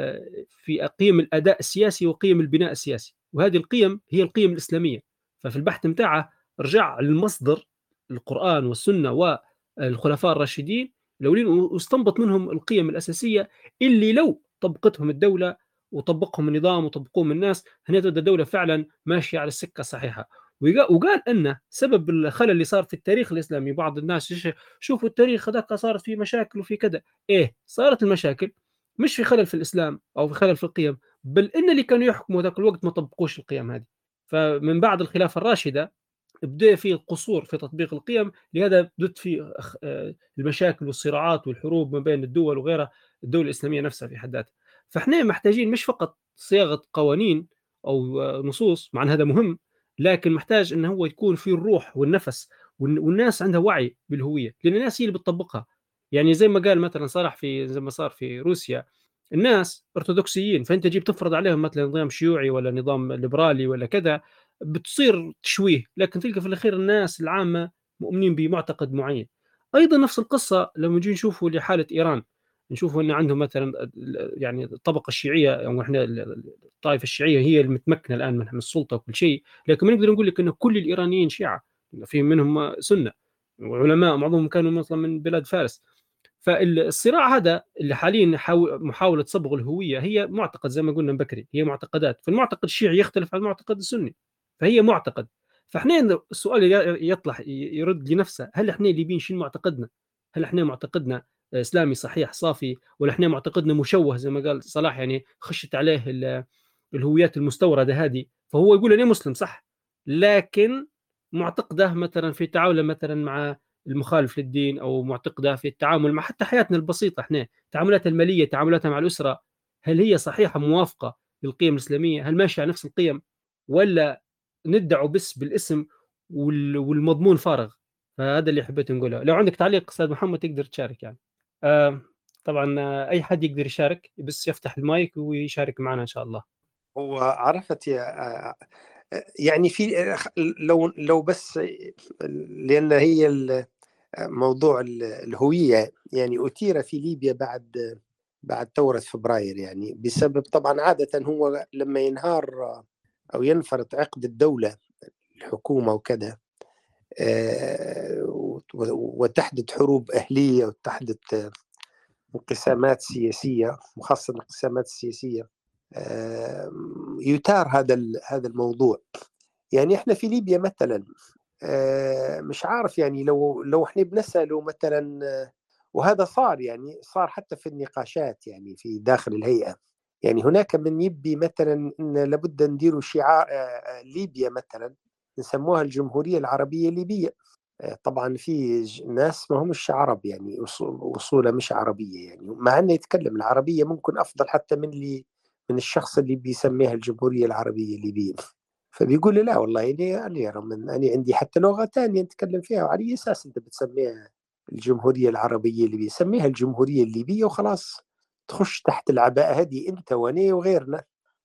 في قيم الأداء السياسي وقيم البناء السياسي، وهذه القيم هي القيم الإسلامية. ففي البحث متاعه رجع للمصدر القرآن والسنة والخلفاء الراشدين الأولين واستنبط منهم القيم الأساسية اللي لو طبقتهم الدولة وطبقهم النظام وطبقوهم الناس هنا تبدأ الدولة فعلا ماشية على السكة الصحيحة. وقال أن سبب الخلل اللي صار في التاريخ الإسلامي، بعض الناس شوفوا التاريخ هذاك صارت فيه مشاكل وفي كذا، إيه صارت المشاكل مش في خلل في الإسلام أو في خلل في القيم، بل إن اللي كانوا يحكموا ذاك الوقت ما طبقوش القيم هذه. فمن بعد الخلافة الراشدة بدأ في قصور في تطبيق القيم، لهذا بدت في المشاكل والصراعات والحروب ما بين الدول وغيرها، الدولة الإسلامية نفسها في حد ذاتها. فإحنا محتاجين مش فقط صياغة قوانين أو نصوص، مع أن هذا مهم، لكن محتاج أنه هو يكون في الروح والنفس والناس عندها وعي بالهوية، لأن الناس هي اللي بتطبقها. يعني زي ما قال مثلا صلاح في زي ما صار في روسيا، الناس أرثوذكسيين، فأنت جيب تفرض عليهم مثلا نظام شيوعي ولا نظام ليبرالي ولا كذا، بتصير تشويه، لكن تلقى في الأخير الناس العامة مؤمنين بمعتقد معين. أيضا نفس القصة لما نجي نشوفوا لحالة إيران، نشوفوا أن عندهم مثلا يعني الطبقة الشيعية أو يعني إحنا الطائفة الشيعية هي المتمكنة الآن من السلطة وكل شيء، لكن ما نقدر نقول لك أن كل الإيرانيين شيعة، في منهم سنة وعلماء معظمهم كانوا مثلا من بلاد فارس. فالصراع هذا اللي حاليا محاولة صبغ الهوية هي معتقد زي ما قلنا بكري، هي معتقدات، فالمعتقد الشيعي يختلف عن المعتقد السني، فهي معتقد. فاحنا السؤال يطلع يرد لنفسه، هل احنا الليبيين شنو معتقدنا؟ هل احنا معتقدنا اسلامي صحيح صافي، ولا احنا معتقدنا مشوه زي ما قال صلاح، يعني خشت عليه الهويات المستوردة هذه؟ فهو يقول انا مسلم صح، لكن معتقده مثلا في تعامله مثلا مع المخالف للدين، او معتقده في التعامل مع حتى حياتنا البسيطه، احنا تعاملاتها الماليه، تعاملاتها مع الاسره، هل هي صحيحه موافقه للقيم الاسلاميه؟ هل ماشيه على نفس القيم، ولا ندعوا بس بالاسم والمضمون فارغ؟ فهذا اللي حبيت نقوله. لو عندك تعليق استاذ محمد تقدر تشارك يعني. آه طبعا آه اي حد يقدر يشارك، بس يفتح المايك ويشارك معنا ان شاء الله. هو عرفت يا يعني في لو لو بس لان هي موضوع الهويه يعني اثير في ليبيا بعد بعد ثورة فبراير، يعني بسبب طبعا عادة هو لما ينهار أو ينفرط عقد الدولة الحكومة وكذا، آه، وتحدث حروب أهلية وتحدث انقسامات سياسية، وخاصة الانقسامات السياسية، آه، يثار هذا هذا الموضوع. يعني احنا في ليبيا مثلا، آه، مش عارف يعني لو لو احنا بنسأله مثلا، آه، وهذا صار يعني صار حتى في النقاشات يعني في داخل الهيئة. يعني هناك من يبي مثلا ان لابد نديروا شعار آه، آه، ليبيا مثلا نسموها الجمهورية العربية الليبية. آه، طبعا في ج- ناس ما همش عرب، يعني أصول- أصولها مش عربية، يعني مع أنه يتكلم العربية ممكن أفضل حتى من اللي من الشخص اللي بيسميها الجمهورية العربية الليبية. فبيقول لي لا والله، إني أنا رغم أني عندي حتى لغة ثانية نتكلم فيها، وعلى أي أساس أنت بتسميها الجمهورية العربية الليبية؟ سميها الجمهورية الليبية وخلاص، تخش تحت العباءة هذه أنت وأنا وغيرنا.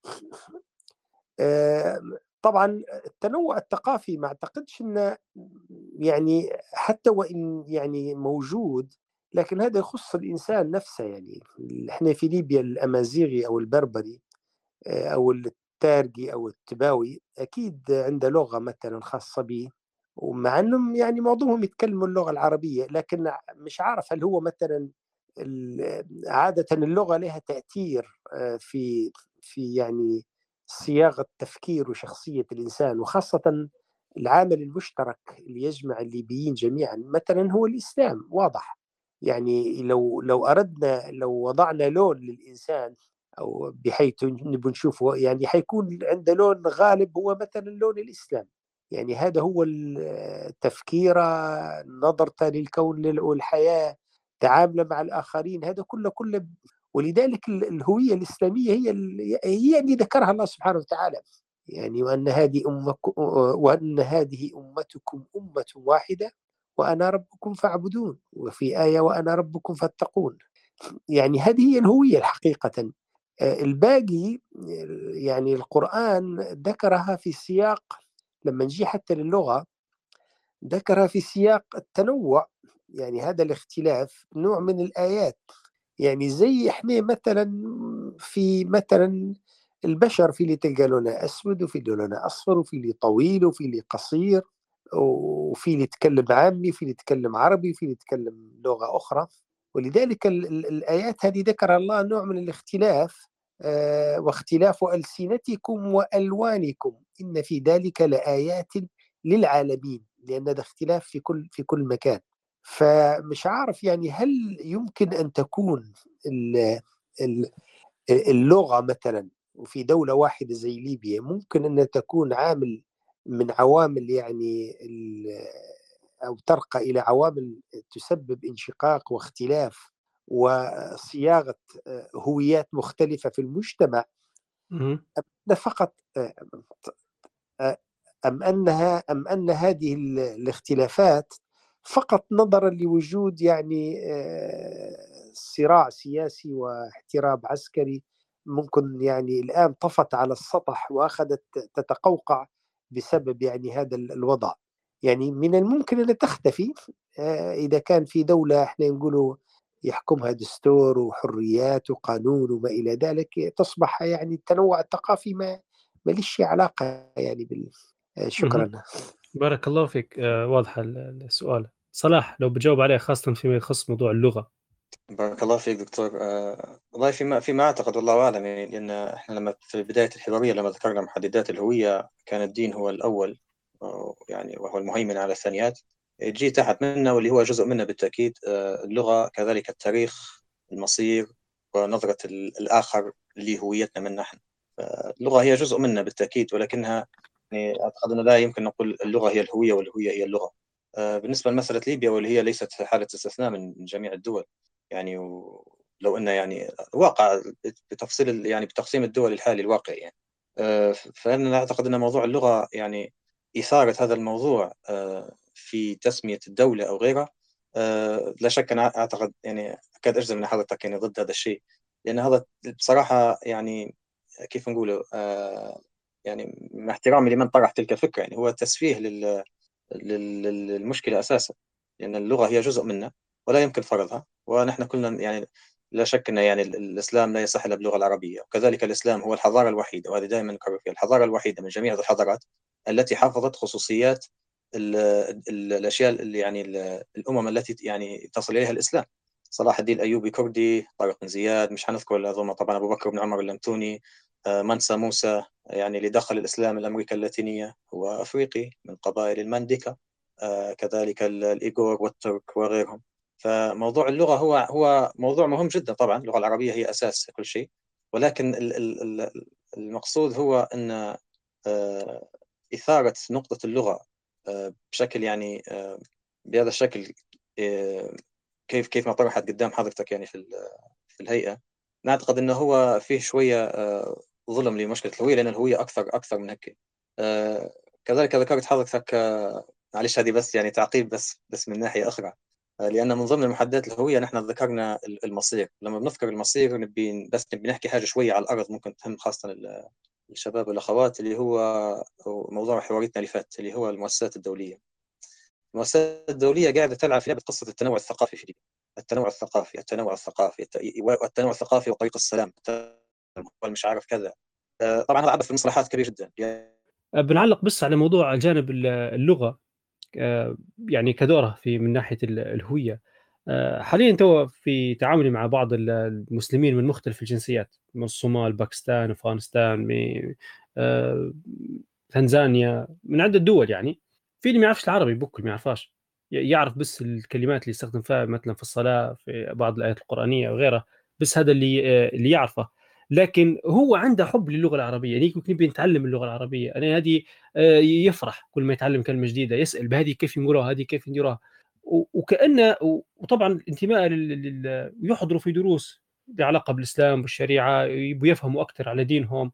آه، طبعا التنوع الثقافي ما أعتقدش أنه يعني حتى وإن يعني موجود، لكن هذا يخص الإنسان نفسه. يعني إحنا في ليبيا الأمازيغي أو البربري آه، أو التارجي أو التباوي أكيد عنده لغة مثلا خاصة به، ومع أنهم يعني معظمهم يتكلموا اللغة العربية، لكن مش عارف هل هو مثلا ال- عادة اللغة لها تأثير آه، في في يعني صياغة تفكير وشخصية الإنسان، وخاصة العامل المشترك اللي يجمع الليبيين جميعا مثلا هو الإسلام واضح. يعني لو لو أردنا لو وضعنا لون للإنسان أو بحيث نبي نشوفه، يعني حيكون عنده لون غالب هو مثلا لون الإسلام. يعني هذا هو التفكير، نظرته للكون والحياة، تعامله مع الآخرين، هذا كله كله. ولذلك الهوية الإسلامية هي هي اللي ذكرها الله سبحانه وتعالى. يعني وأن هذه أمكم وأن هذه أمتكم أمة واحدة وأنا ربكم فاعبدون، وفي آية وأنا ربكم فاتقون. يعني هذه هي الهوية الحقيقة. الباقي يعني القرآن ذكرها في سياق، لما نجي حتى للغة ذكرها في سياق التنوع، يعني هذا الاختلاف نوع من الآيات. يعني زي احنا مثلا في مثلا البشر، في اللي تلقى لونه أسود، وفي اللي لونه أصفر، وفي اللي طويل، وفي اللي قصير، وفي اللي يتكلم عامي، وفي اللي يتكلم عربي، وفي اللي يتكلم لغة أخرى. ولذلك ال ال الآيات هذه ذكر الله نوع من الاختلاف، آه واختلاف ألسنتكم وألوانكم إن في ذلك لآيات للعالمين، لأن هذا اختلاف في كل في كل مكان. فمش عارف يعني هل يمكن أن تكون اللغة مثلا وفي دولة واحدة زي ليبيا ممكن أن تكون عامل من عوامل يعني أو ترقى إلى عوامل تسبب انشقاق واختلاف وصياغة هويات مختلفة في المجتمع؟ ده فقط أم أنها أم أن هذه الاختلافات فقط نظرا لوجود يعني صراع سياسي واحتراب عسكري ممكن يعني الآن طفت على السطح وأخذت تتقوقع بسبب يعني هذا الوضع؟ يعني من الممكن أن تختفي إذا كان في دولة احنا نقولوا يحكمها دستور وحريات وقانون وما إلى ذلك، تصبح يعني التنوع الثقافي ما ما ليش علاقة يعني بال. شكرا. بارك الله فيك. آه، واضح السؤال. صلاح لو بجاوب عليه خاصة فيما يخص موضوع اللغة. بارك الله فيك دكتور. آه، والله فيما فيما أعتقد والله أعلم، يعني لأن إحنا لما في بداية الحوارية لما ذكرنا محددات الهوية كان الدين هو الأول، يعني وهو المهيمن على الثانيات، يجي تحت منه واللي هو جزء منه بالتأكيد آه، اللغة، كذلك التاريخ، المصير، ونظرة الآخر لهويتنا من نحن. اللغة هي جزء منها بالتأكيد، ولكنها يعني أعتقد أنه لا يمكن نقول اللغة هي الهوية والهوية هي اللغة. آه، بالنسبة لمسألة ليبيا واللي هي ليست حالة استثناء من جميع الدول، يعني لو أن يعني واقع بتفصيل يعني بتقسيم الدول الحالي الواقع يعني، آه، فأنا أعتقد أن موضوع اللغة يعني إثارة هذا الموضوع آه، في تسمية الدولة أو غيرها، آه، لا شك أنا أعتقد يعني أكاد أجزم من حضرتك يعني ضد هذا الشيء، لأن هذا بصراحة يعني كيف نقوله آه، يعني مع احترامي لمن طرح تلك الفكرة، يعني هو تسفيه لل للمشكلة أساسا، لأن اللغة هي جزء منا ولا يمكن فرضها، ونحن كلنا يعني لا شك أن يعني الإسلام لا يصح إلا باللغة العربية، وكذلك الإسلام هو الحضارة الوحيدة، وهذه دائما نكرر فيها، الحضارة الوحيدة من جميع الحضارات التي حافظت خصوصيات ال ال الأشياء اللي يعني ال الأمم التي يعني تصل إليها الإسلام. صلاح الدين الأيوبي كردي، طارق بن زياد، مش حنذكر أظن طبعا أبو بكر بن عمر اللمتوني، منسى موسى يعني اللي دخل الإسلام الأمريكا اللاتينية هو أفريقي من قبائل المانديكا، كذلك الإيغور والترك وغيرهم. فموضوع اللغة هو هو موضوع مهم جدا طبعا، اللغة العربية هي أساس كل شيء، ولكن المقصود هو أن إثارة نقطة اللغة بشكل يعني بهذا الشكل كيف كيف ما طرحت قدام حضرتك يعني في في الهيئة، نعتقد أنه هو فيه شوية ظلم لمشكلة الهوية، لأن الهوية أكثر أكثر من هيك. كذلك ذكرت حضرتك، معلش هذه بس يعني تعقيب بس بس من ناحية أخرى، لأن من ضمن المحددات الهوية نحن ذكرنا المصير. لما بنذكر المصير نبي بس نبي نحكي حاجة شوية على الأرض ممكن تهم خاصة الشباب والأخوات، اللي هو موضوع حواريتنا اللي فات اللي هو المؤسسات الدولية. المؤسسات الدولية قاعدة تلعب في لعبة قصة التنوع الثقافي في ليبيا. التنوع الثقافي التنوع الثقافي والتنوع الثقافي وطريق السلام مش عارف كذا. طبعا هذا عبث في المصطلحات كبير جدا. بنعلق بس على موضوع جانب اللغة يعني كدورها في من ناحية الهوية. حاليا تو في تعاملي مع بعض المسلمين من مختلف الجنسيات، من الصومال، باكستان، افغانستان، من تنزانيا، من عدة دول. يعني في اللي ما يعرفش العربي، بكل ما يعرفاش، يعرف بس الكلمات اللي يستخدم فيها مثلا في الصلاة، في بعض الآيات القرآنية وغيرها، بس هذا اللي اللي يعرفه. لكن هو عنده حب للغة العربية، يعني يمكن بيتعلم اللغة العربية. أنا هذه يفرح كل ما يتعلم كلمة جديدة، يسأل بهذه كيف يقولوها، هذه كيف يديروها، وكأنه وطبعا انتماء يحضروا في دروس لها علاقة بالإسلام والشريعة، يفهموا أكثر على دينهم.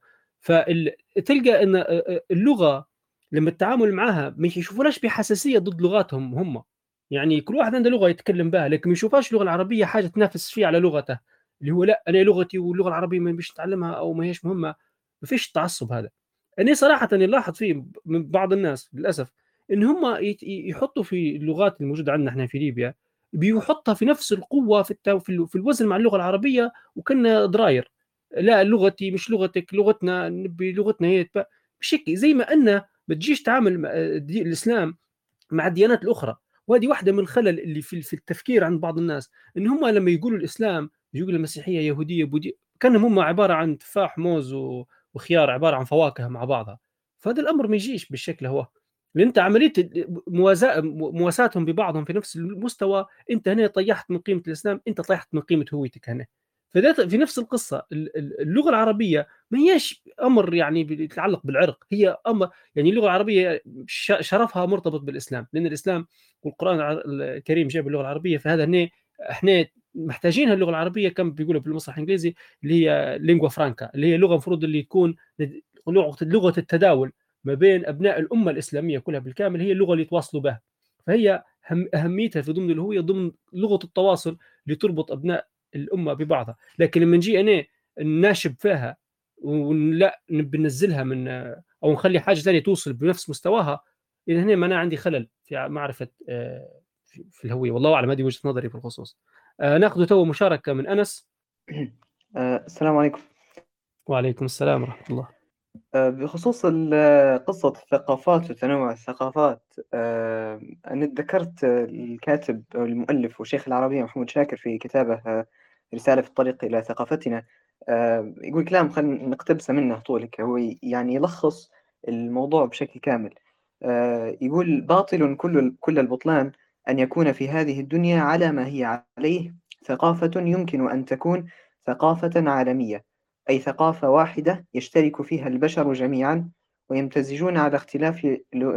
فتلقى أن اللغة لما التعامل معها ما يشوفوناش بحساسية ضد لغاتهم هم، يعني كل واحد عنده لغة يتكلم بها، لكن ما يشوفاش اللغة العربية حاجة تنافس فيه على لغته، اللي هو لا أنا لغتي واللغة العربية ما بيش نتعلمها أو ما هيش مهمة. ما فيش التعصب هذا. أنا صراحة نلاحظ فيه من بعض الناس للأسف إن هم يحطوا في اللغات الموجودة عندنا إحنا في ليبيا، بيحطها في نفس القوة في التو في الوزن مع اللغة العربية، وكنا ضراير. لا لغتي مش لغتك، لغتنا نبي لغتنا هي بشكل زي ما أن ما تجيش تعامل الإسلام مع الديانات الأخرى. وهذه واحدة من الخلل اللي في في التفكير عند بعض الناس، إن هم لما يقولوا الإسلام يقولوا المسيحية يهودية بودية، كانهم هم عبارة عن تفاح موز وخيار، عبارة عن فواكه مع بعضها. فهذا الأمر ما يجيش بالشكل هو، لأن أنت عملية موازاة مواساتهم ببعضهم في نفس المستوى، أنت هنا طيحت من قيمة الإسلام، أنت طيحت من قيمة هويتك هنا. فده في نفس القصة اللغة العربية ما هيش أمر يعني يتعلق بالعرق، هي أمر يعني اللغة العربية شرفها مرتبط بالإسلام، لأن الإسلام والقرآن الكريم جاء باللغة العربية. فهذا هنا احنا محتاجينها اللغة العربية، كم بيقولوا بالمصطلح الإنجليزي اللي هي لينغوا فرانكا، اللي هي لغة مفروض اللي تكون لغة التداول ما بين أبناء الأمة الإسلامية كلها بالكامل، هي اللغة اللي يتواصلوا بها. فهي أهميتها في ضمن الهوية ضمن لغة التواصل اللي تربط أبناء الأمة ببعضها. لكن لما نجي أنا ناشب فيها ولا بننزلها من أو نخلي حاجة ثانية توصل بنفس مستواها، إذا هنا ما أنا عندي خلل في معرفة في الهوية. والله أعلم، هذه وجهة نظري في الخصوص. ناخذ تو مشاركة من أنس. السلام عليكم. وعليكم السلام ورحمة الله. بخصوص قصة الثقافات وتنوع الثقافات، أنا ذكرت الكاتب أو المؤلف وشيخ العربية محمود شاكر في كتابه رسالة في الطريق إلى ثقافتنا، يقول كلام خلينا نقتبسه منه طولك، هو يعني يلخص الموضوع بشكل كامل. يقول: باطل كل كل البطلان أن يكون في هذه الدنيا على ما هي عليه ثقافة يمكن أن تكون ثقافة عالمية، أي ثقافة واحدة يشترك فيها البشر جميعا ويمتزجون على اختلاف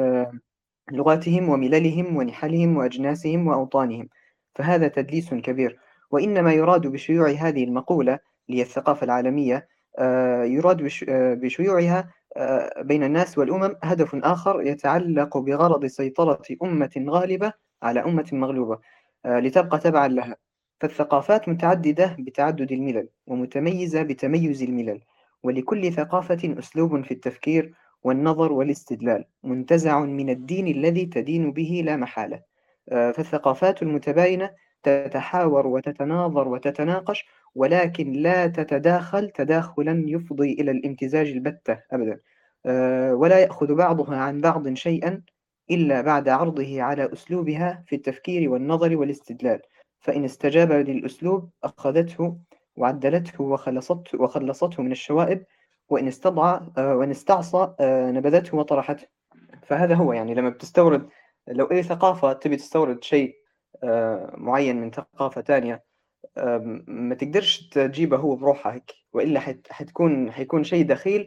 لغاتهم ومللهم ونحلهم وأجناسهم وأوطانهم. فهذا تدليس كبير. وإنما يراد بشيوع هذه المقولة اللي هي الثقافة العالمية، يراد بشيوعها بين الناس والأمم هدف آخر يتعلق بغرض سيطرة أمة غالبة على أمة مغلوبة لتبقى تبعا لها. فالثقافات متعددة بتعدد الملل، ومتميزة بتميز الملل، ولكل ثقافة أسلوب في التفكير والنظر والاستدلال منتزع من الدين الذي تدين به لا محالة. فالثقافات المتباينة تتحاور وتتناظر وتتناقش، ولكن لا تتداخل تداخلا يفضي إلى الامتزاج البتة أبدا. آه، ولا يأخذ بعضها عن بعض شيئا إلا بعد عرضه على أسلوبها في التفكير والنظر والاستدلال، فإن استجاب للأسلوب أخذته وعدلته وخلصته وخلصته من الشوائب، وإن استضع آه، وإن استعصى آه، نبذته وطرحته. فهذا هو يعني لما بتستورد، لو أي ثقافة تبي تستورد شيء آه، معين من ثقافة تانية، آم، ما تقدرش تجيبه هو بروحه هيك، وإلا حت- حتكون حيكون شيء دخيل،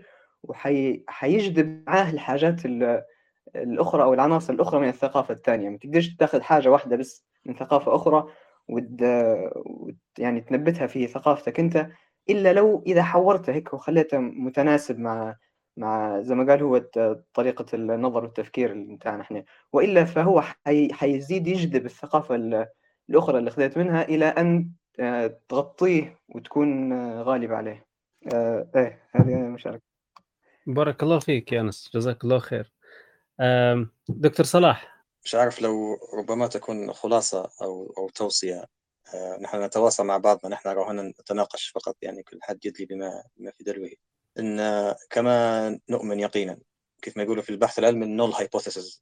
وحيجذب معاه الحاجات ال- الأخرى أو العناصر الأخرى من الثقافة الثانية. ما تقدرش تاخذ حاجة واحدة بس من ثقافة أخرى ود... ود... يعني تنبتها في ثقافتك أنت، إلا لو إذا حورته هيك وخليته متناسب مع مع زي ما قال هو ت- طريقة النظر والتفكير اللي بتاعنا احنا، وإلا فهو حي... حيزيد يجذب الثقافة ال- الأخرى اللي أخذت منها إلى أن آه، تغطيه وتكون آه، غالبة عليه. آه، إيه هذه مشاركة. بارك الله فيك يا أنس، جزاك الله خير. آم، دكتور صلاح. مش عارف لو ربما تكون خلاصة أو أو توصية. آه، نحن نتواصل مع بعضنا، نحن راهنا نتناقش فقط، يعني كل حد يدلي بما بما في دلوه. إن آه، كما نؤمن يقينا كيف ما يقولوا في البحث العلمي النول هايبوثيسز،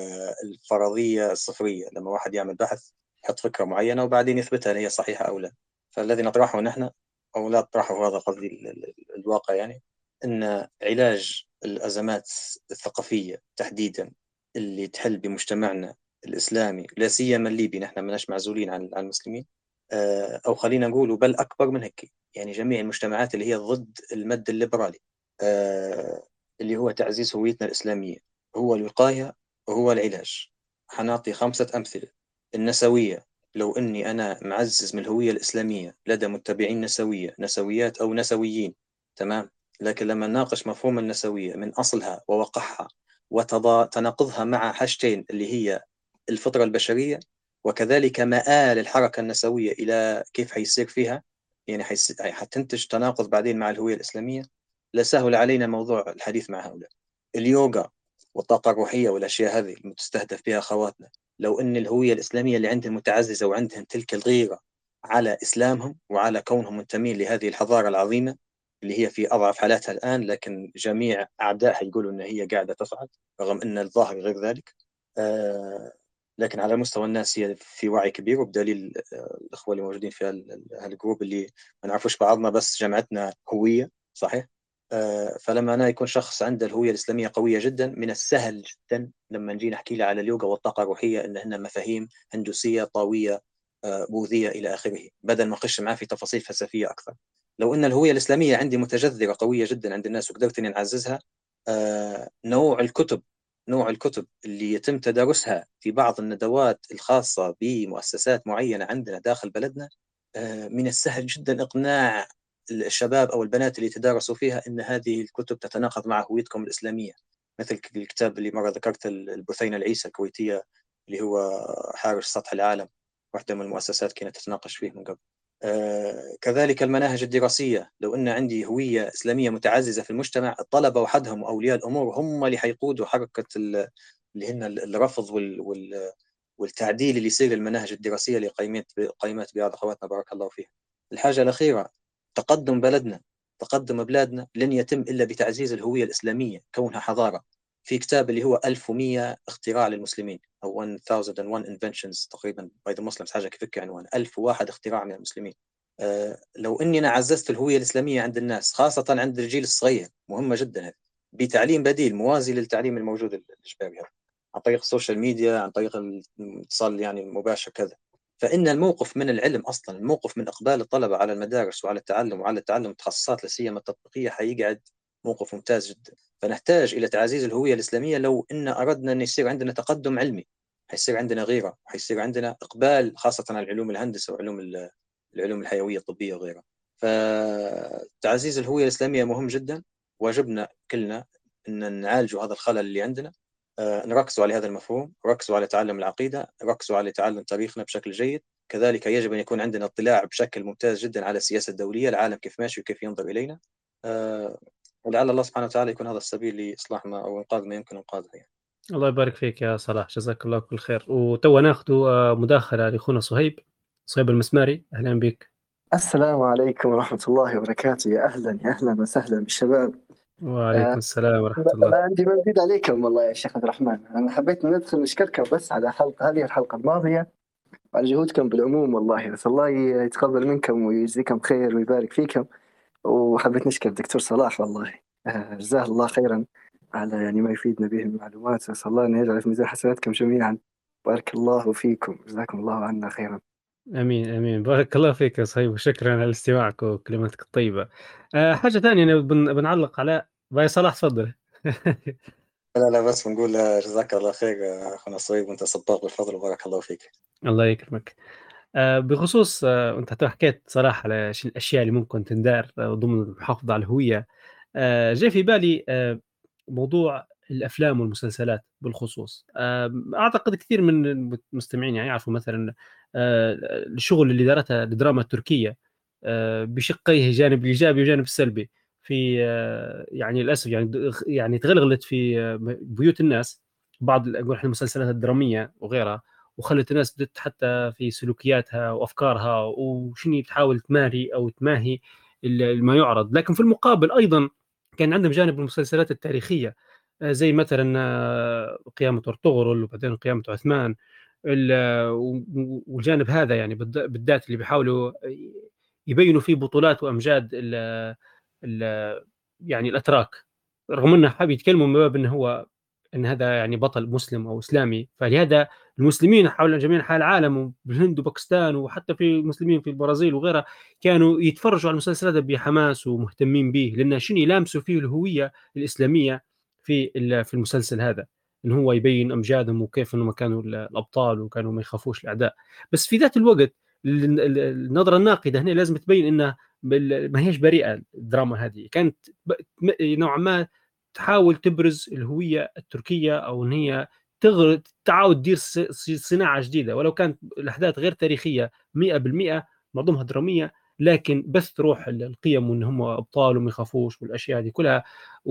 الفرضية الصفرية. لما واحد يعمل بحث يحط فكرة معينة وبعدين يثبتها هل هي صحيحة أو لا. فالذي نطرحه نحن، أو لا نطرحه، هذا قصدي ال- ال- الواقع، يعني أن علاج الأزمات الثقافية تحديدا اللي تحل بمجتمعنا الإسلامي، لا سيما الليبي، نحن مناش معزولين عن عن المسلمين، آه، أو خلينا نقول بل أكبر من هيك، يعني جميع المجتمعات اللي هي ضد المد الليبرالي، آه، اللي هو تعزيز هويتنا الإسلامية، هو الوقاية وهو العلاج. حنعطي خمسة أمثلة. النسوية، لو أني أنا معزز من الهوية الإسلامية لدى متبعين نسوية، نسويات أو نسويين، تمام، لكن لما نناقش مفهوم النسوية من أصلها ووقعها وتناقضها مع حاجتين اللي هي الفطرة البشرية وكذلك مآل الحركة النسوية إلى كيف حيصير فيها، يعني حتنتج تناقض بعدين مع الهوية الإسلامية، لا سهل علينا موضوع الحديث مع هؤلاء. اليوغا والطاقة الروحية والأشياء هذه المستهدف بها أخواتنا، لو أن الهوية الإسلامية اللي عندهم متعززة وعندهم تلك الغيرة على إسلامهم وعلى كونهم منتمين لهذه الحضارة العظيمة اللي هي في أضعف حالاتها الآن، لكن جميع أعدائها يقولوا أن هي قاعدة تصعد رغم أن الظاهر غير ذلك. آه لكن على مستوى الناس هي في وعي كبير، وبدليل آه الأخوة اللي موجودين في هالجروب اللي ما نعرفوش بعضنا بس جمعتنا هوية، صحيح. آه فلما أنا يكون شخص عنده الهوية الإسلامية قوية جدا، من السهل جدا لما نجي نحكي له على اليوغا والطاقة الروحية إن هن مفاهيم هندوسية طاوية آه بوذية إلى آخره، بدل ما نخش معاه في تفاصيل فلسفية أكثر. لو أن الهوية الإسلامية عندي متجذرة قوية جدا عند الناس وقدرت إني نعززها، آه نوع الكتب نوع الكتب اللي يتم تدارسها في بعض الندوات الخاصة بمؤسسات معينة عندنا داخل بلدنا، آه من السهل جدا إقناع الشباب أو البنات اللي يتدارسوا فيها إن هذه الكتب تتناقض مع هويتكم الإسلامية. مثل الكتاب اللي مرة ذكرت، البثينة العيسى الكويتية، اللي هو حارس سطح العالم، واحدة من المؤسسات كانت تتناقش فيه من قبل. آه كذلك المناهج الدراسية، لو أن عندي هوية إسلامية متعززة في المجتمع، الطلبة وحدهم وأولياء الأمور هم اللي حيقودوا حركة اللي هن الرفض وال وال والتعديل اللي يصير للمناهج الدراسية اللي قيمت قيمت بها أخواتنا بارك الله فيها. الحاجة الأخيرة، تقدم بلدنا، تقدم بلادنا لن يتم إلا بتعزيز الهوية الإسلامية كونها حضارة. في كتاب اللي هو ألف ومئة اختراع للمسلمين، أو ألف وواحد inventions تقريبا by the Muslims، حاجة كيف عنوان ألف وواحد اختراع من المسلمين. أه لو أني أنا عززت الهوية الإسلامية عند الناس، خاصة عند الجيل الصغير، مهمة جدا هذه، بتعليم بديل موازي للتعليم الموجود الإجباري هذا، عن طريق السوشيال ميديا، عن طريق الاتصال يعني المباشر كذا. فإن الموقف من العلم أصلا، الموقف من إقبال الطلبة على المدارس وعلى التعلم وعلى التعلم التخصصات لا سيما التطبيقية حيقعد موقف ممتاز جدا. فنحتاج إلى تعزيز الهوية الإسلامية لو إن أردنا أن يصير عندنا تقدم علمي، حيصير عندنا غيرة، حيصير عندنا إقبال خاصة على العلوم الهندسة وعلوم العلوم الحيوية الطبية وغيرها. فتعزيز الهوية الإسلامية مهم جدا، واجبنا كلنا أن نعالجوا هذا الخلل اللي عندنا. نركزوا على هذا المفهوم، ركزوا على تعلم العقيدة، ركزوا على تعلم تاريخنا بشكل جيد. كذلك يجب أن يكون عندنا اطلاع بشكل ممتاز جدا على السياسة الدولية، العالم كيف ماشي وكيف ينظر إلينا، أه ولعل الله سبحانه وتعالى يكون هذا السبيل لإصلاح ما أو إنقاذ ما يمكن إنقاذه يعني. الله يبارك فيك يا صلاح، جزاك الله كل خير. وتو ناخذ مداخلة لأخونا صهيب. صهيب المسماري، أهلا بك. السلام عليكم ورحمة الله وبركاته. يا أهلا يا أهلا وسهلا بالشباب. وعليكم آه السلام ورحمة لا الله. لا، عندي مزيد عليكم والله يا شيخ عبد الرحمن. أنا حبيت إن ندخل نشكركم بس على حلقة هذه الحلقة الماضية وعلى جهودكم بالعموم، والله بس الله يتقبل منكم ويجزيكم خير ويبارك فيكم. وحبيت نشكر الدكتور صلاح والله، آه جزاه الله خيرا على يعني ما يفيدنا به من معلومات. أسأل الله أن يجعل في ميزان حسناتكم جميعا. بارك الله فيكم، جزاكم الله عنا خيرا. امين امين، بارك الله فيك يا صهيب، وشكرا على استماعك وكلماتك الطيبه. أه حاجه ثانيه أنا بن بنعلق على باي صلاح، تفضل. لا لا، بس بنقول جزاك الله خير أخونا صهيب، وأنت صداق بالفضل وبارك الله فيك. الله يكرمك. أه بخصوص أه انت حكيت صراحه على شو الاشياء اللي ممكن تندار آه، ضمن المحافظه على الهويه. أه جاء في بالي أه موضوع الافلام والمسلسلات بالخصوص. أه اعتقد كثير من المستمعين يعني يعرفوا مثلا أه الشغل اللي دارتها الدراما التركيه آه، بشقيه، جانب الايجابي وجانب السلبي. في آه، يعني للاسف يعني يعني تغلغلت في آه، بيوت الناس بعض نقول احنا المسلسلات الدراميه وغيرها، وخلت الناس بدت حتى في سلوكياتها وافكارها وشنو تحاول تماري او تماهي ال- ما يعرض. لكن في المقابل ايضا كان عندهم جانب المسلسلات التاريخيه، آه، زي مثلا آه، قيامه ارطغرل وبعدين قيامه عثمان. ال- و- والجانب هذا يعني بالذ- بالذات اللي بيحاولوا يبينوا فيه بطولات وامجاد ال ال يعني الاتراك، رغم انه حاب يتكلموا من باب انه هو ان هذا يعني بطل مسلم او اسلامي. فلهذا المسلمين حول جميع انحاء العالم بالهند وباكستان وحتى في المسلمين في البرازيل وغيرها كانوا يتفرجوا على المسلسلات بحماس ومهتمين به، لان شنو يلامسوا فيه الهويه الاسلاميه في ال- في المسلسل هذا، ان هو يبين امجادهم وكيف انهم كانوا ال- الابطال وكانوا ما يخافوش الاعداء. بس في ذات الوقت ال- ال- النظره الناقده هنا لازم تبين انها بال- ما هيش بريئه. الدراما هذه كانت ب- م- نوعا ما تحاول تبرز الهويه التركيه، او ان هي تغر... تعاود تدير ص- ص- صناعه جديده، ولو كانت الاحداث غير تاريخيه مئة بالمئة، معظمها دراميه، لكن بث روح ال- القيم وان هم ابطال وما يخافوش والاشياء هذه كلها،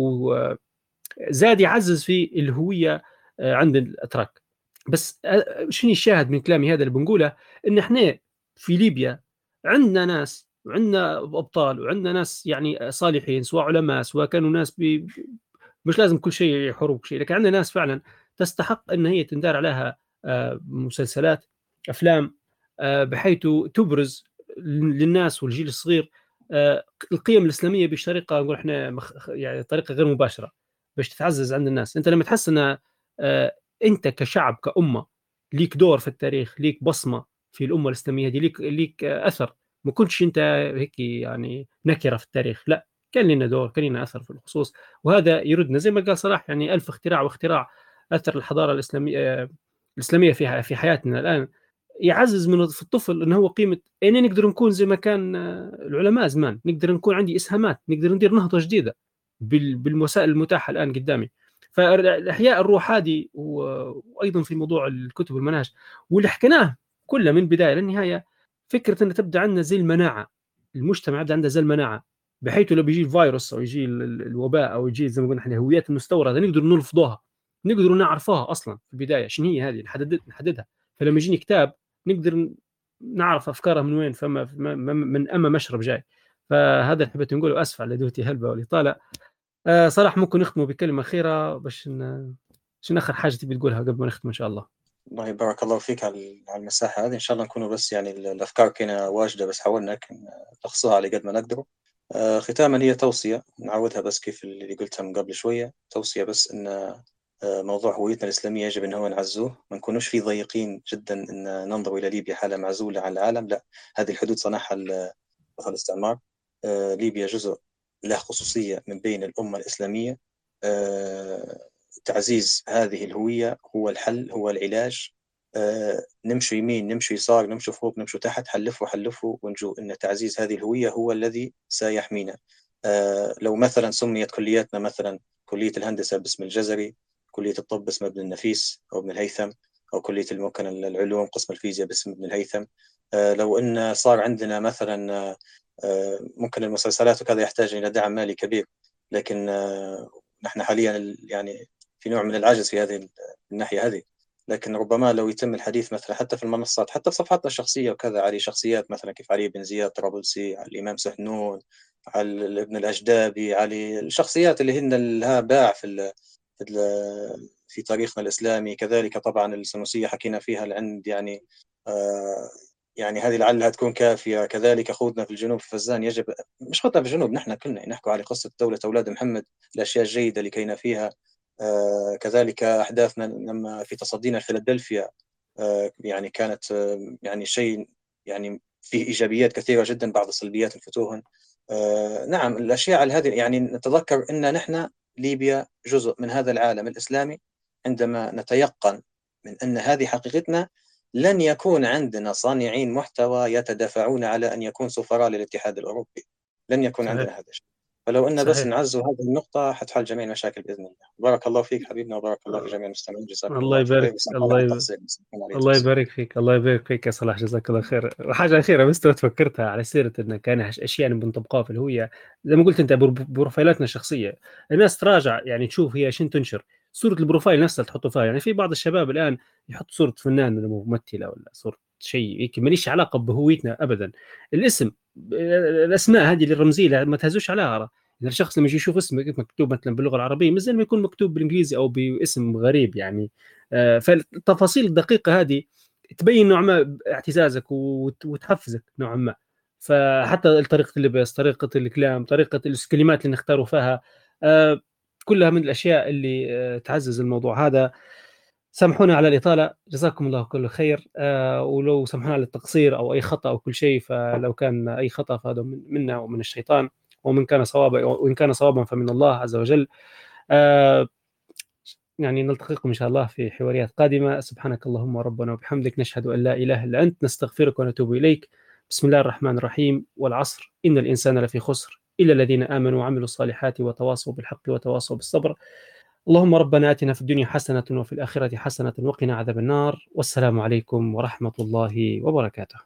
وزاد يعزز في الهويه آه، عند الاتراك. بس آه، شنو الشاهد من كلامي هذا اللي بنقوله؟ ان احنا في ليبيا عندنا ناس وعندنا ابطال وعندنا ناس يعني صالحين، سواء علماء سواء كانوا ناس بي مش لازم كل شيء حروب شيء، لكن عندنا ناس فعلا تستحق ان هي تندار عليها آه، مسلسلات افلام آه، بحيث تبرز للناس والجيل الصغير آه، القيم الاسلاميه بطريقه نقول احنا مخ- يعني طريقه غير مباشره، باش تتعزز عند الناس. انت لما تحس ان آه، انت كشعب كامه ليك دور في التاريخ، ليك بصمه في الامه الاسلاميه دي، ليك ليك آه، اثر، ما كنتش انت هيك يعني نكره في التاريخ، لا، كان لنا دور، كان لنا اثر في الخصوص. وهذا يردنا زي ما قال صلاح يعني ألف اختراع واختراع أثر الحضارة الإسلامية الإسلامية في في حياتنا الآن، يعزز من في الطفل انه هو قيمه اني نقدر نكون زي ما كان آه، العلماء زمان، نقدر نكون عندي اسهامات، نقدر ندير نهضه جديده بال- بالوسائل المتاحه الان قدامي. فاحياء الروح هذه و- وايضا في موضوع الكتب والمناهج واللي حكيناه كله من البدايه للنهايه، فكره ان تبدا عندنا زي المناعه، المجتمع يبدا عنده زي المناعه، بحيث لو بيجي الفيروس او يجي ال- ال- الوباء او يجي زي ما قلنا احنا الهويات المستورده نقدر نلفظوها، نقدر نعرفها اصلا في البدايه شنو هي هذه، نحدد نحددها. فلما يجيني كتاب نقدر نعرف افكارها من وين، فما من اما مشرب جاي. فهذا اللي حبيت نقوله، اسف على دوتي هلبة والاطاله. آه صراحه ممكن نختموا بكلمه اخيره باش ن... شنو اخر حاجه تبي تقولها قبل ما نختم ان شاء الله؟ الله بارك الله فيك على على المساحة هذه. إن شاء الله نكونوا بس يعني ال- الأفكار كنا واجدة، بس حاولنا نلخصها على قد ما نقدر. آه، ختاما هي توصية نعودها بس كيف اللي قلتها من قبل شوية، توصية بس إن آه، موضوع هويتنا الإسلامية يجب إن هو نعزوه، ما نكونوش فيه ضيقين جدا إن ننظر إلى ليبيا حالة معزولة عن العالم. لا، هذه الحدود صنعها ال- الاستعمار. آه، ليبيا جزء له خصوصية من بين الأمة الإسلامية. آه، تعزيز هذه الهوية هو الحل، هو العلاج. آه، نمشي يمين نمشي يسار نمشي فوق نمشي تحت، حلفوا حلفوا ونجو إن تعزيز هذه الهوية هو الذي سيحمينا. آه، لو مثلا سميت كلياتنا مثلا كلية الهندسة باسم الجزري، كلية الطب باسم ابن النفيس أو ابن الهيثم، أو كلية الممكن العلوم قسم الفيزياء باسم ابن الهيثم. آه، لو إن صار عندنا مثلا آه، ممكن المسلسلات وكذا يحتاج إلى دعم مالي كبير، لكن آه، نحن حاليا يعني في نوع من العجز في هذه الناحية هذه. لكن ربما لو يتم الحديث مثلا حتى في المنصات، حتى في صفحاتنا الشخصية وكذا، علي شخصيات مثلا كيف علي بن زياد طرابلسي، على الإمام سحنون، على ابن الأجدابي، على الشخصيات اللي هن لها باع في ال في, ال في تاريخنا الإسلامي. كذلك طبعا السنوسية حكينا فيها العند، يعني آه يعني هذه لعلها تكون كافية. كذلك خوضنا في الجنوب في فزان، يجب مش خوضنا في الجنوب، نحن كلنا نحكوا على قصة دولة أولاد محمد، الأشياء الجيدة اللي كينا فيها. آه كذلك أحداثنا لما في تصدينا لفيلادلفيا، آه يعني كانت آه يعني شيء يعني فيه إيجابيات كثيرة جدا، بعض السلبيات الفتوهن. آه نعم الأشياء على هذه، يعني نتذكر أن نحن ليبيا جزء من هذا العالم الإسلامي. عندما نتيقن من أن هذه حقيقتنا، لن يكون عندنا صانعين محتوى يتدافعون على أن يكون سفراء للاتحاد الأوروبي، لن يكون صحيح. عندنا هذا الشيء. فلو أن بس صحيح. نعزوا هذه النقطة حتحل جميع المشاكل بإذن الله. بارك الله فيك حبيبنا، وبارك الله في جميع المستمعين. جزاكم الله الله خير. يبارك وسامحنا الله على يب... التقصير، سامحنا على الله التقصير. يبارك فيك الله يبارك فيك يا صلاح، جزاك الله خير. وحاجة أخيرة بس تو تفكرتها على سيرة إن كان أشياء بنطبقها في الهوية، زي ما قلت أنت بر- بروفايلاتنا الشخصية، الناس تراجع يعني تشوف هي شنو تنشر، صورة البروفايل نفسها اللي تحطوا فيها. يعني في بعض الشباب الآن يحط صورة فنان ولا ممثلة ولا صورة شيء هيك ماليش علاقة بهويتنا أبدا. الاسم، الأسماء هذه الرمزية ما تهزوش عليها. إذا الشخص لما يجي يشوف اسمه مكتوب مثلا باللغة العربية، مثل ما يكون مكتوب بالإنجليزي أو باسم غريب يعني. آه، فالتفاصيل الدقيقة هذه تبين نوع ما اعتزازك وت- وتحفزك نوعا ما. فحتى طريقة اللبس، طريقة الكلام، طريقة الكلمات اللي نختاروا فيها، آه، كلها من الأشياء اللي آه، تعزز الموضوع هذا. سامحونا على الإطالة، جزاكم الله كل خير. آه، ولو سامحونا على التقصير أو أي خطأ أو كل شيء، فلو كان أي خطأ فهذا من- منا ومن الشيطان، ومن كان صوابا وإن كان صوابا فمن الله عز وجل. آه، يعني نلتقيكم إن شاء الله في حواريات قادمة. سبحانك اللهم ربنا وبحمدك، نشهد أن لا إله إلا أنت، نستغفرك ونتوب إليك. بسم الله الرحمن الرحيم. والعصر إن الإنسان لفي خسر إلا الذين آمنوا وعملوا الصالحات وتواصوا بالحق وتواصوا بالصبر. اللهم ربنا آتنا في الدنيا حسنة وفي الآخرة حسنة وقنا عذاب النار. والسلام عليكم ورحمة الله وبركاته.